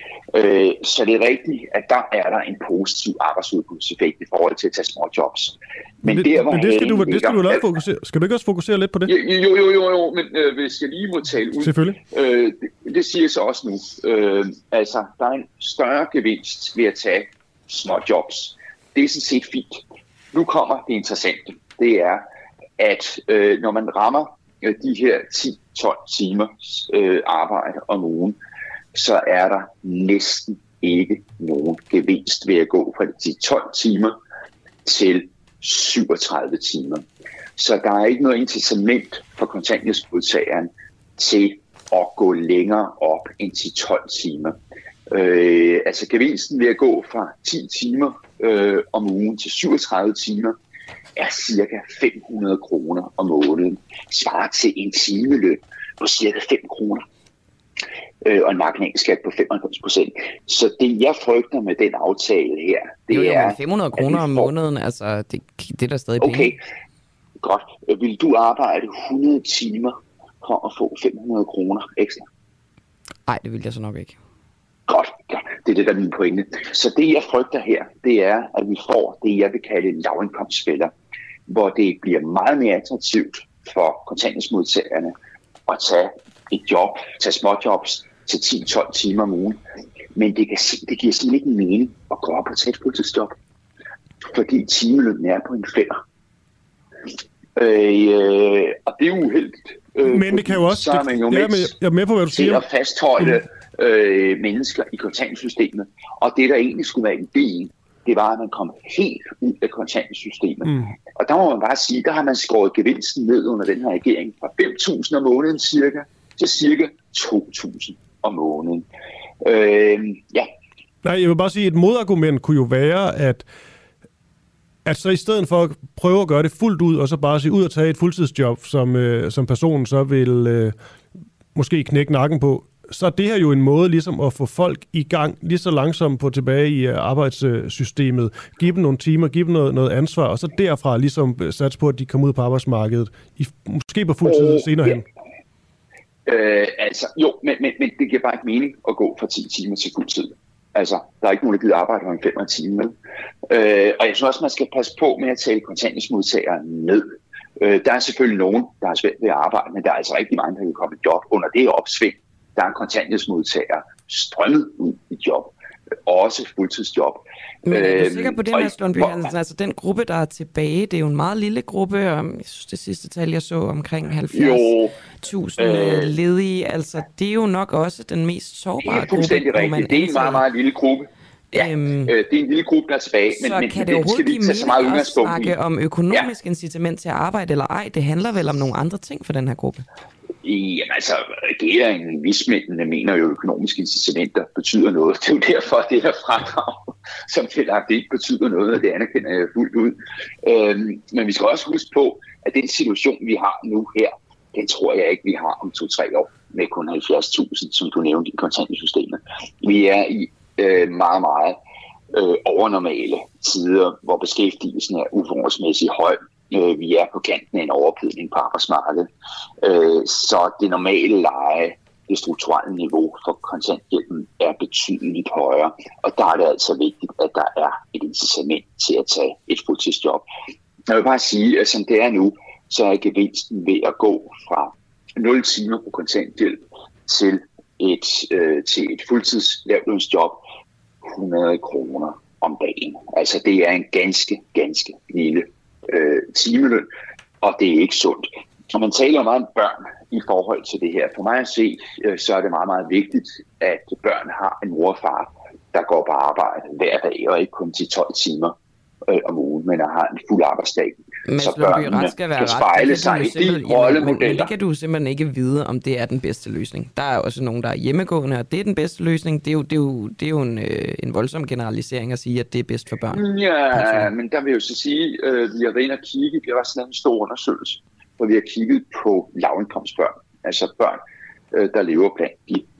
Så det er rigtigt, at der er der en positiv arbejdsudbudseffekt i forhold til at tage små jobs. Men det skal du vel fokusere. Skal du ikke også fokusere lidt på det? Jo, men hvis jeg lige må tale ud. Selvfølgelig. Det siger jeg så også nu. Altså, der er en større gevinst ved at tage små jobs. Det er sådan set fint. Nu kommer det interessante. Det er, at når man rammer de her 10-12 timers arbejde om ugen, så er der næsten ikke nogen gevinst ved at gå fra de 12 timer til 37 timer. Så der er ikke noget incitament for kontanthjælpsmodtageren til at gå længere op end til 12 timer. Altså gevinsten ved at gå fra 10 timer om ugen til 37 timer er cirka 500 kroner om måneden. Svarer til en timeløn på cirka 5 kroner. Og en marginalskat på 95%. Så det, jeg frygter med den aftale her, det er... 500 kroner om måneden, altså, det er der stadig penge. Okay, godt. Vil du arbejde 100 timer for at få 500 kroner ekstra? Nej, det vil jeg så nok ikke. Godt, ja. Det er det, der er min pointe. Så det, jeg frygter her, det er, at vi får det, jeg vil kalde lavindkomstfælder, hvor det bliver meget mere attraktivt for kontanthjælpsmodtagerne at tage et job, tage småjobs til 10-12 timer om ugen. Men det giver simpelthen ikke mening at gå op og tage et fuldtidsjob, fordi timelønnen er på en 5'er. Og det er uheldigt. Men det kan jo også... Så er man jo jeg er med på, hvad du siger. Til at fastholde mennesker i kontanthjælpssystemet. Og det, der egentlig skulle være idéen, det var, at man kom helt ud af kontanthjælpssystemet. Og der må man bare sige, der har man skåret gevinsten ned under den her regering fra 5.000 om måneden cirka, til cirka 2.000 om måneden. Ja. Nej, jeg vil bare sige, et modargument kunne jo være, at at så i stedet for at prøve at gøre det fuldt ud, og så bare sige ud og tage et fuldtidsjob, som personen så vil måske knække nakken på, så er det her jo en måde ligesom at få folk i gang lige så langsomt på tilbage i arbejdssystemet. Give dem nogle timer, give dem noget ansvar, og så derfra ligesom satse på, at de kommer ud på arbejdsmarkedet, måske på fuld tid senere hen. Men det giver bare ikke mening at gå fra 10 timer til fuld tid. Altså, der er ikke nogen, der gider arbejde for en 5 timer. Og jeg synes også, man skal passe på med at tale kontanthjælpsmodtagere ned. Der er selvfølgelig nogen, der har svært ved at arbejde, men der er altså rigtig mange, der kan komme i job. Under det opsving, der er kontanthjælpsmodtagere strømmet ud i job. Også fuldtidsjob. Men er du sikker på det, Mads Lundby Hansen? Altså den gruppe, der er tilbage, det er jo en meget lille gruppe, og jeg synes, det sidste tal, jeg så omkring 70.000 ledige. Altså, det er jo nok også den mest sårbare gruppe. Det er fuldstændig rigtigt. Det er en meget, meget lille gruppe. Ja, det er en lille gruppe, der er tilbage. Men kan det overhovedet give mening at snakke om økonomisk incitament til at arbejde eller ej? Det handler vel om nogle andre ting for den her gruppe? Jamen altså, regeringen, vismændene mener jo, at økonomiske incitamenter betyder noget. Det er jo derfor, at det her fradrag, som det ikke betyder noget, og det anerkender jeg fuldt ud. Men vi skal også huske på, at den situation, vi har nu her, den tror jeg ikke, vi har om 2-3 år, med kun 70.000, som du nævnte i kontanthjælpssystemet. Vi er i meget, meget overnormale tider, hvor beskæftigelsen er uforholdsmæssigt høj. Vi er på kanten af en overophedning på arbejdsmarkedet. Så det normale leje, det strukturelle niveau for kontanthjælpen er betydeligt højere. Og der er det altså vigtigt, at der er et incitament til at tage et fuldtidsjob. Jeg vil bare sige, at som det er nu, så er gevinsten ved at gå fra 0 timer på kontanthjælp til et fuldtids lavtlønsjob 100 kroner om dagen. Altså det er en ganske, ganske lille timeløn, og det er ikke sundt. Når man taler meget om børn i forhold til det her, for mig at se, så er det meget, meget vigtigt, at børn har en mor og far, der går på arbejde hver dag, og ikke kun til 12 timer om ugen, men har en fuld arbejdsdag. Så børnene kan spejle sig i de rollemodeller. Men det kan du simpelthen ikke vide, om det er den bedste løsning. Der er også nogen, der er hjemmegående, og det er den bedste løsning. Det er jo en voldsom generalisering at sige, at det er bedst for børn. Ja, men der vil jeg jo så sige, vi har været inde og kigge, det var sådan en stor undersøgelse, hvor vi har kigget på lavindkomstbørn, altså børn, der lever blandt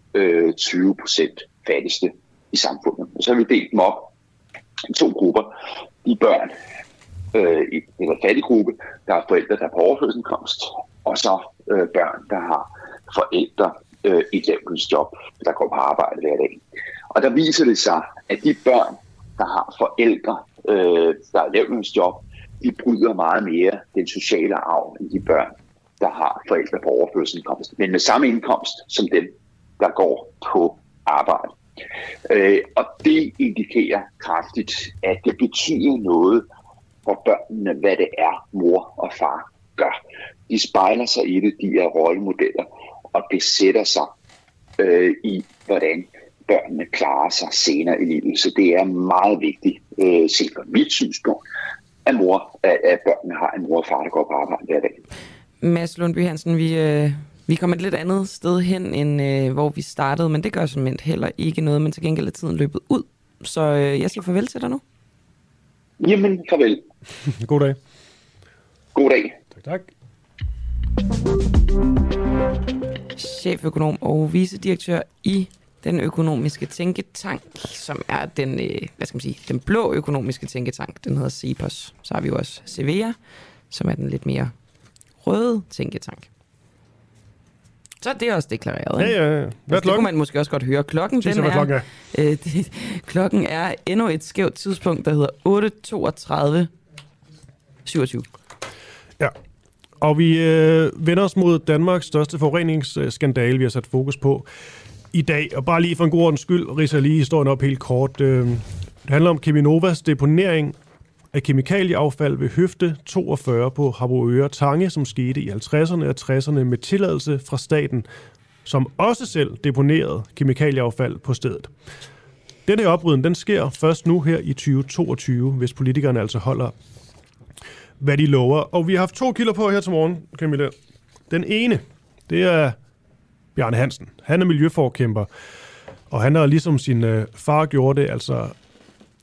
de 20% fattigste i samfundet. Og så har vi delt dem op i 2 grupper. De børn i en fattig gruppe, der har forældre, der er på overførselsindkomst, og så børn, der har forældre i et lavtlønsjob, der går på arbejde hver dag. Og der viser det sig, at de børn, der har forældre, der er lavtlønsjob, de bryder meget mere den sociale arv end de børn, der har forældre på overførselsindkomst, men med samme indkomst som dem, der går på arbejde. Og det indikerer kraftigt, at det betyder noget for børnene, hvad det er, mor og far gør. De spejler sig i det, de er rollemodeller, og det sætter sig i, hvordan børnene klarer sig senere i livet. Så det er meget vigtigt, set fra mit synspunkt, at børnene har en mor og far, der går på arbejde hver dag. Mads Lundby Hansen, vi kommer et lidt andet sted hen, end hvor vi startede, men det gør simpelthen heller ikke noget, men til gengæld er tiden løbet ud. Så jeg siger farvel til dig nu. Jamen, farvel. God dag. God dag. Tak. Cheføkonom og vicedirektør i den økonomiske tænketank, som er den blå økonomiske tænketank. Den hedder CEPOS. Så har vi jo også Cevea, som er den lidt mere røde tænketank. Så er det også deklareret. Ja. Det kunne man måske også godt høre. Klokken er endnu et skævt tidspunkt, der hedder 8:32:27. Ja, og vi vender os mod Danmarks største forureningsskandale, vi har sat fokus på i dag. Og bare lige for en god ordens skyld, ridser lige historien op helt kort. Det handler om Cheminovas deponering af kemikalieaffald ved Høfde 42 på Harboøre Tange, som skete i 50'erne og 60'erne med tilladelse fra staten, som også selv deponerede kemikalieaffald på stedet. Denne oprydning, den sker først nu her i 2022, hvis politikerne altså holder, hvad de lover. Og vi har haft 2 kilder på her til morgen, Camilla. Den ene, det er Bjarne Hansen. Han er miljøforkæmper, og han har ligesom sin far gjorde det, altså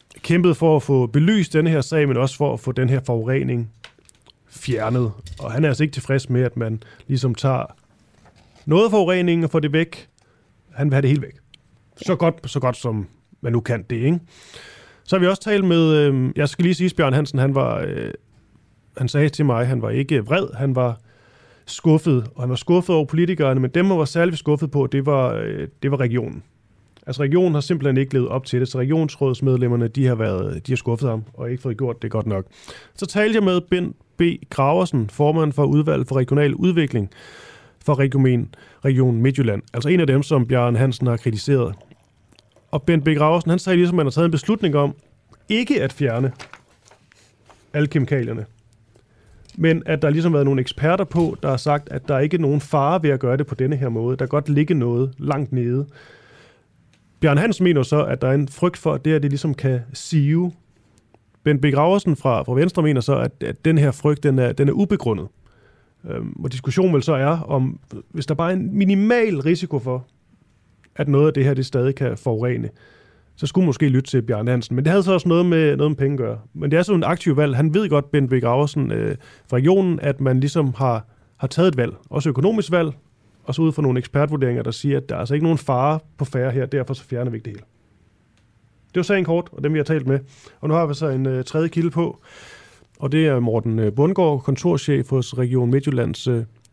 kæmpet for at få belyst denne her sag, men også for at få den her forurening fjernet. Og han er altså ikke tilfreds med, at man ligesom tager noget af forureningen og får det væk. Han vil have det helt væk. Så godt som man nu kan det, ikke? Så har vi også talt med, jeg skal lige sige, Bjarne Hansen, han sagde til mig, han var ikke vred, han var skuffet, og han var skuffet over politikerne, men dem, han var særligt skuffet på, det var regionen. Altså regionen har simpelthen ikke levet op til det, så regionsrådsmedlemmerne, de har skuffet ham, og ikke fået gjort det godt nok. Så talte jeg med Bent B. Graversen, formand for udvalget for regional udvikling for Region Midtjylland, altså en af dem, som Bjarne Hansen har kritiseret. Og Bent B. Graversen, han sagde ligesom, at man har taget en beslutning om ikke at fjerne alle kemikalierne, men at der ligesom har været nogle eksperter på, der har sagt, at der ikke er nogen fare ved at gøre det på denne her måde. Der kan godt ligge noget langt nede. Bjarne Hansen mener så, at der er en frygt for, at det ligesom kan sive. Bent B. Graversen fra Venstre mener så, at den her frygt, den er ubegrundet. Og diskussionen vel så er, om hvis der bare er en minimal risiko for, at noget af det her det stadig kan forurene, så skulle måske lytte til Bjarne Hansen. Men det havde så også noget med penge at gøre. Men det er så en aktiv valg. Han ved godt, Bent B. Graversen fra regionen, at man ligesom har taget et valg. Også økonomisk valg. Og så ud fra nogle ekspertvurderinger, der siger, at der er altså ikke nogen fare på færre her, derfor så fjerner vi ikke det hele. Det var sagen kort, og dem vi har talt med. Og nu har vi så en tredje kilde på, og det er Morten Bundgaard, kontorchef hos Region Midtjyllands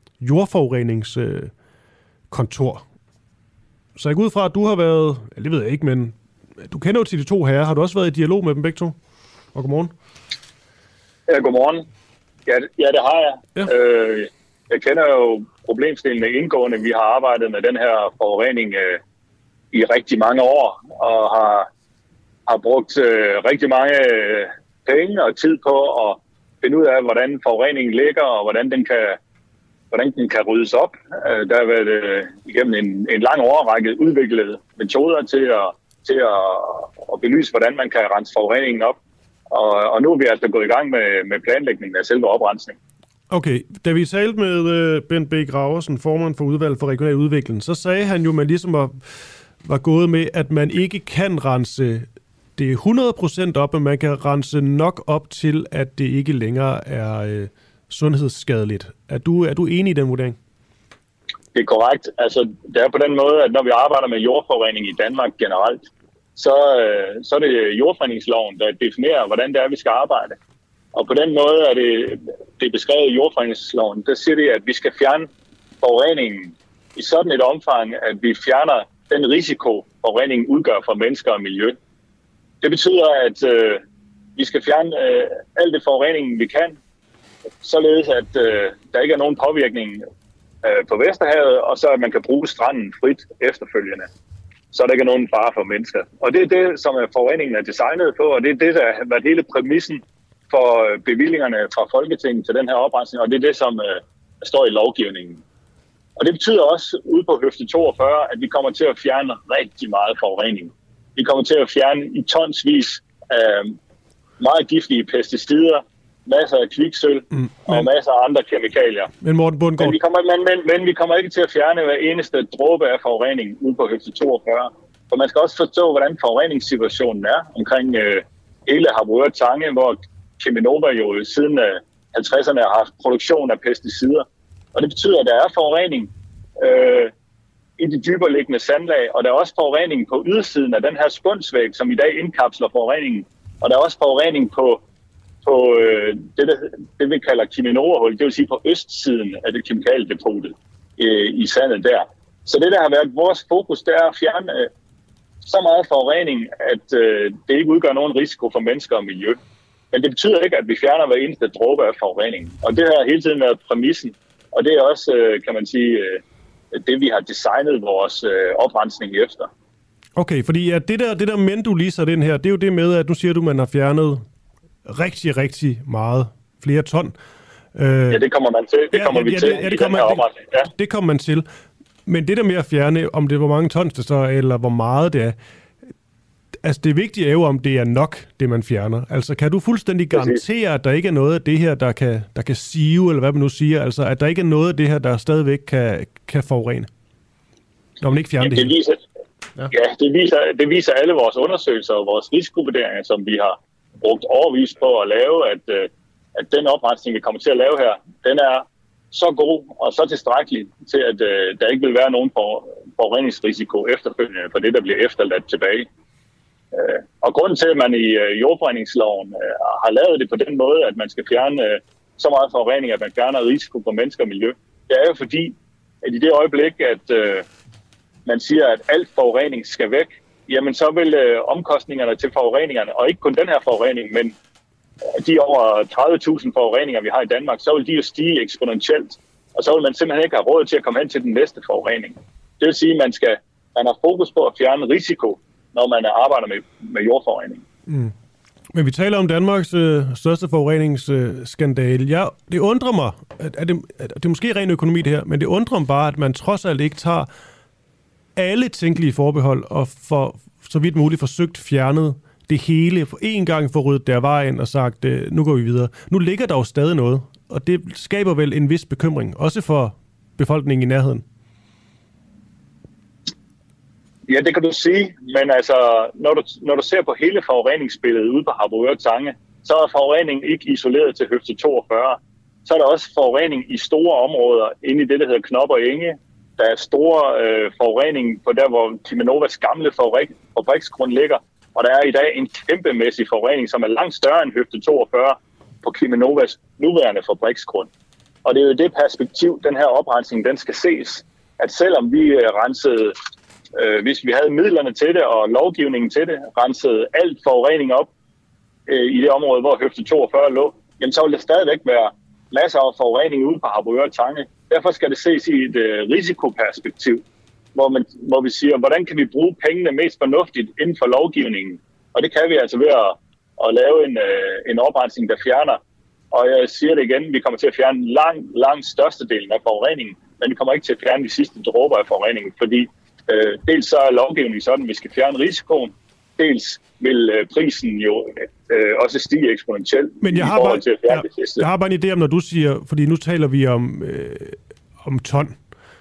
jordforureningskontor. Så jeg går ud fra, at du har været, det ved jeg ikke, men du kender jo til de to herrer. Har du også været i dialog med dem begge to? Og godmorgen. Ja, godmorgen. Ja, det har jeg. Ja. Jeg kender jo problemstillingen indgående. Vi har arbejdet med den her forurening i rigtig mange år, og har brugt rigtig mange penge og tid på at finde ud af, hvordan forureningen ligger, og hvordan den kan ryddes op. Der har været igennem en lang årrække udviklet metoder til at belyse, hvordan man kan rense forureningen op. Og nu er vi altså gået i gang med planlægningen af selve oprensningen. Okay, da vi talte med Bent B. Graversen, formand for udvalget for regional udvikling, så sagde han jo, at man ligesom var gået med, at man ikke kan rense det 100% op, men man kan rense nok op til, at det ikke længere er sundhedsskadeligt. Er du enig i den vurdering? Det er korrekt. Altså, det er på den måde, at når vi arbejder med jordforurening i Danmark generelt, så er det jordforureningsloven, der definerer, hvordan det er, vi skal arbejde. Og på den måde er det beskrevet i jordforureningsloven, der siger det, at vi skal fjerne forureningen i sådan et omfang, at vi fjerner den risiko, forureningen udgør for mennesker og miljø. Det betyder, at vi skal fjerne alt det forurening, vi kan, således at der ikke er nogen påvirkning på Vesterhavet, og så at man kan bruge stranden frit efterfølgende, så der ikke er nogen fare for mennesker. Og det er det, som forureningen er designet på, og det er det, der har været hele præmissen for bevillingerne fra Folketinget til den her oprensning, og det er det, som står i lovgivningen. Og det betyder også, ude på Høfde 42, at vi kommer til at fjerne rigtig meget forurening. Vi kommer til at fjerne i tonsvis meget giftige pesticider, masser af kviksølv og masser af andre kemikalier. Men Morten Bundgaard... Men vi kommer ikke til at fjerne hver eneste dråbe af forurening ude på Høfde 42. For man skal også forstå, hvordan forureningssituationen er omkring hele Harboøre Tange, hvor Cheminova jo siden 50'erne har haft produktion af pesticider. Og det betyder, at der er forurening i de dybere liggende sandlag, og der er også forurening på ydersiden af den her spundsvæg, som i dag indkapsler forureningen. Og der er også forurening på det vi kalder Cheminova-hul, det vil sige på østsiden af det kemikaliedepotet i sandet der. Så det, der har været vores fokus, det er at fjerne så meget forurening, at det ikke udgør nogen risiko for mennesker og miljø. Men det betyder ikke, at vi fjerner hver eneste dråbe af forureningen. Og det har hele tiden været præmissen. Og det er også, kan man sige, det vi har designet vores oprensning efter. Okay, fordi ja, det der men du lige så den her, det er jo det med, at nu siger du, man har fjernet rigtig, rigtig meget flere ton. Ja, det kommer man til. Det kommer vi til i den her oprensning. Ja. Det kommer man til. Men det der med at fjerne, om det er hvor mange tons det så, eller hvor meget det er, altså det vigtige er jo, om det er nok, det man fjerner. Altså kan du fuldstændig garantere, at der ikke er noget af det her, der kan sive, eller hvad man nu siger, altså at der ikke er noget af det her, der stadigvæk kan forurene, når man ikke fjerner det hele? Ja, det viser alle vores undersøgelser og vores risikovurderinger, som vi har brugt overvis på at lave, at den oprensning, vi kommer til at lave her, den er så god og så tilstrækkelig til, at der ikke vil være nogen forureningsrisiko efterfølgende for det, der bliver efterladt tilbage. Og grunden til, at man i jordforureningsloven har lavet det på den måde, at man skal fjerne så meget forurening, at man fjerner risiko for mennesker og miljø, det er jo fordi, at i det øjeblik, at man siger, at alt forurening skal væk, jamen så vil omkostningerne til forureningerne, og ikke kun den her forurening, men de over 30.000 forureninger, vi har i Danmark, så vil de jo stige eksponentielt, og så vil man simpelthen ikke have råd til at komme hen til den næste forurening. Det vil sige, at man har fokus på at fjerne risiko, når man arbejder med jordforurening. Mm. Men vi taler om Danmarks største forureningsskandale. Ja, det undrer mig, at det er måske ren økonomi det her, men det undrer mig bare, at man trods alt ikke tager alle tænkelige forbehold og for så vidt muligt forsøgt fjernet det hele, for en gang for ryddet der vejen og sagt, nu går vi videre. Nu ligger der jo stadig noget, og det skaber vel en vis bekymring, også for befolkningen i nærheden. Ja, det kan du sige, men altså, når du ser på hele forureningsbilledet ude på Harboøre Tange, så er forureningen ikke isoleret til Høfde 42. Så er der også forurening i store områder inde i det, der hedder Knop og Enge. Der er store forurening på der, hvor Cheminovas gamle fabriksgrund ligger. Og der er i dag en kæmpemæssig forurening, som er langt større end Høfde 42 på Cheminovas nuværende fabriksgrund. Og det er jo i det perspektiv, den her oprensning, den skal ses. At selvom vi rensede, hvis vi havde midlerne til det og lovgivningen til det, rensede alt forurening op i det område, hvor Høfde 42 lå, jamen så vil der stadigvæk være masser af forurening ude på Harboøre Tange. Derfor skal det ses i et risikoperspektiv, hvor vi siger, hvordan kan vi bruge pengene mest fornuftigt inden for lovgivningen? Og det kan vi altså ved at lave en oprensning, der fjerner. Og jeg siger det igen, vi kommer til at fjerne langt størstedelen af forureningen, men vi kommer ikke til at fjerne de sidste dråber af forureningen, fordi dels så er lovgivningen sådan, at vi skal fjerne risikoen, dels vil prisen jo også stige eksponentielt i forhold til at fjerne det sidste. Jeg har bare en idé om, når du siger, fordi nu taler vi om ton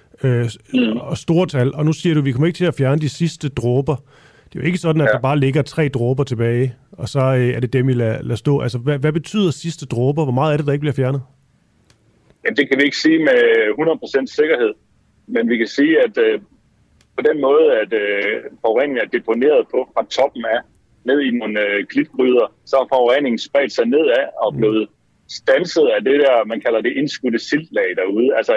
og store tal, og nu siger du, at vi kommer ikke til at fjerne de sidste dråber. Det er jo ikke sådan, at der bare ligger 3 dråber tilbage, og så er det dem, I lader stå. Altså, hvad betyder sidste dråber? Hvor meget er det, der ikke bliver fjernet? Jamen, det kan vi ikke sige med 100% sikkerhed, men vi kan sige, at på den måde, at forureningen er deponeret på fra toppen af, ned i nogle klitgryder, så har forureningen spredt sig nedad og blevet standset af det der, man kalder det indskudte siltlag derude. Altså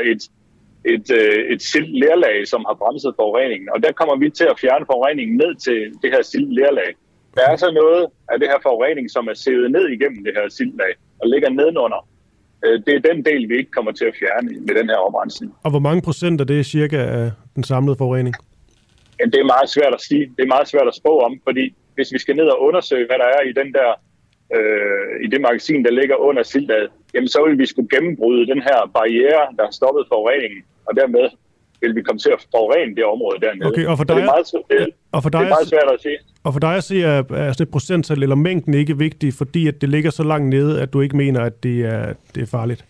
et siltlerlag, som har bremset forureningen. Og der kommer vi til at fjerne forureningen ned til det her siltlerlag. Der er så noget af det her forurening, som er sivet ned igennem det her siltlag og ligger nedenunder. Det er den del, vi ikke kommer til at fjerne med den her oprensning. Og hvor mange procent af det cirka af den samlede forurening? Jamen, det er meget svært at sige. Det er meget svært at spå om, fordi hvis vi skal ned og undersøge, hvad der er i den der i det magasin, der ligger under siltlaget, jamen så vil vi skulle gennembryde den her barriere, der har stoppet forureningen, og dermed vil vi komme til at forurene det område dernede. Okay, og for dig, det er meget svært at sige. Og for dig at se, er det procenttal eller mængden ikke vigtig, fordi at det ligger så langt nede, at du ikke mener, at det er farligt?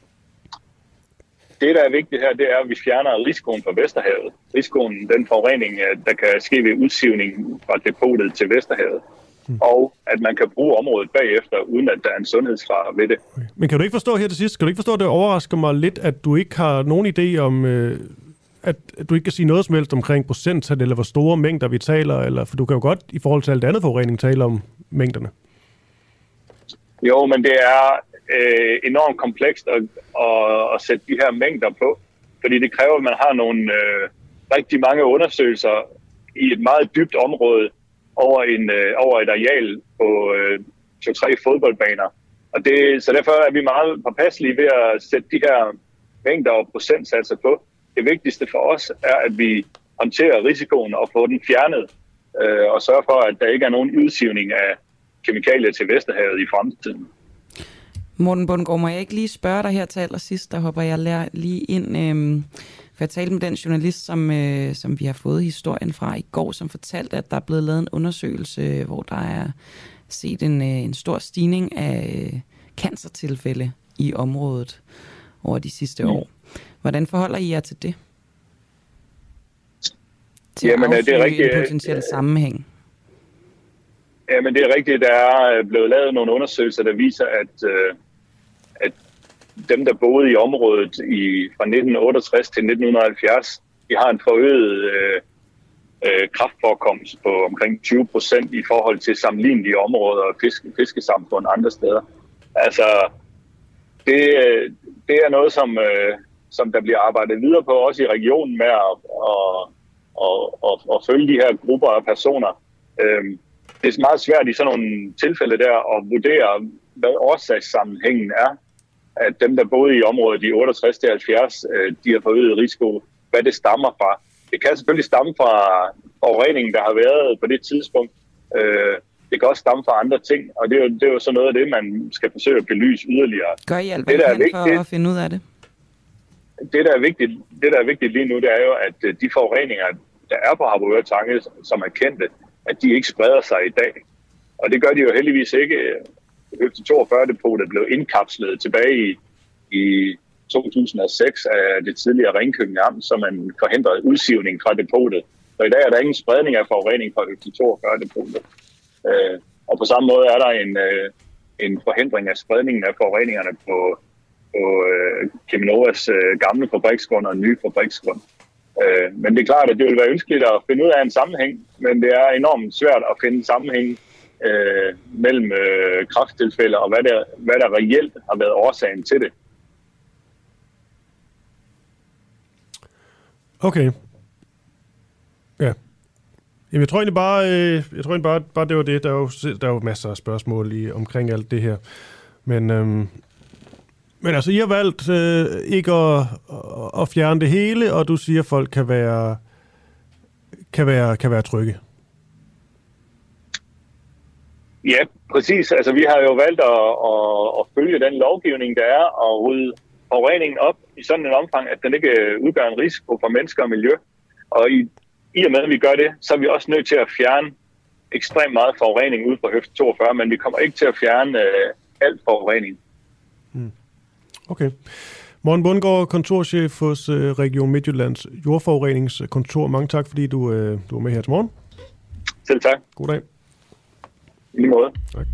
Det, der er vigtigt her, det er, at vi fjerner risikoen fra Vesterhavet. Risikoen, den forurening, der kan ske ved udsivning fra depotet til Vesterhavet. Og at man kan bruge området bagefter, uden at der er en sundhedsfare ved det. Okay. Men kan du ikke forstå her til sidst, kan du ikke forstå, at det overrasker mig lidt, at du ikke har nogen idé om, at du ikke kan sige noget som helst omkring procenttal, eller hvor store mængder vi taler, eller, for du kan jo godt i forhold til alt andet forurening tale om mængderne. Jo, men det er enormt komplekst at sætte de her mængder på, fordi det kræver, at man har nogle rigtig mange undersøgelser i et meget dybt område, over et areal på 2-3 fodboldbaner. Og så derfor er vi meget påpasselige ved at sætte de her mængder og procentsatser på. Det vigtigste for os er, at vi håndterer risikoen og får den fjernet, og sørger for, at der ikke er nogen udsivning af kemikalier til Vesterhavet i fremtiden. Morten Bundgaard, må jeg ikke lige spørge dig her til allersidst, der hopper jeg lige ind. For jeg talte med den journalist, som vi har fået historien fra i går, som fortalte, at der er blevet lavet en undersøgelse, hvor der er set en stor stigning af cancertilfælde i området over de sidste år. Hvordan forholder I jer til det? til at afsøge en potentiel sammenhæng? Jamen, det er rigtigt. Der er blevet lavet nogle undersøgelser, der viser, at dem, der boede i området fra 1968 til 1970, de har en forøget kraftforekomst på omkring 20% i forhold til sammenlignelige områder og fiskesamfund andre steder. Altså, det er noget, som der bliver arbejdet videre på, også i regionen med at følge de her grupper af personer. Det er meget svært i sådan nogle tilfælde der at vurdere, hvad årsagssammenhængen er, at dem, der boede i området i 68-70, de har forøget risiko, hvad det stammer fra. Det kan selvfølgelig stamme fra forureningen, der har været på det tidspunkt. Det kan også stamme fra andre ting, og det er jo så noget af det, man skal forsøge at belyse yderligere. Gør I alt, hvad I kan for at finde ud af det? Det, der er vigtigt lige nu, det er jo, at de forureninger, der er på Harboøre Tange, som er kendte, at de ikke spreder sig i dag. Og det gør de jo heldigvis ikke. Høfde 42-depotet blev indkapslet tilbage i 2006 af det tidligere Ringkøbing Amt, så man forhindrede udsivning fra depotet. Så i dag er der ingen spredning af forurening fra Høfde 42-depotet. Og på samme måde er der en forhindring af spredningen af forureningerne på Cheminovas gamle fabriksgrund og nye fabriksgrund. Men det er klart, at det vil være ønskeligt at finde ud af en sammenhæng, men det er enormt svært at finde en sammenhæng mellem kræfttilfælde og hvad der reelt har været årsagen til det. Okay. Ja. Jamen, jeg tror egentlig bare det var det. Der er jo masser af spørgsmål omkring alt det her. Men altså, I har valgt ikke at fjerne det hele, og du siger, at folk kan være trygge. Ja, præcis. Altså, vi har jo valgt at følge den lovgivning, der er, og rydde forureningen op i sådan en omfang, at den ikke udgør en risiko for mennesker og miljø. Og i og med, at vi gør det, så er vi også nødt til at fjerne ekstremt meget forurening ud fra Høfde 42, men vi kommer ikke til at fjerne alt forurening. Okay. Morten Bundgaard, kontorchef hos Region Midtjyllands jordforureningskontor. Mange tak, fordi du var med her til morgen. Selv tak. God dag. I lige måde. Tak.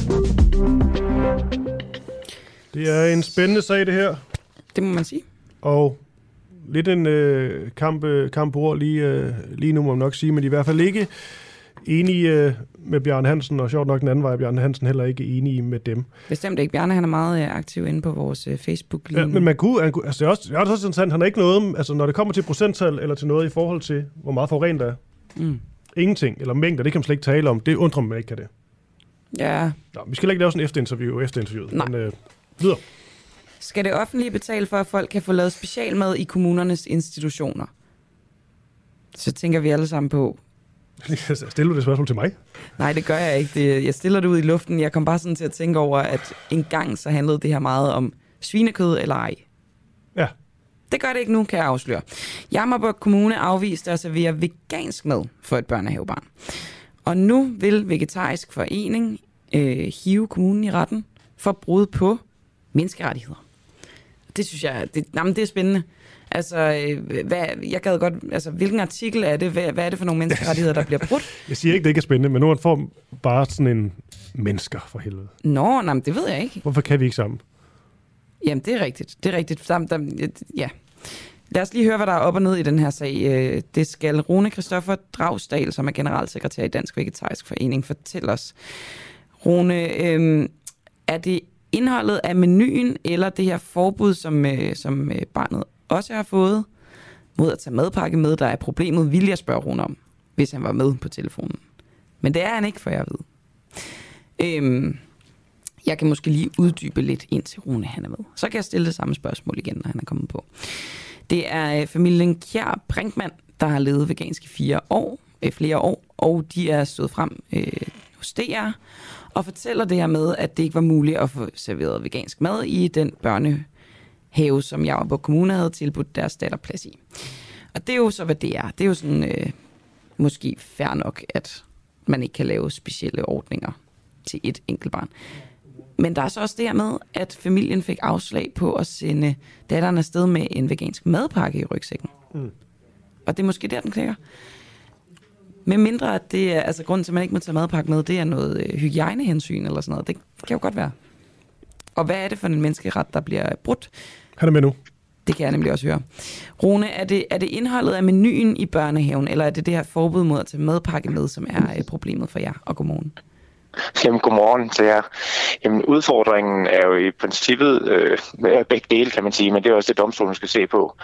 Det er en spændende sag, det her. Det må man sige. Og lidt en kamp på ord lige nu, må man nok sige, men de er i hvert fald ikke enige med Bjarne Hansen, og sjovt nok den anden vej, Bjarne Hansen heller ikke enige med dem. Bestemt ikke. Bjarne, han er meget aktiv inde på vores Facebook. Ja, men man kunne altså det er også interessant, han er ikke noget, altså når det kommer til procenttal, eller til noget i forhold til, hvor meget forurenet der er. Ingenting, eller mængder, det kan man slet ikke tale om. Det undrer mig ikke, kan det. Ja. Nå, vi skal ikke lave sådan en efterinterview efter interviewet. Nej. Men videre. Skal det offentlige betale for, at folk kan få lavet specialmad i kommunernes institutioner? Så tænker vi alle sammen på. Stiller du det spørgsmål til mig? Nej, det gør jeg ikke. Jeg stiller det ud i luften. Jeg kom bare sådan til at tænke over, at engang så handlede det her meget om svinekød eller ej. Ja. Det gør det ikke nu, kan jeg afsløre. Jammerbugt Kommune afviste at servere vegansk mad for et børnehavebarn. Og nu vil Vegetarisk Forening hive kommunen i retten for brud på menneskerettigheder. Det synes jeg, det er spændende. Altså, jeg gad godt, altså, hvilken artikel er det? Hvad er det for nogle menneskerettigheder, der bliver brudt? Jeg siger ikke, det ikke er spændende, men nu får bare sådan en mennesker for helvede. Nå, nej, det ved jeg ikke. Hvorfor kan vi ikke sammen? Jamen, det er rigtigt. Det er rigtigt. Ja. Lad os lige høre, hvad der er op og ned i den her sag. Det skal Rune Christoffer Dragsdal, som er generalsekretær i Dansk Vegetarisk Forening, fortælle os. Rune, er det indholdet af menuen, eller det her forbud, som barnet også har fået, mod at tage madpakke med, der er problemet, vil jeg spørge Rune om, hvis han var med på telefonen. Men det er han ikke, for jeg ved. Jeg kan måske lige uddybe lidt, indtil Rune han er med. Så kan jeg stille det samme spørgsmål igen, når han er kommet på. Det er familien Kjær Brinkmann, der har levet vegansk i flere år, og de er stået frem hos DR og fortæller det her med, at det ikke var muligt at få serveret vegansk mad i den børnehave, som Jammerbugt Kommune havde tilbudt deres datter plads i. Og det er jo så, hvad det er. Det er jo sådan måske fair nok, at man ikke kan lave specielle ordninger til et enkelt barn. Men der er så også det her med, at familien fik afslag på at sende datteren afsted med en vegansk madpakke i rygsækken. Og det er måske der, den knækker. Med mindre, at det er, altså grunden til, at man ikke må tage madpakke med, det er noget hygiejnehensyn eller sådan noget. Det kan jo godt være. Og hvad er det for en menneskeret, der bliver brudt? Han er med nu. Det kan jeg nemlig også høre. Rune, er det indholdet af menuen i børnehaven, eller er det det her forbud mod at tage madpakke med, som er problemet for jer? Og godmorgen. Jamen, godmorgen til jer. Jamen, udfordringen er jo i princippet begge dele, kan man sige, men det er også det, domstolen skal se på.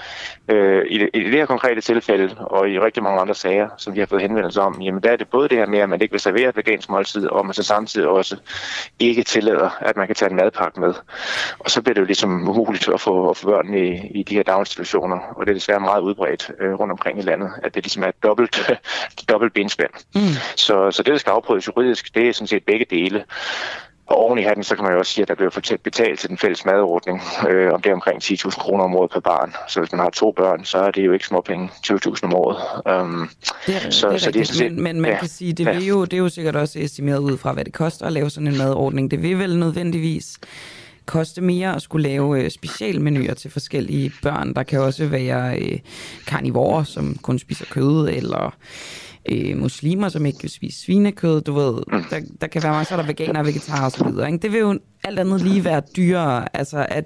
I det her konkrete tilfælde, og i rigtig mange andre sager, som vi har fået henvendelse om, jamen, der er det både det her med, at man ikke vil servere et vegansk måltid, og man så samtidig også ikke tillader, at man kan tage en madpakke med. Og så bliver det jo ligesom umuligt at få børn i de her daginstitutioner, og det er desværre meget udbredt rundt omkring i landet, at det ligesom er et dobbelt benspænd. Så det, der skal afprøves juridisk, det er sådan set begge dele. Og oven i hatten, så kan man jo også sige, at der bliver betalt til den fælles madordning, om det er omkring 10.000 kroner om året per barn. Så hvis man har 2 børn, så er det jo ikke småpenge, 20.000 om året. Det er rigtigt, men man kan sige, det er jo sikkert også estimeret ud fra, hvad det koster at lave sådan en madordning. Det vil vel nødvendigvis koste mere at skulle lave specialmenuer til forskellige børn. Der kan også være karnivorer, som kun spiser kød, eller muslimer, som ikke vil spise svinekød, du ved, der kan være mange, så er der veganer, vegetarer og så videre, ikke? Det vil jo alt andet lige være dyrere. Altså, er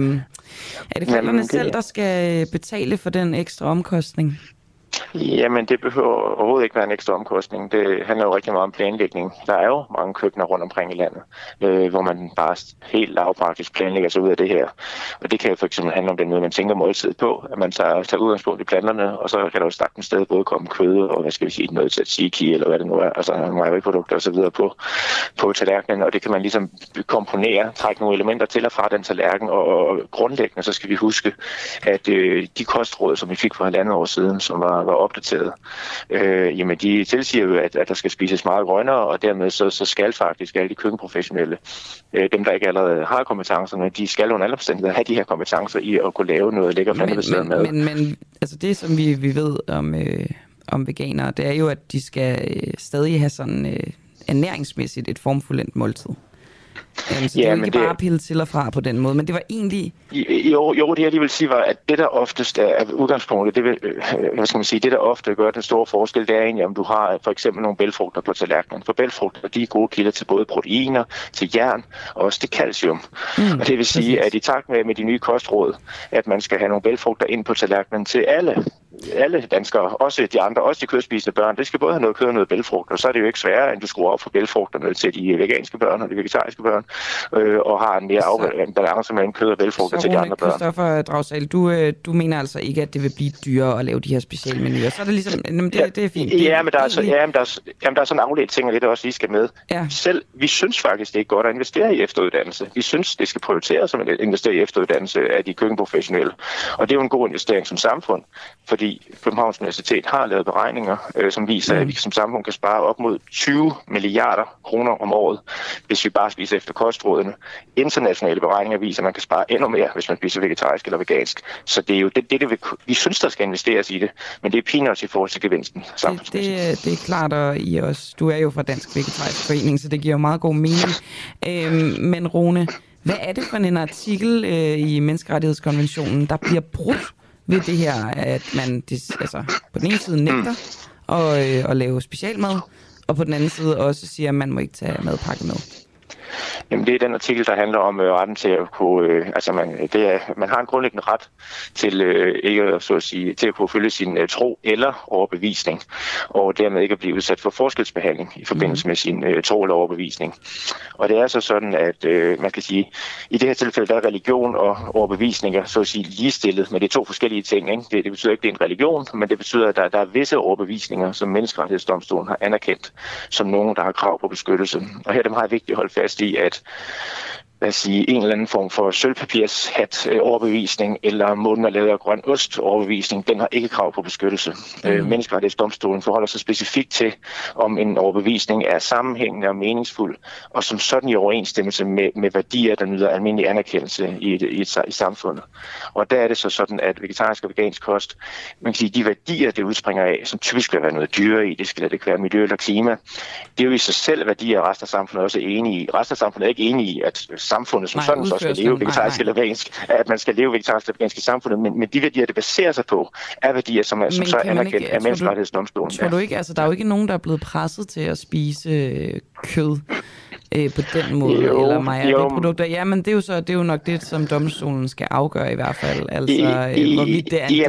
det forældrene selv, der skal betale for den ekstra omkostning? Jamen, det behøver overhovedet ikke være en ekstra omkostning. Det handler jo rigtig meget om planlægning. Der er jo mange køkkener rundt omkring i landet, hvor man bare helt lavpraktisk planlægger sig ud af det her. Og det kan jo for eksempel handle om den måde, man tænker måltid på, at man tager udgangspunkt i planterne, og så kan der jo sagtens sted både komme kød og, hvad skal vi sige, noget tzatziki, eller hvad det nu er, altså mejeriprodukter og så videre på tallerkenen, og det kan man ligesom komponere, trække nogle elementer til og fra den tallerken, og grundlæggende så skal vi huske, at de kostråd, som vi fik for 1,5 år siden, som var opdateret, jamen de tilsiger jo, at der skal spises meget grønnere, og dermed så skal faktisk alle de køkkenprofessionelle, dem der ikke allerede har kompetencerne, de skal under alle omstændigheder have de her kompetencer i at kunne lave noget lækker plantebaseret mad. Men altså det, som vi ved om veganere, det er jo, at de skal stadig have sådan ernæringsmæssigt et formfuldendt måltid. Så det er jo ikke bare pille til og fra på den måde, men det var egentlig... Jo, det jeg lige vil sige var, at det der oftest er udgangspunktet, det der ofte gør den store forskel, det er egentlig, om du har for eksempel nogle bælgfrugter på tallerkenen. For bælgfrugter, de er gode kilder til både proteiner, til jern og også til calcium. Og det vil sige, at i takt med de nye kostråd, at man skal have nogle bælgfrugter ind på tallerkenen til alle danskere, også de andre, også de kødspisende børn. Det skal både have noget kød og noget bælgfrugt, og så er det jo ikke sværere, end du skruer op for bælgfrugterne til de veganske børn og de vegetariske børn, og har en mere afvalgt balance mellem kød og bælgfrugter til de andre børn. Christoffer Dragsal, du mener altså ikke, at det vil blive dyrere at lave de her specialmenuer. Så er det ligesom, det er fint. Men der er sådan en afledt ting, og det der også lige skal med. Ja. Vi synes faktisk, det er godt at investere i efteruddannelse. Vi synes, det skal prioriteres som at investere i efteruddannelse af de køkkenprofessionelle. Og det er jo en god investering som samfund, fordi Københavns Universitet har lavet beregninger, som viser, at vi som samfund kan spare op mod 20 milliarder kroner om året, hvis vi bare spiser efter kostrådene. Internationale beregninger viser, at man kan spare endnu mere, hvis man spiser vegetarisk eller vegansk. Så det er jo det vi synes, der skal investeres i det, men det er peanuts i forhold til gevinsten samfundsmæssigt. Det er klart, og I også. Du er jo fra Dansk Vegetarisk Forening, så det giver jo meget god mening. Men Rune, hvad er det for en artikel i Menneskerettighedskonventionen, der bliver brudt ved det her, at man på den ene side nægter at lave specialmad, og på den anden side også siger, at man må ikke tage madpakke med? Jamen, det er den artikel, der handler om retten til at kunne, man har en grundlæggende ret til ikke så at sige, til at kunne følge sin tro eller overbevisning, og dermed ikke at blive udsat for forskelsbehandling i forbindelse med sin tro eller overbevisning. Og det er så sådan, at man kan sige, i det her tilfælde, der er religion og overbevisninger, så at sige, ligestillet, men det er 2 forskellige ting, ikke? Det betyder ikke, at det er en religion, men det betyder, at der er visse overbevisninger, som Menneskerettighedsdomstolen har anerkendt, som nogen, der har krav på beskyttelse. Og her er det meget vigtigt at holde fast i, at en eller anden form for sølvpapirshat overbevisning eller måden at lave grøn ost overbevisning, den har ikke krav på beskyttelse. Menneskerettighedsdomstolen forholder sig specifikt til, om en overbevisning er sammenhængende og meningsfuld, og som sådan i overensstemmelse med værdier, der nyder almindelig anerkendelse i samfundet. Og der er det så sådan, at vegetarisk og vegansk kost, man kan sige, de værdier, det udspringer af, som typisk vil være noget dyre i, det skal ikke være miljø eller klima, det er jo i sig selv værdier, resten af samfundet også er enige i. Resten af samfundet er ikke enige i, at samfundet som sådan så skal leve vegetarisk eller vegansk, at man skal leve vegetarisk eller vegansk i samfundet, men de værdier, det baserer sig på, er værdier, som så er anerkendt af Menneskerettighedsdomstolen. Tror du ikke, altså der er jo ikke nogen, der er blevet presset til at spise kød på den måde, eller mejeriprodukter. Ja, men det er jo nok det, som domstolen skal afgøre i hvert fald. Altså, hvorvidt det er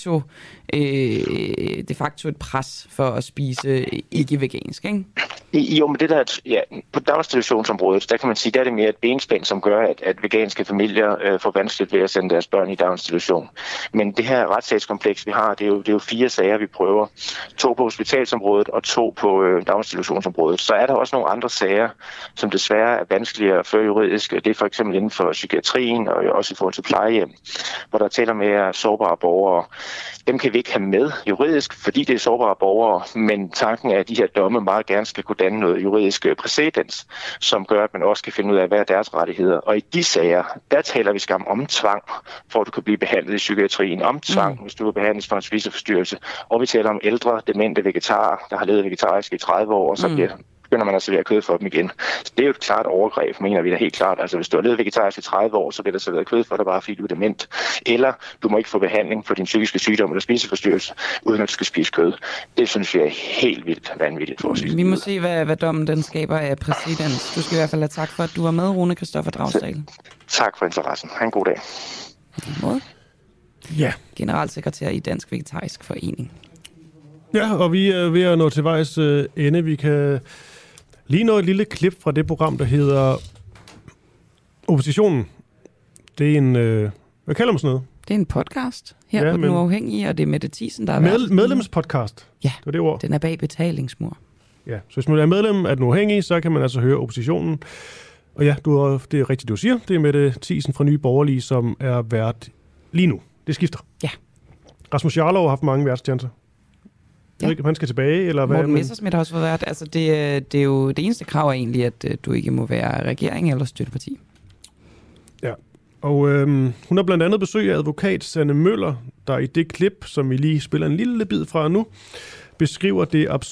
de facto et pres for at spise ikke-vegansk, ikke? Jo, men det der, på daginstitutionsområdet, der kan man sige, der er det mere et benspænd, som gør, at veganske familier får vanskeligt ved at sende deres børn i daginstitution. Men det her retssagskompleks, vi har, det er jo 4 sager, vi prøver. 2 på hospitalsområdet og 2 på daginstitutionsområdet. Så er der også nogle andre sager, som desværre er vanskeligere at føre juridisk. Det er for eksempel inden for psykiatrien og også i forhold til plejehjem, hvor der taler med sårbare borgere. Dem kan vi ikke have med juridisk, fordi det er sårbare borgere, men tanken er, at de her domme meget gerne skal kunne danne noget juridisk præcedens, som gør, at man også kan finde ud af, hvad er deres rettigheder. Og i de sager, der taler vi skam om tvang, for at du kan blive behandlet i psykiatrien. Om tvang, hvis du er behandlet for en spiseforstyrrelse. Og vi taler om ældre, demente vegetarer, der har levet vegetarisk i 30 år, og så begynder man at servere kød for dem igen. Så det er jo et klart overgreb, mener vi da helt klart. Altså hvis du har levet vegetarisk i 30 år, så bliver der serveret kød for dig bare fordi du er dement. Eller du må ikke få behandling for din psykiske sygdom eller spiseforstyrrelse, uden at du skal spise kød. Det synes vi er helt vildt vanvittigt for os. Vi må se, hvad dommen den skaber af præcedens. Du skal i hvert fald have tak for, at du var med, Rune Christoffer Dragsdahl. Tak for interessen. Ha' en god dag. Ja. Generalsekretær i Dansk Vegetarisk Forening. Ja, og vi er ved at nå til vejs ende. Vi kan lige nå et lille klip fra det program, der hedder Oppositionen. Det er en... hvad kalder man sådan noget? Det er en podcast her på Den Uafhængige, og det er Mette Thiesen, der er medlemspodcast. Ja, det var det ord. Den er bag betalingsmur. Ja, så hvis man er medlem af Den Uafhængige, så kan man altså høre Oppositionen. Og ja, det er rigtigt, du siger. Det er Mette Thiesen fra Nye Borgerlige, som er vært lige nu. Det skifter. Ja. Rasmus Jarlov har haft mange værtschancer. Ja. Ikke, han skal tilbage, eller hvad? Morten Messerschmidt har også fået været. Altså, det er jo det eneste krav er egentlig, at du ikke må være regering eller støtteparti. Ja, og hun har blandt andet besøg af advokat Sanne Møller, der i det klip, som vi lige spiller en lille bid fra nu, beskriver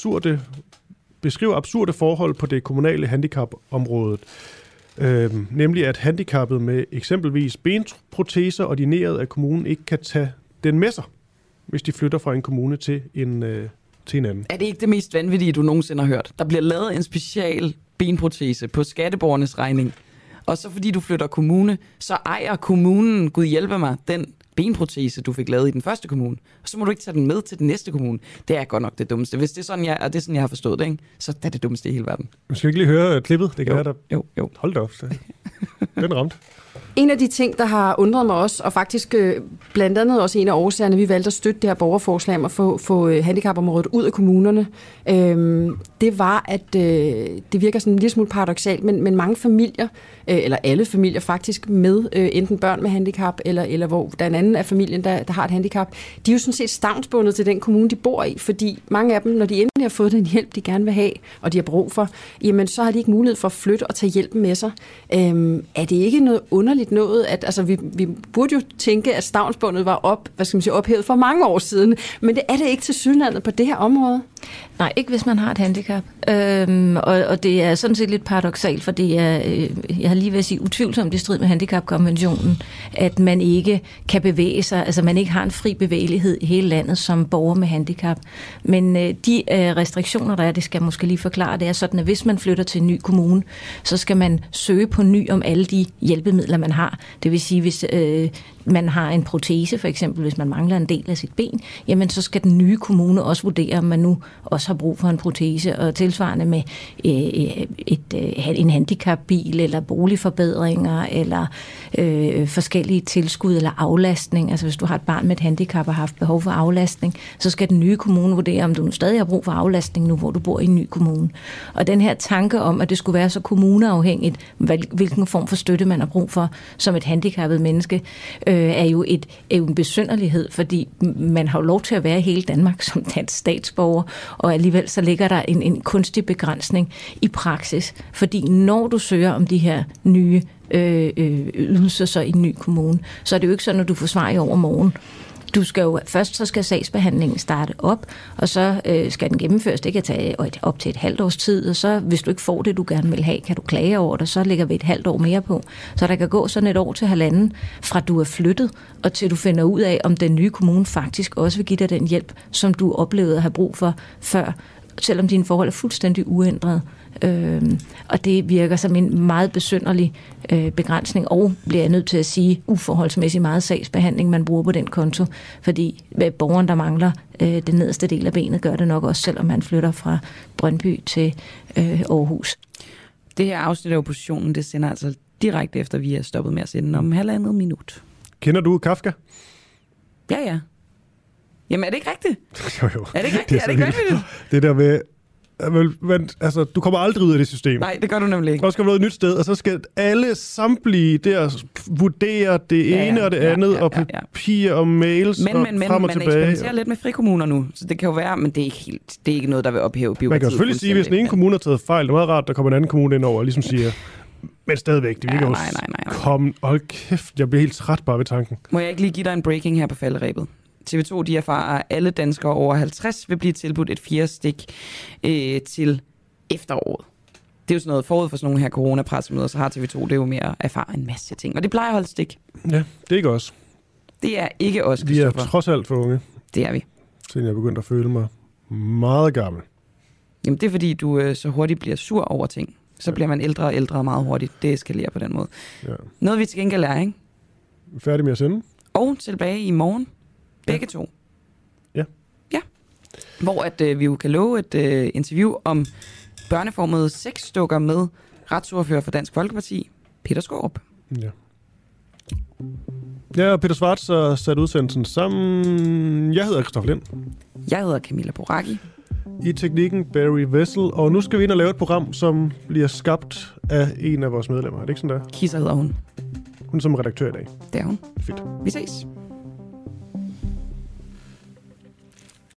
absurde forhold på det kommunale handicapområde. Nemlig at handicappet med eksempelvis benproteser ordineret af kommunen ikke kan tage den med sig, hvis de flytter fra en kommune til en anden. Er det ikke det mest vanvittige, du nogensinde har hørt? Der bliver lavet en special benprotese på skatteborgernes regning, og så fordi du flytter kommune, så ejer kommunen, Gud hjælpe mig, den benprotese, du fik lavet i den første kommune, og så må du ikke tage den med til den næste kommune. Det er godt nok det dummeste. Hvis det er sådan, det er sådan, jeg har forstået det, ikke? Så det er det dummeste i hele verden. Skal vi ikke lige høre klippet? Det kan være der. Jo. Hold da op. Den ramte. En af de ting, der har undret mig også, og faktisk blandt andet også en af årsagerne, vi valgte at støtte det her borgerforslag om at få handicapområdet ud af kommunerne, det var, at det virker sådan en lille smule paradoksalt, men mange familier, eller alle familier faktisk med enten børn med handicap, eller hvor der er en anden af familien, der har et handicap, de er jo sådan set stavnsbundet til den kommune, de bor i, fordi mange af dem, når de endelig har fået den hjælp, de gerne vil have, og de har brug for, jamen så har de ikke mulighed for at flytte og tage hjælpen med sig. Er det ikke noget underligt noget, at altså, vi burde jo tænke, at stavnsbundet var ophævet for mange år siden, men det er det ikke tilsyneladende på det her område? Nej, ikke hvis man har et handicap. Og det er sådan set lidt paradoksalt, for det er, jeg har lige ved at sige, utvivlsomt i strid med handicapkonventionen, at man ikke kan bevæge sig, altså man ikke har en fri bevægelighed i hele landet som borger med handicap. Men de restriktioner, der er, det skal jeg måske lige forklare, det er sådan, at hvis man flytter til en ny kommune, så skal man søge på ny om alle de hjælpemidler, man har. Det vil sige, hvis man har en protese, for eksempel, hvis man mangler en del af sit ben, jamen så skal den nye kommune også vurdere, om man nu også har brug for en protese, og tilsvarende med en handicapbil, eller boligforbedringer, eller forskellige tilskud, eller aflastning. Altså hvis du har et barn med et handicap og har haft behov for aflastning, så skal den nye kommune vurdere, om du stadig har brug for aflastning nu, hvor du bor i en ny kommune. Og den her tanke om, at det skulle være så kommuneafhængigt, hvilken form for støtte man har brug for som et handicappet menneske, er jo en besynderlighed, fordi man har jo lov til at være i hele Danmark som dansk statsborger, og alligevel så ligger der en kunstig begrænsning i praksis, fordi når du søger om de her nye ydelser så i en ny kommune, så er det jo ikke sådan, at du får svar i overmorgen. Du skal jo først, så skal sagsbehandlingen starte op, og så skal den gennemføres. Det kan tage op til et halvt års tid, og så hvis du ikke får det, du gerne vil have, kan du klage over det, så lægger vi et halvt år mere på. Så der kan gå sådan et år til halvanden, fra du er flyttet, og til du finder ud af, om den nye kommune faktisk også vil give dig den hjælp, som du oplevede at have brug for før, selvom dine forhold er fuldstændig uændrede. Og det virker som en meget besynderlig begrænsning, og bliver jeg nødt til at sige uforholdsmæssigt meget sagsbehandling, man bruger på den konto, fordi borgeren, der mangler den nederste del af benet, gør det nok også, selvom man flytter fra Brøndby til Aarhus. Det her afsnit af Oppositionen, det sender altså direkte efter, vi er stoppet med at sende om 1,5 minut. Kender du Kafka? Ja. Jamen, er det ikke rigtigt? Jo. Er det ikke rigtigt? Er det ikke rigtigt? Det der med... Men, altså, du kommer aldrig ud af det system. Nej, det gør du nemlig ikke. Og skal du et nyt sted, og så skal alle samtlige der vurdere det ene og det andet, og papir og mails og frem og tilbage. Men man eksperimenterer lidt med frikommuner nu, så det kan jo være, men det er ikke noget, der vil ophæve bureaukratiet. Man kan jo selvfølgelig sige, hvis en ene kommune har taget fejl, det er meget rart, der kommer en anden kommune ind over og ligesom siger, men stadigvæk, det virker nej. Hold kæft, jeg bliver helt træt bare ved tanken. Må jeg ikke lige give dig en breaking her på falderebet? TV2, de erfarer, at alle danskere over 50 vil blive tilbudt et 4. stik til efteråret. Det er jo sådan noget forud for sådan nogle her coronapressemøder, så har TV2 det jo mere erfare en masse ting. Og det plejer at holde stik. Ja, det er ikke os. Det er ikke os, Vi er trods alt for unge. Det er vi. Siden jeg begyndte at føle mig meget gammel. Jamen det er fordi, du så hurtigt bliver sur over ting. Så bliver man ældre og ældre meget hurtigt. Det eskalerer på den måde. Ja. Noget vi til gengæld lærer, ikke? Færdig med at sende. Og tilbage i morgen. Begge to. Ja. Hvor at vi jo kan love et interview om børneformede sexdukker med retsordfører for Dansk Folkeparti, Peter Skaarup. Ja, Peter Schwartz har sat udsendelsen sammen. Jeg hedder Christoffer Lind. Jeg hedder Camilla Boracchi. I teknikken Barry Vessel. Og nu skal vi ind og lave et program, som bliver skabt af en af vores medlemmer. Er det ikke sådan der? Kisser hedder hun. Hun er som redaktør i dag. Det er hun. Fedt. Vi ses.